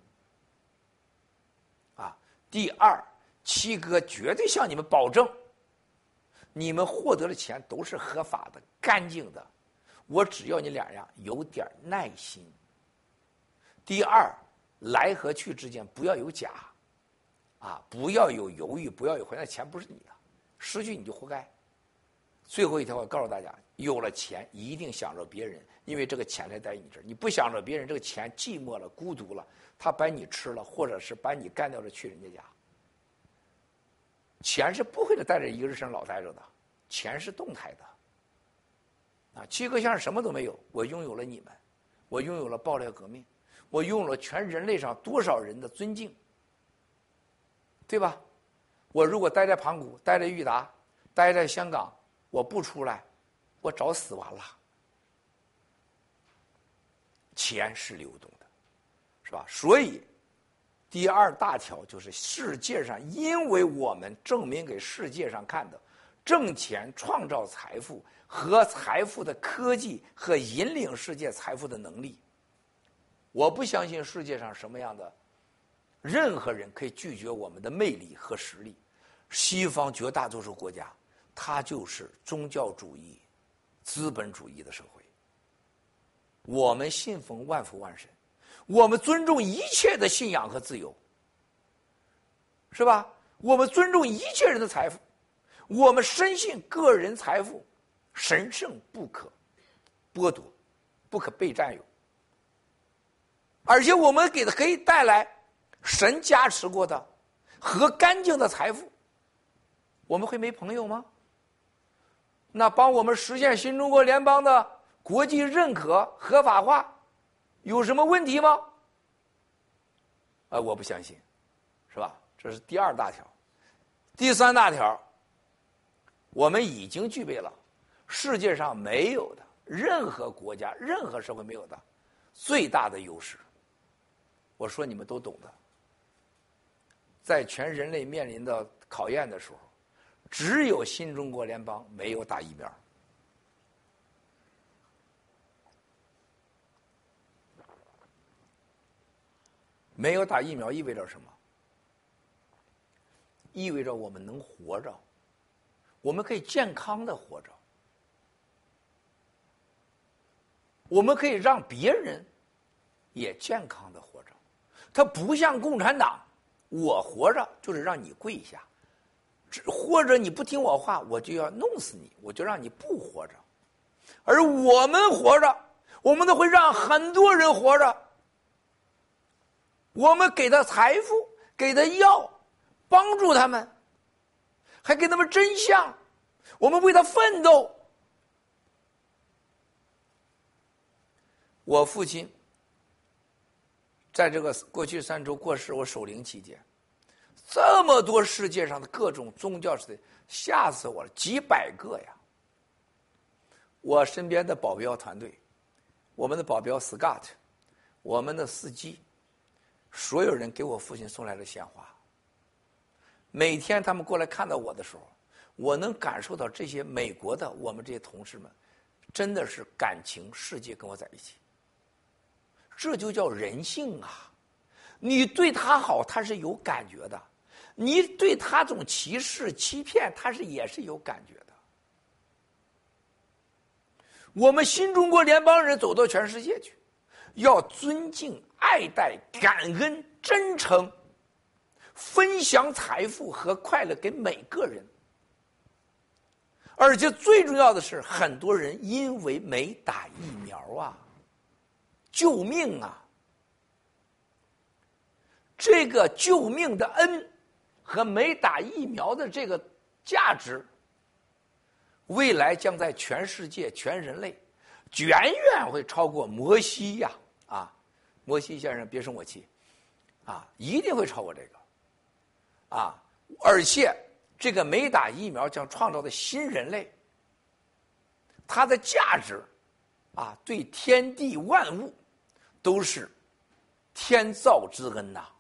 第二，七哥绝对向你们保证，你们获得的钱都是合法的、干净的。我只要你两样，有点耐心。第二，来和去之间不要有假，啊，不要有犹豫，不要有怀疑，那钱不是你的，失去你就活该。最后一条，我告诉大家，有了钱一定想着别人，因为这个钱才在你这儿。你不想着别人，这个钱寂寞了、孤独了，他把你吃了，或者是把你干掉了，去人家家。钱是不会的，带着一个人生老待着的，钱是动态的。啊，七哥像是什么都没有，我拥有了你们，我拥有了爆料革命，我拥有了全人类上多少人的尊敬，对吧？我如果待在盘古，待在裕达，待在香港，我不出来，我早死完了。钱是流动的，是吧？所以第二大条就是世界上，因为我们证明给世界上看的，挣钱创造财富和财富的科技和引领世界财富的能力，我不相信世界上什么样的任何人可以拒绝我们的魅力和实力。西方绝大多数国家，它就是宗教主义、资本主义的社会。我们信奉万福万神，我们尊重一切的信仰和自由，是吧？我们尊重一切人的财富，我们深信个人财富神圣不可剥夺，不可被占有，而且我们给它可以带来神加持过的和干净的财富。我们会没朋友吗？那帮我们实现新中国联邦的国际认可合法化有什么问题吗？啊、呃，我不相信，是吧？这是第二大条。第三大条，我们已经具备了世界上没有的任何国家、任何社会没有的最大的优势。我说你们都懂的，在全人类面临的考验的时候，只有新中国联邦没有打疫苗。没有打疫苗意味着什么？意味着我们能活着，我们可以健康的活着，我们可以让别人也健康的活着。它不像共产党，我活着就是让你跪下，或者你不听我话，我就要弄死你，我就让你不活着。而我们活着，我们都会让很多人活着。我们给他财富，给他药，帮助他们，还给他们真相，我们为他奋斗。我父亲在这个过去三周过世，我守灵期间，这么多世界上的各种宗教式的，吓死我了，几百个呀！我身边的保镖团队，我们的保镖 Scott， 我们的司机，所有人给我父亲送来了鲜花。 每天他们过来看到我的时候，我能感受到这些美国的我们这些同事们，真的是感情世界跟我在一起。这就叫人性啊！你对他好，他是有感觉的；你对他这种歧视、欺骗，他是也是有感觉的。我们新中国联邦人走到全世界去，要尊敬、爱戴、感恩、真诚，分享财富和快乐给每个人。而且最重要的是，很多人因为没打疫苗啊，救命啊！这个救命的恩和没打疫苗的这个价值，未来将在全世界、全人类远远会超过摩西呀！啊，摩西先生别生我气，啊，一定会超过这个，啊，而且这个没打疫苗将创造的新人类，它的价值，啊，对天地万物都是天造之恩呐、啊。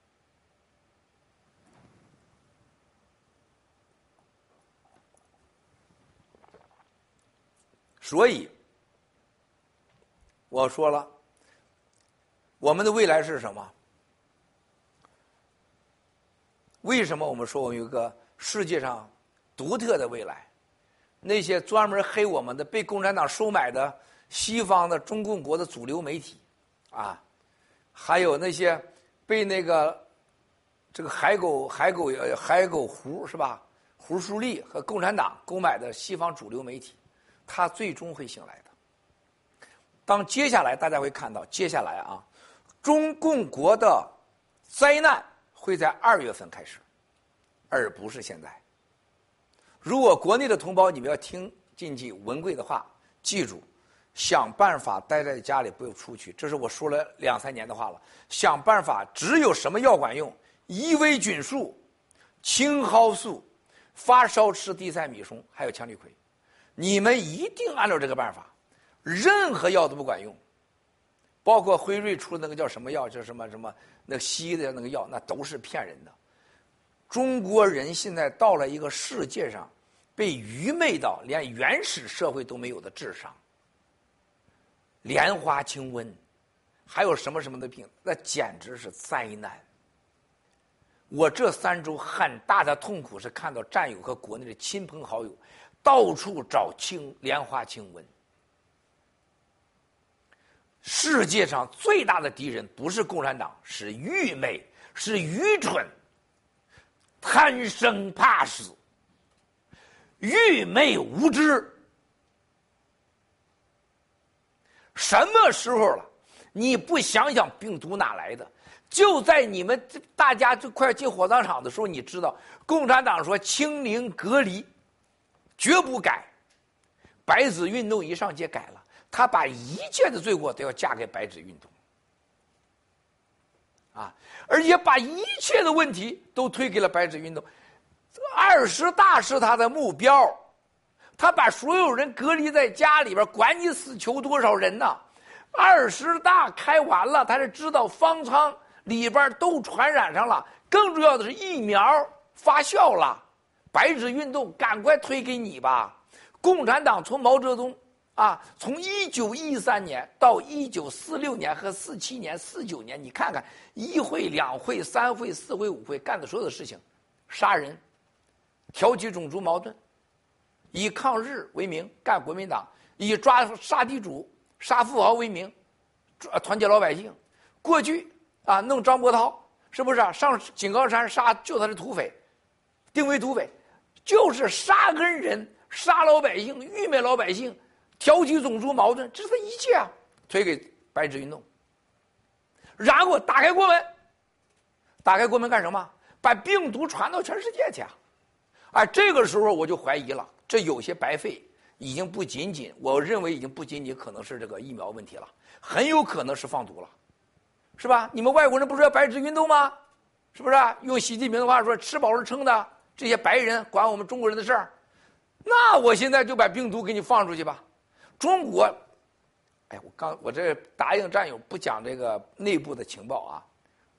所以，我说了，我们的未来是什么？为什么我们说我们有一个世界上独特的未来？那些专门黑我们的、被共产党收买的西方的中共国的主流媒体，啊，还有那些被那个这个海狗、海狗、海狗胡是吧？胡舒立和共产党购买的西方主流媒体。他最终会醒来的。当接下来大家会看到，接下来啊，中共国的灾难会在二月份开始，而不是现在。如果国内的同胞你们要听进去文贵的话，记住，想办法待在家里，不要出去。这是我说了两三年的话了。想办法，只有什么药管用？伊维菌素、青蒿素，发烧吃地塞米松，还有羟氯喹。你们一定按照这个办法，任何药都不管用，包括辉瑞出的那个叫什么药，叫什么什么那个西医的那个药，那都是骗人的。中国人现在到了一个世界上被愚昧到连原始社会都没有的智商，莲花清瘟，还有什么什么的病，那简直是灾难。我这三周很大的痛苦是看到战友和国内的亲朋好友到处找清莲花清瘟。世界上最大的敌人不是共产党，是愚昧，是愚蠢，贪生怕死，愚昧无知。什么时候了？你不想想病毒哪来的？就在你们大家就快进火葬场的时候，你知道共产党说清零隔离绝不改，白纸运动一上街改了，他把一切的罪过都要嫁给白纸运动，啊，而且把一切的问题都推给了白纸运动。二十大是他的目标，他把所有人隔离在家里边，管你死求多少人呢？二十大开完了，他是知道方舱里边都传染上了，更重要的是疫苗发酵了。白纸运动赶快推给你吧！共产党从毛泽东啊，从一九一三年到一九四六年和四七年、四九年，你看看一会、两会、三会、四会、五会干的所有的事情，杀人、挑起种族矛盾，以抗日为名干国民党，以抓杀地主、杀富豪为名，团结老百姓。过去啊，弄张伯韬是不是啊？上井冈山杀救他的土匪，定为土匪。就是杀恩人、杀老百姓、愚昧老百姓、挑起种族矛盾，这是他一切啊，推给白纸运动。然后打开国门，打开国门干什么？把病毒传到全世界去啊！啊，这个时候我就怀疑了，这有些白费，已经不仅仅，我认为已经不仅仅可能是这个疫苗问题了，很有可能是放毒了，是吧？你们外国人不是要白纸运动吗？是不是啊？用习近平的话说，吃饱是撑的。这些白人管我们中国人的事儿，那我现在就把病毒给你放出去吧。中国，哎，我刚我这答应战友不讲这个内部的情报啊，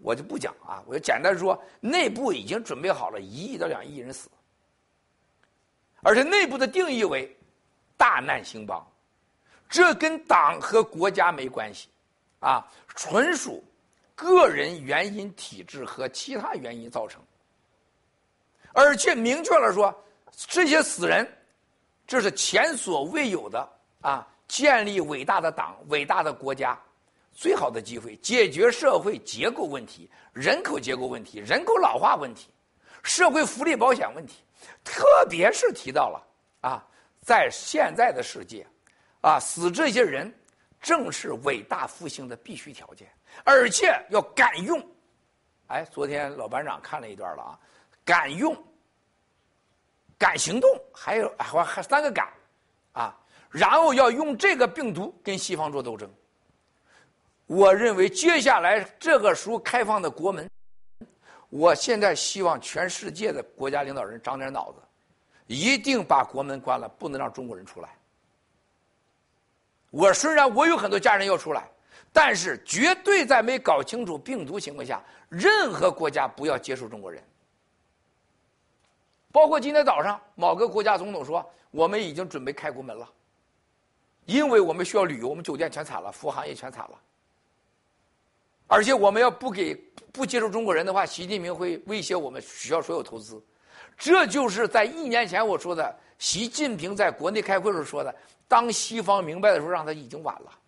我就不讲啊，我就简单说，内部已经准备好了一亿到两亿人死，而且内部的定义为大难兴邦，这跟党和国家没关系，啊，纯属个人原因、体制和其他原因造成，而且明确了说，这些死人，这是前所未有的啊，建立伟大的党、伟大的国家最好的机会，解决社会结构问题、人口结构问题、人口老化问题、社会福利保险问题，特别是提到了啊，在现在的世界，啊，死这些人正是伟大复兴的必须条件，而且要敢用。哎，昨天老班长看了一段了啊，敢用、敢行动，还有还还三个敢，啊，然后要用这个病毒跟西方做斗争。我认为接下来这个时候开放的国门，我现在希望全世界的国家领导人长点脑子，一定把国门关了，不能让中国人出来。我虽然我有很多家人要出来，但是绝对在没搞清楚病毒情况下，任何国家不要接受中国人。包括今天早上某个国家总统说，我们已经准备开国门了，因为我们需要旅游，我们酒店全惨了，服务行业全惨了。而且我们要不给不接受中国人的话，习近平会威胁我们取消所有投资。这就是在一年前我说的，习近平在国内开会时候说的，当西方明白的时候，让他已经晚了。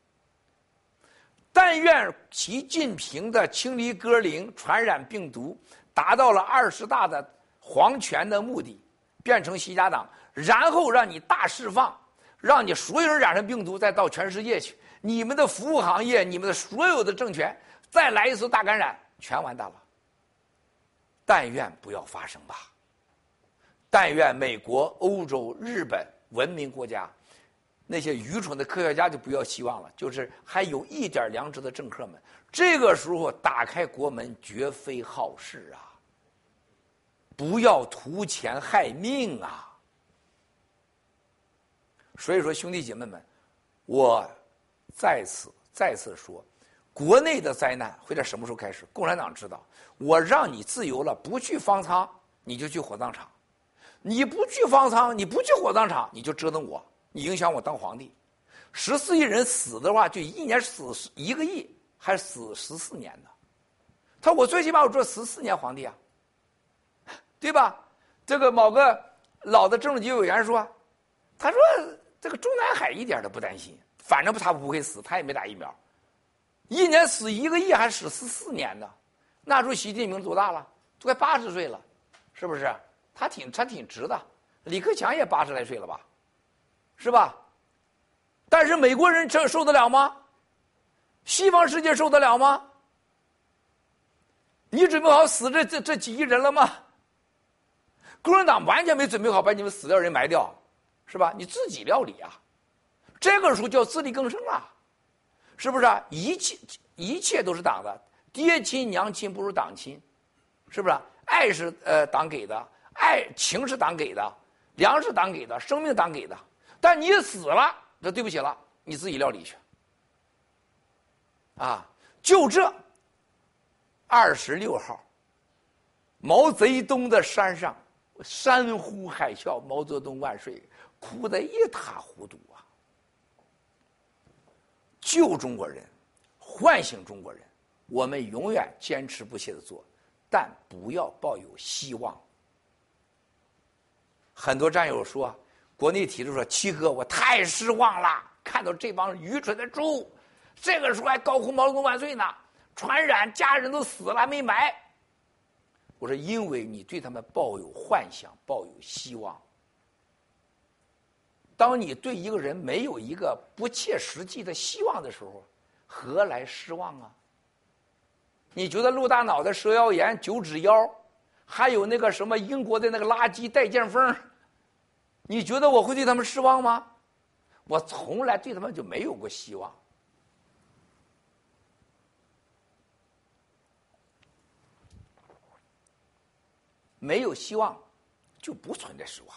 但愿习近平的清理歌龄、传染病毒，达到了二十大的皇权的目的，变成习家党，然后让你大释放，让你所有人染上病毒，再到全世界去。你们的服务行业，你们的所有的政权，再来一次大感染，全完蛋了。但愿不要发生吧。但愿美国、欧洲、日本文明国家，那些愚蠢的科学家就不要希望了，就是还有一点良知的政客们，这个时候打开国门绝非好事啊！不要图钱害命啊！所以说，兄弟姐妹们，我再次再次说，国内的灾难会在什么时候开始？共产党知道，我让你自由了，不去方舱，你就去火葬场；你不去方舱，你不去火葬场，你就折腾我，你影响我当皇帝。十四亿人死的话，就一年死一个亿，还死十四年呢。他说我最起码我做十四年皇帝啊，对吧？这个某个老的政治局委员说，他说这个中南海一点都不担心。反正他不会死，他也没打疫苗，一年死一个亿，还死十四年呢。那时候习近平多大了？都快八十岁了，是不是？他挺他挺直的。李克强也八十来岁了吧，是吧？但是美国人这受得了吗？西方世界受得了吗？你准备好死这这这几亿人了吗？共产党完全没准备好把你们死掉人埋掉，是吧？你自己料理啊。这个时候叫自力更生了，是不是啊？一切一切都是党的，爹亲娘亲不如党亲，是不是啊？爱是呃党给的，爱情是党给的，粮食党给的，生命党给的。但你死了，那对不起了，你自己料理去。啊，就这二十六号，毛泽东的山上山呼海啸，毛泽东万岁，哭得一塌糊涂啊！救中国人，唤醒中国人，我们永远坚持不懈地做，但不要抱有希望。很多战友说，国内体制说，七哥我太失望了，看到这帮愚蠢的猪，这个时候还高呼毛泽东万岁呢，传染家人都死了还没埋。我说，因为你对他们抱有幻想，抱有希望。当你对一个人没有一个不切实际的希望的时候，何来失望啊？你觉得陆大脑的蛇腰炎、九指腰，还有那个什么英国的那个垃圾带剑锋，你觉得我会对他们失望吗？我从来对他们就没有过希望。没有希望，就不存在失望。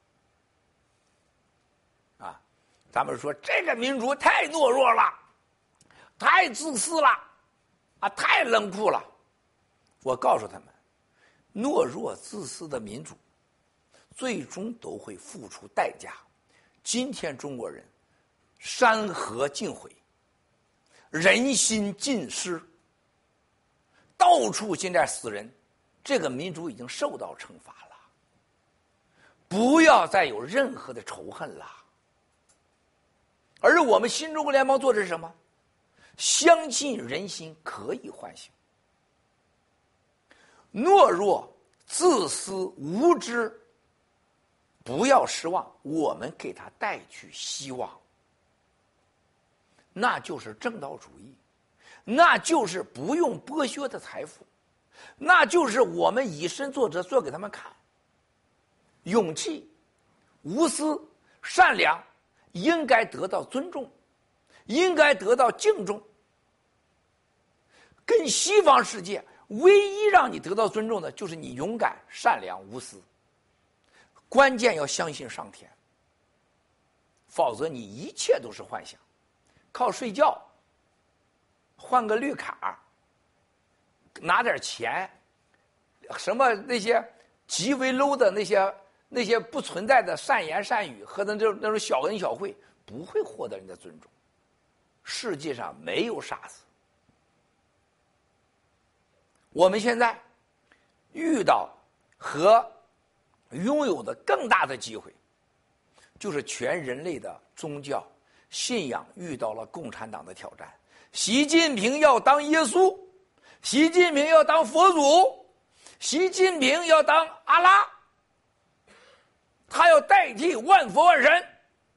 啊，咱们说这个民主太懦弱了，太自私了， 啊，太冷酷了。我告诉他们，懦弱自私的民主，最终都会付出代价。今天中国人山河尽毁，人心尽失，到处现在死人，这个民主已经受到惩罚了。不要再有任何的仇恨了。而我们新中国联邦做的是什么？相信人心可以唤醒。懦弱、自私、无知，不要失望，我们给他带去希望。那就是正道主义，那就是不用剥削的财富，那就是我们以身作则，做给他们看。勇气、无私、善良应该得到尊重，应该得到敬重。跟西方世界唯一让你得到尊重的就是你勇敢、善良、无私。关键要相信上天，否则你一切都是幻想。靠睡觉，换个绿卡，拿点钱，什么那些极为 low 的那些那些不存在的善言善语和那种那种小恩小惠，不会获得人的尊重。世界上没有傻子。我们现在遇到和拥有的更大的机会，就是全人类的宗教信仰遇到了共产党的挑战。习近平要当耶稣，习近平要当佛祖，习近平要当阿拉，他要代替万佛万神。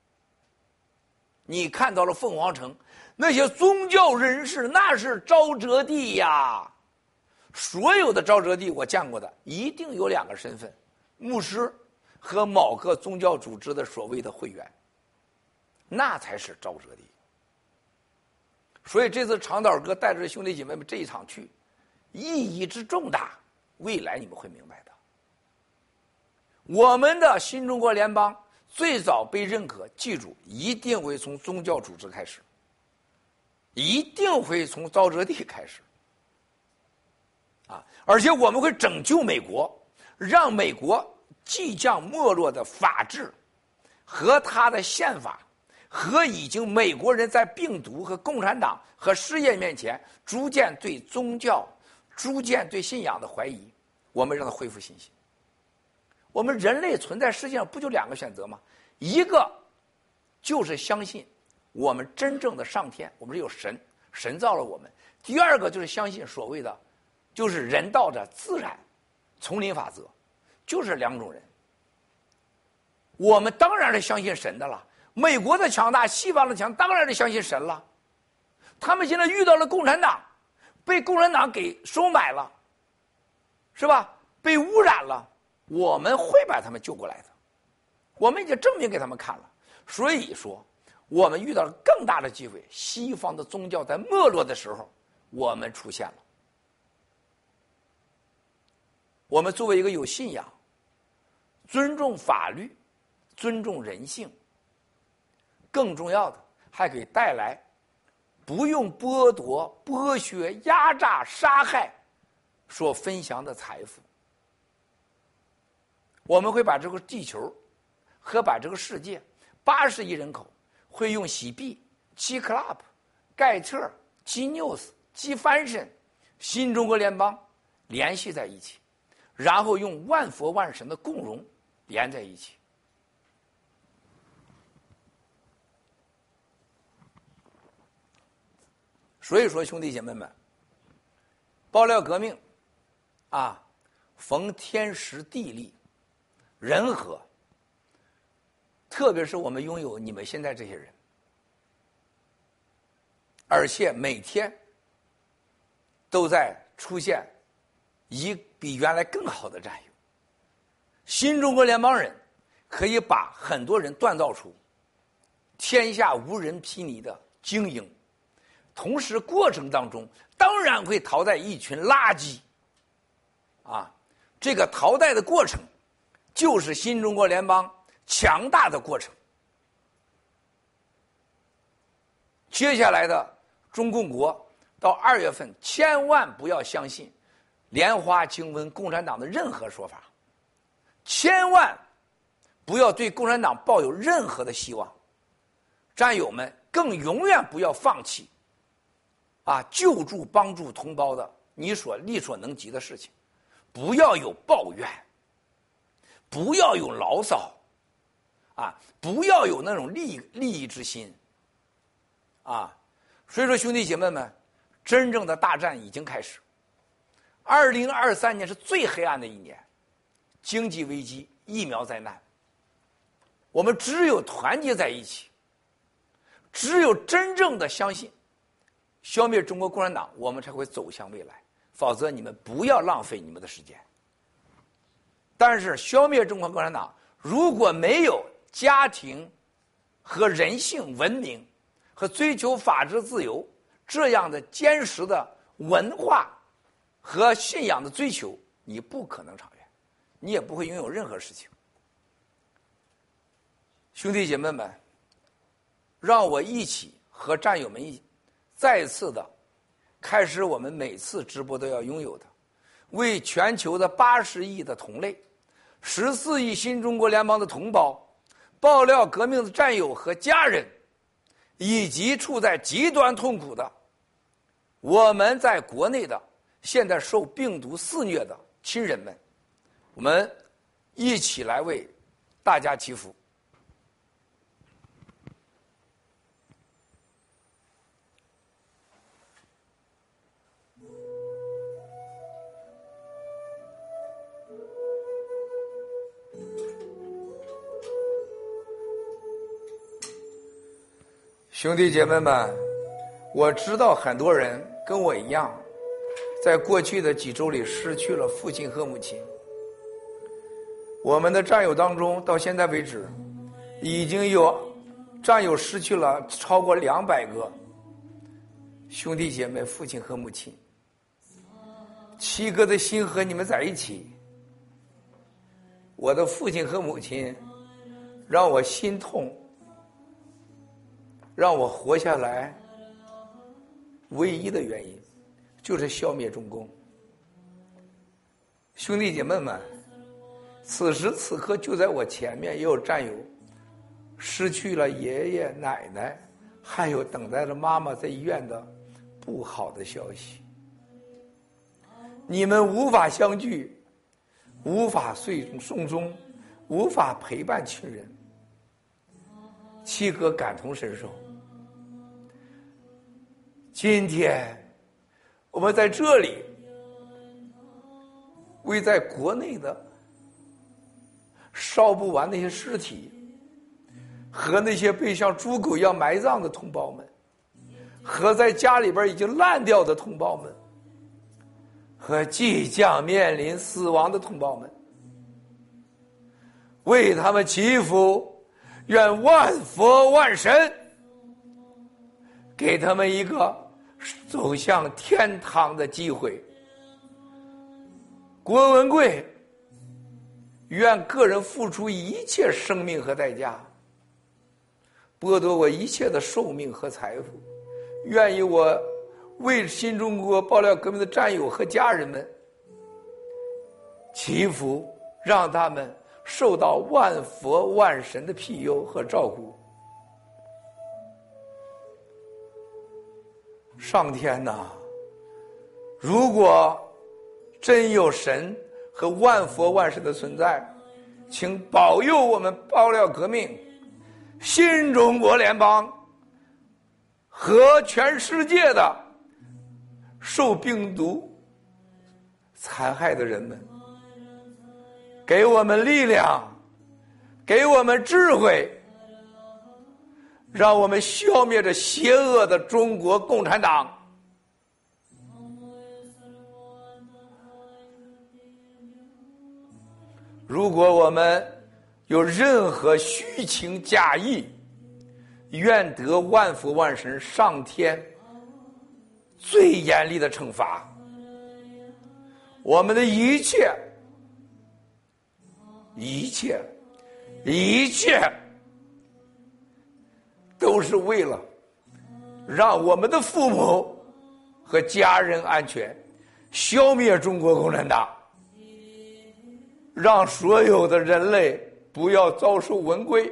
你看到了凤凰城那些宗教人士，那是沼泽地呀。所有的沼泽地我见过的一定有两个身份，牧师和某个宗教组织的所谓的会员，那才是沼泽地。所以这次长岛哥带着兄弟姐妹们这一场去，意义之重大，未来你们会明白的。我们的新中国联邦最早被认可，记住一定会从宗教组织开始，一定会从沼泽地开始啊！而且我们会拯救美国，让美国即将没落的法治和它的宪法，和已经美国人在病毒和共产党和失业面前逐渐对宗教、逐渐对信仰的怀疑，我们让它恢复信心。我们人类存在世界上不就两个选择吗？一个就是相信我们真正的上天，我们是有神，神造了我们；第二个就是相信所谓的就是人道的自然丛林法则，就是两种人。我们当然是相信神的了。美国的强大，西方的强，当然是相信神了。他们现在遇到了共产党，被共产党给收买了，是吧？被污染了，我们会把他们救过来的。我们已经证明给他们看了。所以说，我们遇到了更大的机会。西方的宗教在没落的时候，我们出现了。我们作为一个有信仰、尊重法律、尊重人性，更重要的还可以带来不用剥夺、剥削、压榨、杀害所分享的财富。我们会把这个地球和把这个世界八十亿人口会用喜币、G Club、盖特、G News、G Fashion、新中国联邦联系在一起，然后用万佛万神的共荣连在一起。所以说，兄弟姐妹们，爆料革命啊，逢天时地利人和，特别是我们拥有你们现在这些人，而且每天都在出现一比原来更好的战友。新中国联邦人可以把很多人锻造出天下无人匹敌的精英，同时过程当中当然会淘汰一群垃圾啊，这个淘汰的过程就是新中国联邦强大的过程。接下来的中共国到二月份，千万不要相信莲花清瘟共产党的任何说法，千万不要对共产党抱有任何的希望。战友们更永远不要放弃啊救助帮助同胞的你所力所能及的事情，不要有抱怨，不要有牢骚啊，不要有那种利利益之心啊。所以说兄弟姐妹们，真正的大战已经开始。二零二三年是最黑暗的一年，经济危机、疫苗灾难，我们只有团结在一起，只有真正的相信消灭中国共产党，我们才会走向未来，否则你们不要浪费你们的时间。但是消灭中国共产党如果没有家庭和人性文明和追求法治自由这样的坚实的文化和信仰的追求，你不可能长远，你也不会拥有任何事情。兄弟姐妹们，让我一起和战友们一起再次的开始我们每次直播都要拥有的，为全球的八十亿的同类、十四亿新中国联邦的同胞、爆料革命的战友和家人，以及处在极端痛苦的我们在国内的现在受病毒肆虐的亲人们，我们一起来为大家祈福。兄弟姐妹们，我知道很多人跟我一样，在过去的几周里失去了父亲和母亲。我们的战友当中，到现在为止，已经有战友失去了超过两百个兄弟姐妹、父亲和母亲。七哥的心和你们在一起，我的父亲和母亲让我心痛，让我活下来唯一的原因就是消灭中共。兄弟姐妹们，此时此刻就在我前面也有战友失去了爷爷奶奶，还有等待着妈妈在医院的不好的消息。你们无法相聚，无法送终，无法陪伴亲人，七哥感同身受。今天我们在这里为在国内的烧不完那些尸体和那些被像猪狗一样埋葬的同胞们，和在家里边已经烂掉的同胞们，和即将面临死亡的同胞们，为他们祈福，愿万佛万神给他们一个走向天堂的机会。郭文贵愿个人付出一切生命和代价，剥夺我一切的寿命和财富，愿意我为新中国爆料革命的战友和家人们祈福，让他们受到万佛万神的庇佑和照顾。上天哪，如果真有神和万佛万神的存在，请保佑我们爆料革命、新中国联邦和全世界的受病毒残害的人们，给我们力量，给我们智慧，让我们消灭这邪恶的中国共产党。如果我们有任何虚情假意，愿得万佛万神上天最严厉的惩罚。我们的一切一切一切都是为了让我们的父母和家人安全，消灭中国共产党，让所有的人类不要遭受文规，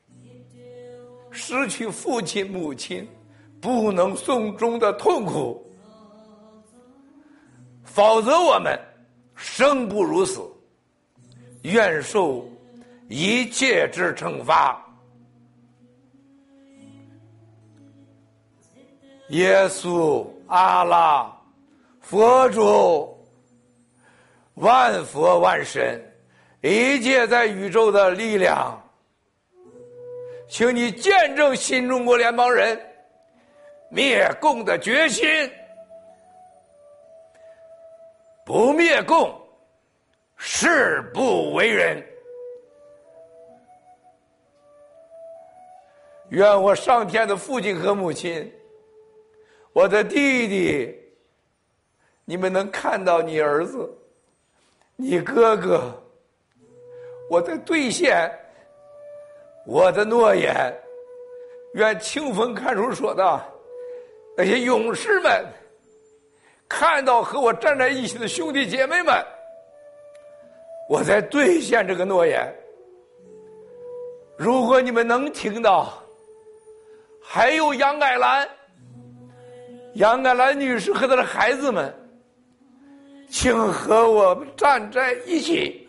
失去父亲母亲不能送终的痛苦，否则我们生不如死，愿受一切之惩罚。耶稣、阿拉、佛祖、万佛万神，一切在宇宙的力量，请你见证新中国联邦人灭共的决心。不灭共，誓不为人。愿我上天的父亲和母亲，我的弟弟，你们能看到你儿子、你哥哥，我在兑现我的诺言。愿清风看守所的那些勇士们看到和我站在一起的兄弟姐妹们，我在兑现这个诺言。如果你们能听到，还有杨爱兰杨爱兰女士和她的孩子们，请和我们站在一起。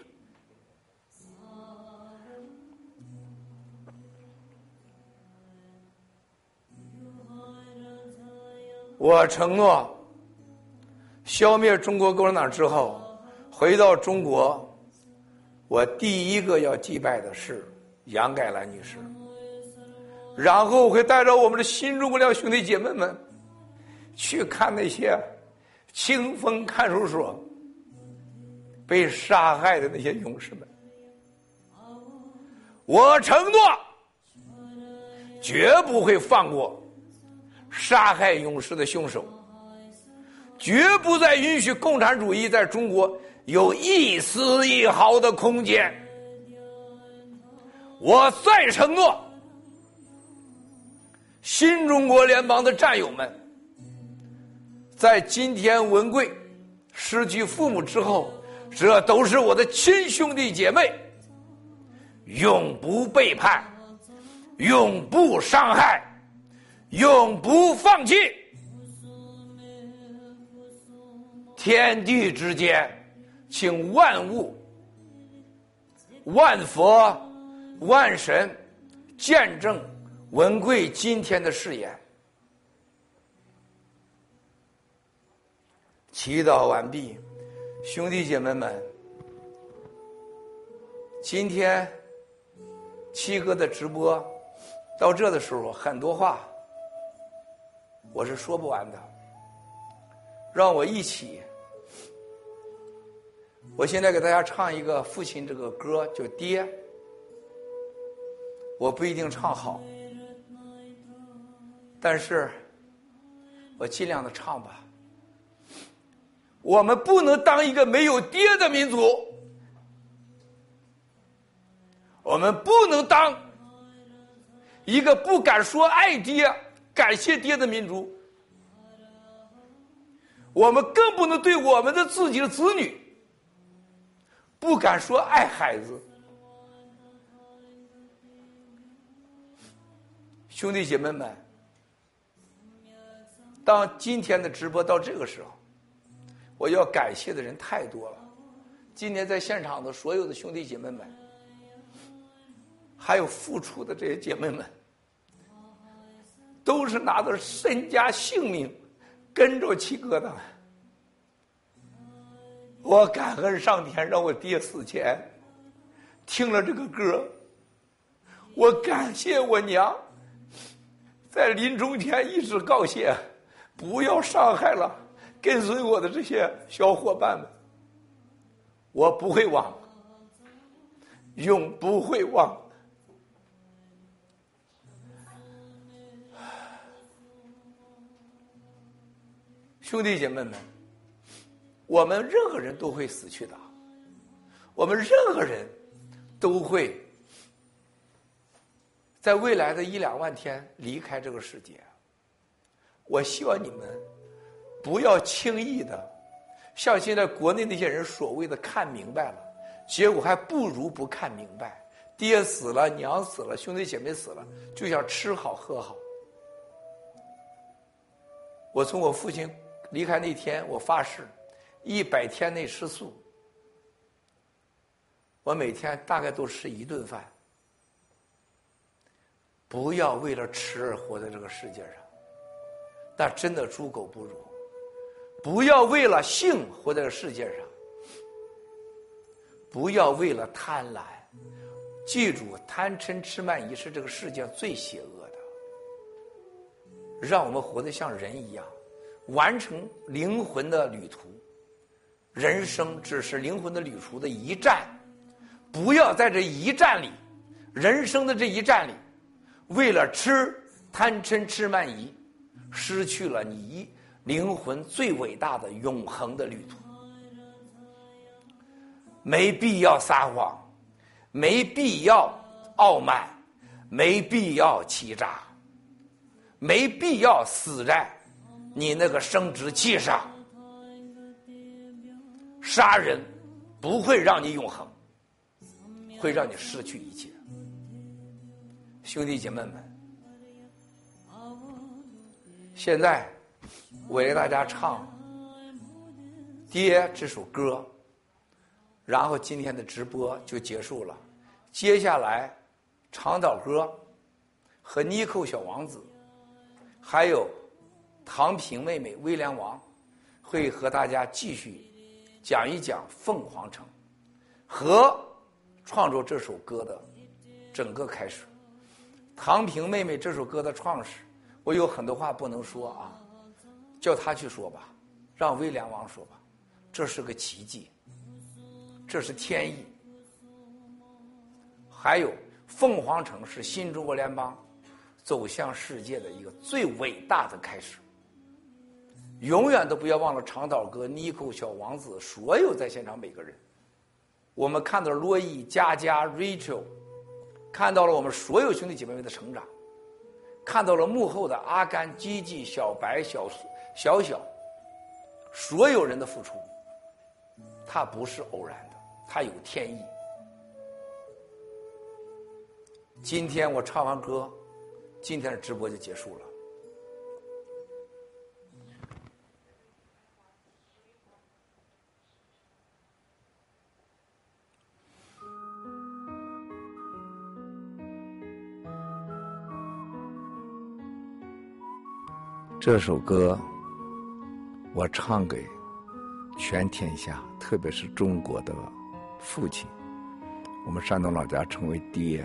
我承诺，消灭中国共产党之后，回到中国，我第一个要祭拜的是杨爱兰女士，然后会带着我们的新中国联兄弟姐妹们去看那些清风看守所被杀害的那些勇士们。我承诺，绝不会放过杀害勇士的凶手，绝不再允许共产主义在中国有一丝一毫的空间。我再承诺，新中国联邦的战友们，在今天文贵失去父母之后，这都是我的亲兄弟姐妹，永不背叛，永不伤害，永不放弃。天地之间，请万物、万佛、万神见证文贵今天的誓言。祈祷完毕，兄弟姐妹们，今天七哥的直播到这的时候，很多话我是说不完的，让我一起。我现在给大家唱一个父亲这个歌，叫《爹》。我不一定唱好，但是我尽量的唱吧。我们不能当一个没有爹的民族，我们不能当一个不敢说爱爹、感谢爹的民族，我们更不能对我们的自己的子女不敢说爱孩子。兄弟姐妹们，当今天的直播到这个时候，我要感谢的人太多了。今天在现场的所有的兄弟姐妹们，还有付出的这些姐妹们，都是拿着身家性命跟着七哥的。我感恩上天让我爹死前听了这个歌，我感谢我娘在临终前一直告诫，不要伤害了跟随我的这些小伙伴们。我不会忘，永不会忘。兄弟姐妹们，我们任何人都会死去的，我们任何人都会在未来的一两万天离开这个世界。我希望你们不要轻易的像现在国内那些人所谓的看明白了，结果还不如不看明白。爹死了，娘死了，兄弟姐妹死了，就想吃好喝好。我从我父亲离开那天，我发誓一百天内吃素。我每天大概都吃一顿饭。不要为了吃而活在这个世界上，那真的猪狗不如。不要为了性活在这个世界上，不要为了贪婪。记住，贪嗔痴慢疑是这个世界上最邪恶的。让我们活得像人一样，完成灵魂的旅途。人生只是灵魂的旅途的一站，不要在这一站里，人生的这一站里，为了吃贪嗔痴慢疑，失去了你灵魂最伟大的永恒的旅途。没必要撒谎，没必要傲慢，没必要欺诈，没必要死在你那个生殖器上。杀人不会让你永恒，会让你失去一切。兄弟姐妹们，现在我给大家唱《爹》这首歌，然后今天的直播就结束了。接下来长岛哥和妮蔻小王子还有唐平妹妹威廉王会和大家继续讲一讲凤凰城和创作这首歌的整个开始。唐平妹妹这首歌的创始，我有很多话不能说啊，叫他去说吧，让威廉王说吧。这是个奇迹，这是天意。还有凤凰城是新中国联邦走向世界的一个最伟大的开始。永远都不要忘了长岛哥、妮蔻、小王子，所有在现场每个人。我们看到了洛伊、佳佳、Rachel， 看到了我们所有兄弟姐妹们的成长，看到了幕后的阿甘、基基、小白、小小小，所有人的付出，它不是偶然的，它有天意。今天我唱完歌，今天的直播就结束了。这首歌我唱给全天下，特别是中国的父亲，我们山东老家称为爹。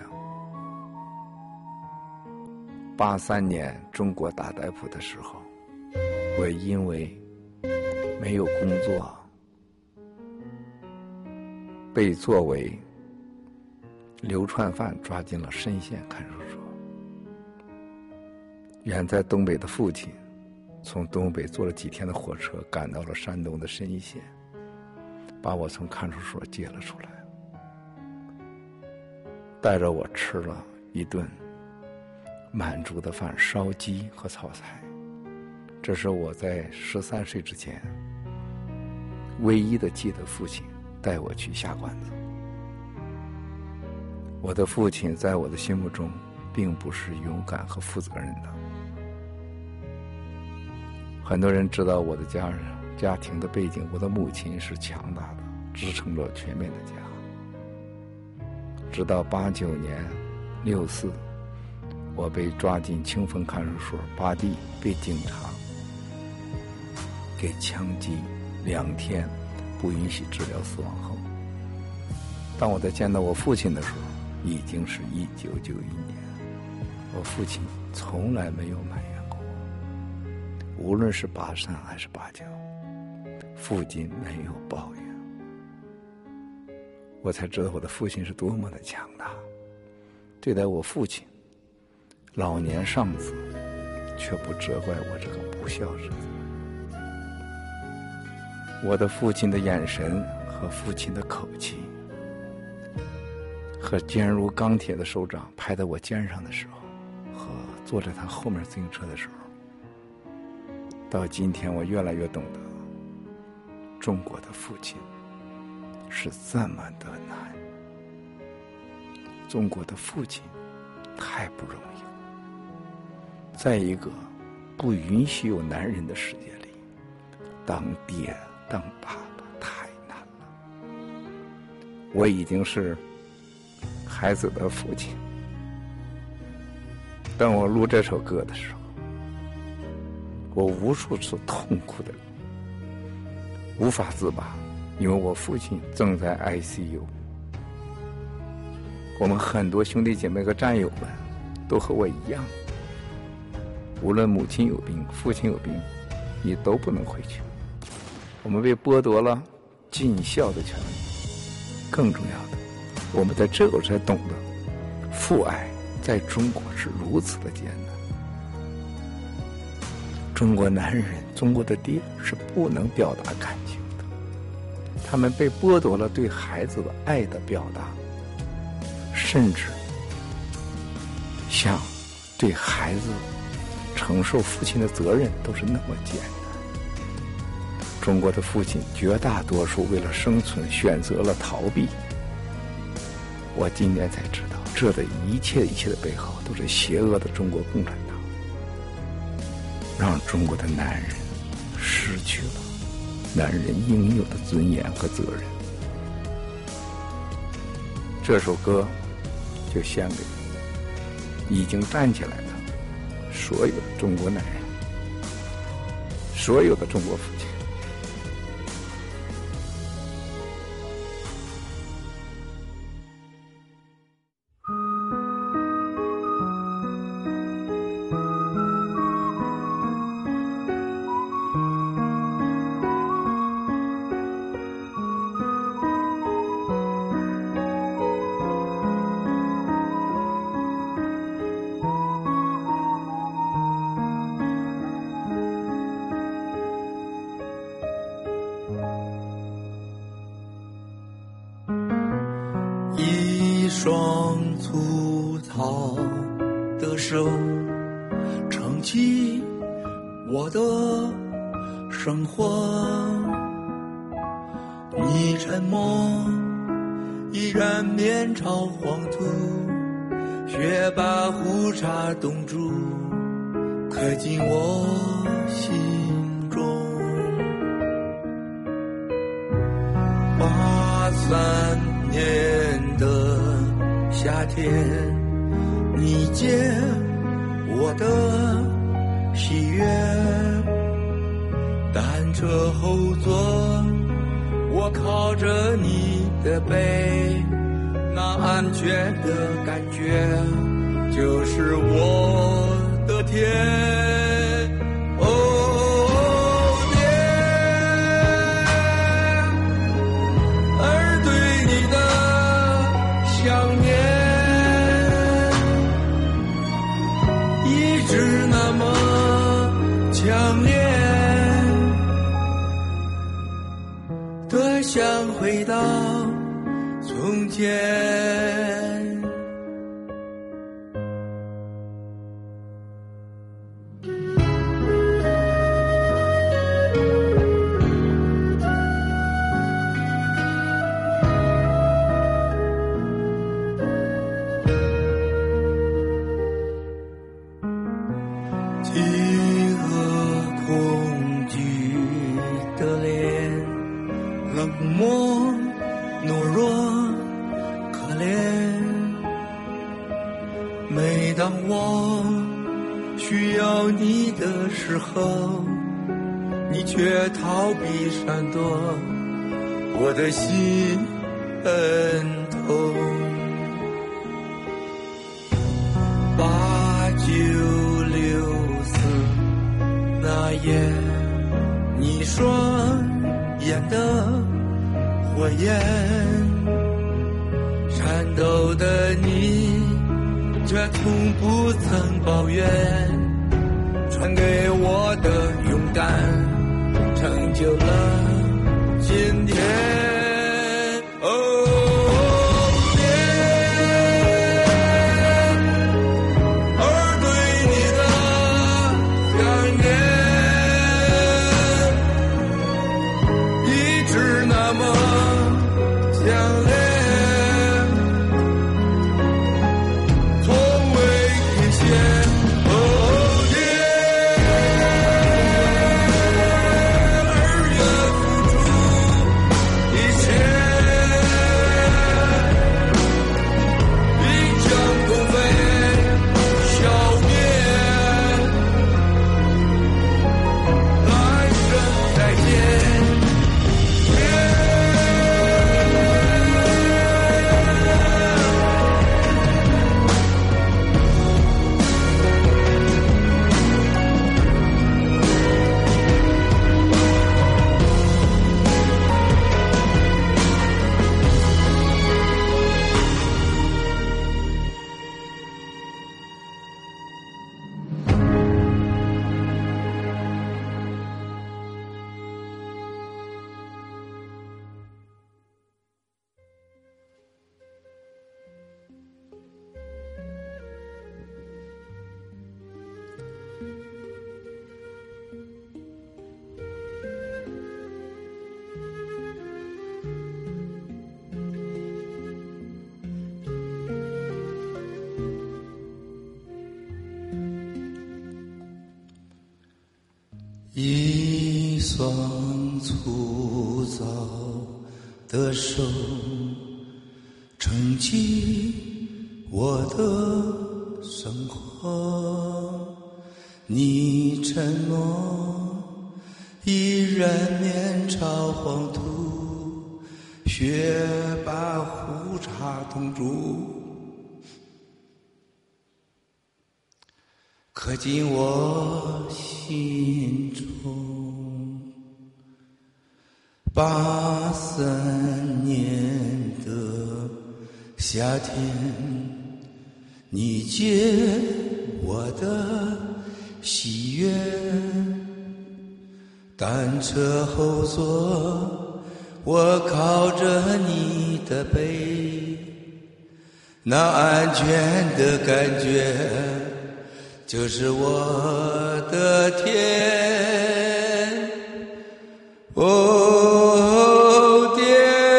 八三年中国大逮捕的时候，我因为没有工作，被作为流窜犯抓进了深县看守所。远在东北的父亲从东北坐了几天的火车赶到了山东的深县，把我从看守所接了出来，带着我吃了一顿满族的饭，烧鸡和炒菜。这是我在十三岁之前唯一的记得父亲带我去下馆子。我的父亲在我的心目中并不是勇敢和负责任的。很多人知道我的家人家庭的背景，我的母亲是强大的，支撑着全面的家。直到八九年六四，我被抓进清风看守所，八弟被警察给枪击，两天不允许治疗死亡后，当我在见到我父亲的时候，已经是一九九一年。我父亲从来没有埋怨过我，无论是拔山还是拔江，父亲没有抱怨。我才知道我的父亲是多么的强大。对待我父亲老年丧子，却不责怪我这个不孝之子。我的父亲的眼神和父亲的口气，和坚如钢铁的手掌拍在我肩上的时候，和坐在他后面自行车的时候， 到今天，我越来越懂得，中国的父亲是这么的难，中国的父亲太不容易了。在一个不允许有男人的世界里，当爹当爸爸太难了。我已经是孩子的父亲，当我录这首歌的时候，我无数次痛苦的无法自拔，因为我父亲正在 I C U。 我们很多兄弟姐妹和战友们都和我一样，无论母亲有病父亲有病，你都不能回去。我们被剥夺了尽孝的权利，更重要的，我们在这个才懂得父爱在中国是如此的艰难。中国男人，中国的爹是不能表达感情的，他们被剥夺了对孩子的爱的表达，甚至像对孩子承受父亲的责任都是那么艰难。中国的父亲绝大多数为了生存选择了逃避。我今天才知道，这的一切一切的背后都是邪恶的中国共产党，让中国的男人失去了男人应有的尊严和责任。这首歌就献给已经站起来的所有的中国男人，所有的中国父亲。 一双粗糙的手撑起我的生活，你沉默依然面朝黄土，却把胡茬冻住，刻进我心中。八三年的夏天，你借我的喜悦，单车后座我靠着你的背，那安全的感觉就是我的天。哦强烈的想回到从前。当我需要你的时候，你却逃避闪躲，我的心很痛。八九六四那夜，你双眼的火焰，颤抖的你却从不曾抱怨，传给我的勇敢成就了今天。哦，天，而对你的想念双粗糙的手撑起我的生活，你承诺依然面朝黄土，雪把胡茬冻住，刻进我心中。八三年的夏天，你借我的喜悦，单车后座我靠着你的背，那安全的感觉就是我的天。哦，爹，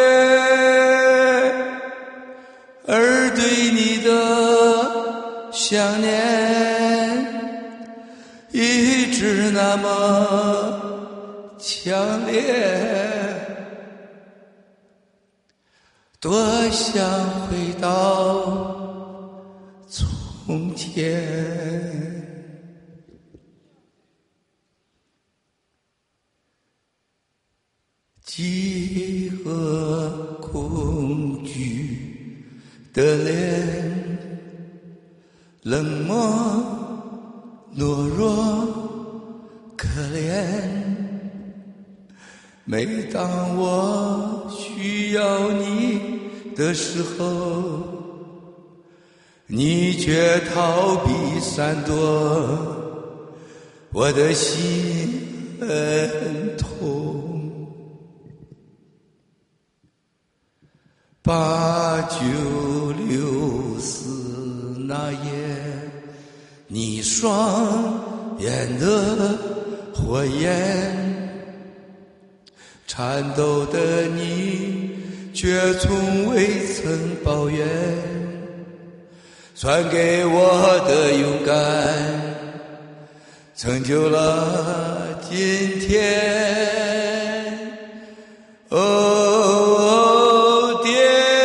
儿对你的想念一直那么强烈，多想回到从前。饥饿恐惧的脸，冷漠懦弱可怜，每当我需要你的时候，你却逃避闪躲，我的心很痛。八九六四那夜，你双眼的火焰，颤抖的你却从未曾抱怨，传给我的勇敢成就了今天。哦，爹，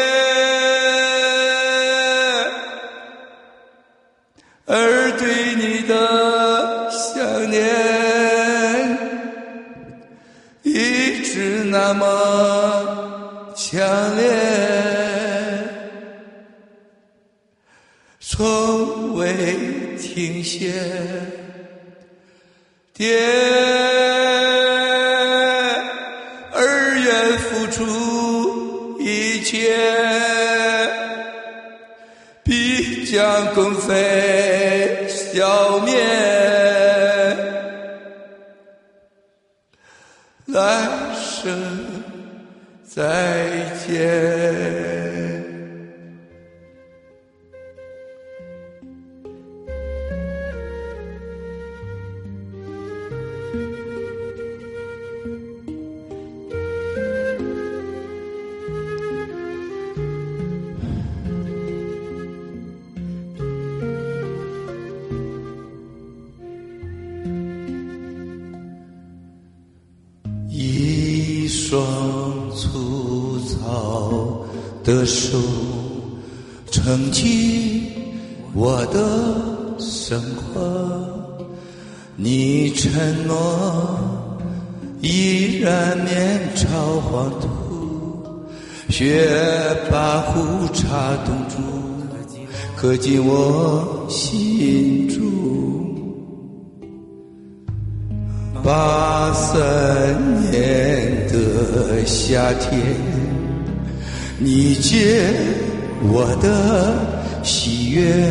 儿对你的想念一直那么强烈，从未停歇。爹，儿愿付出一切，必将公非消灭，来生再见。一双粗糙的手撑起我的生活，你承诺依然面朝黄土，雪把胡茬冻住，刻进我心中。八三年的夏天，你借我的喜悦，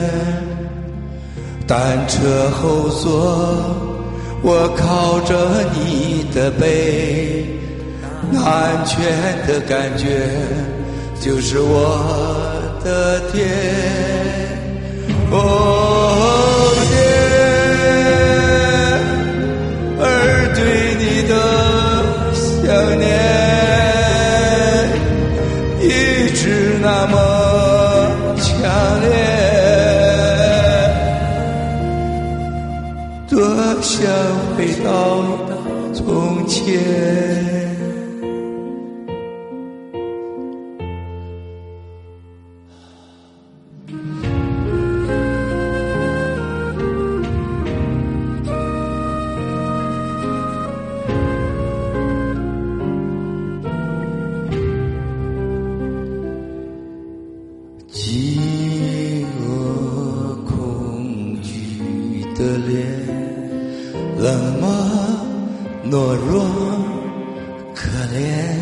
单车后座我靠着你的背，那安全的感觉就是我的天。哦，天，儿对你的想念一直那么强烈，多想回到从前。 饥饿恐惧的脸，冷漠懦弱可怜。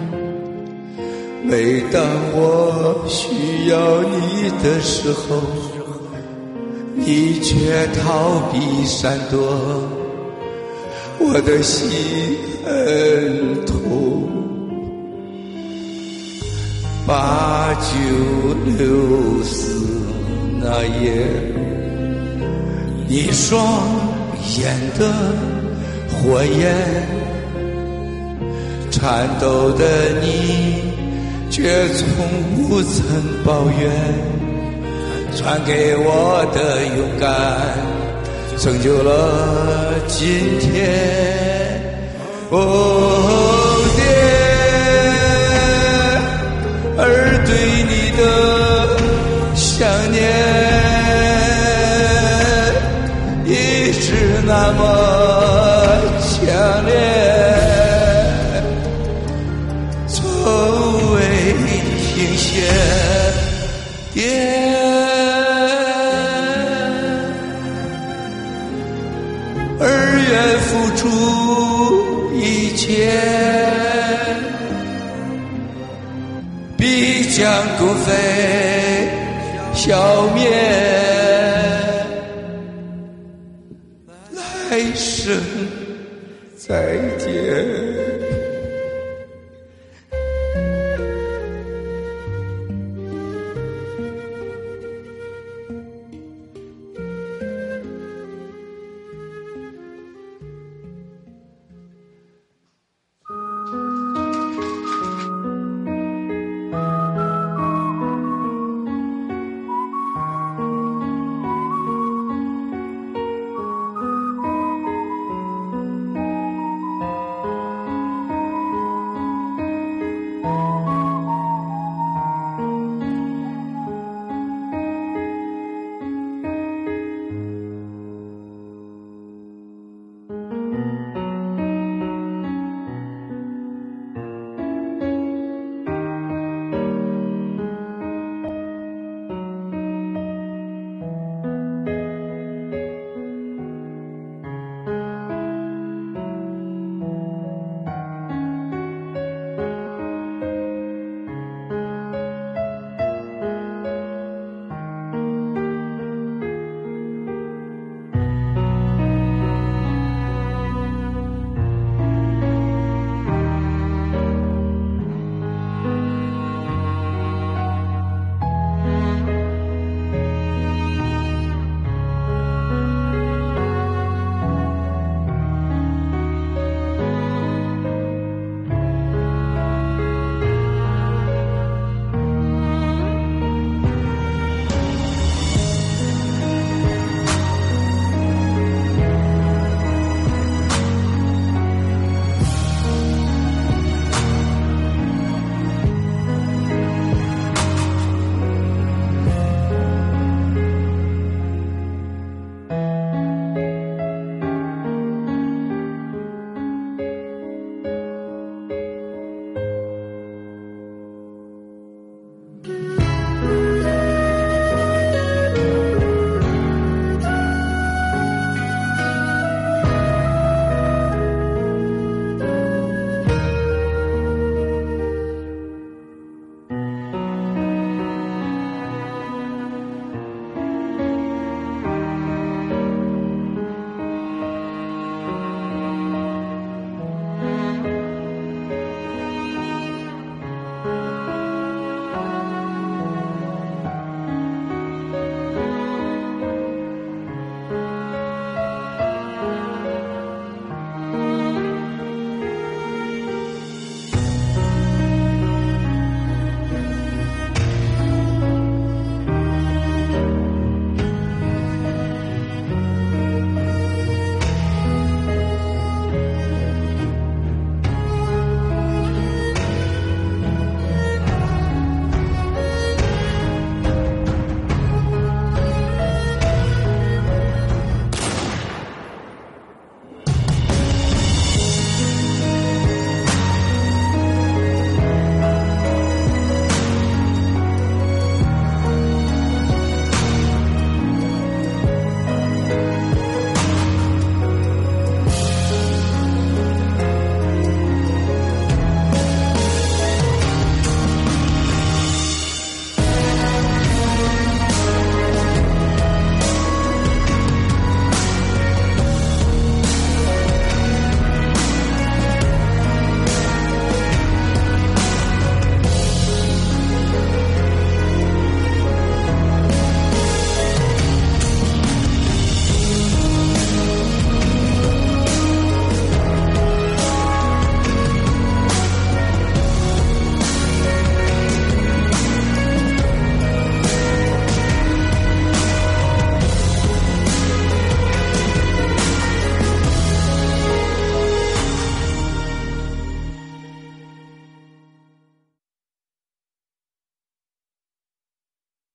每当我需要你的时候，你却逃避闪躲，我的心很痛。八九六四那夜，你双眼的火焰，颤抖的你却从不曾抱怨，传给我的勇敢成就了今天。哦，爹，而对你的想念一直那么强烈，从未停歇。爹，而愿付出一切，必将骨髓消灭，来生再见。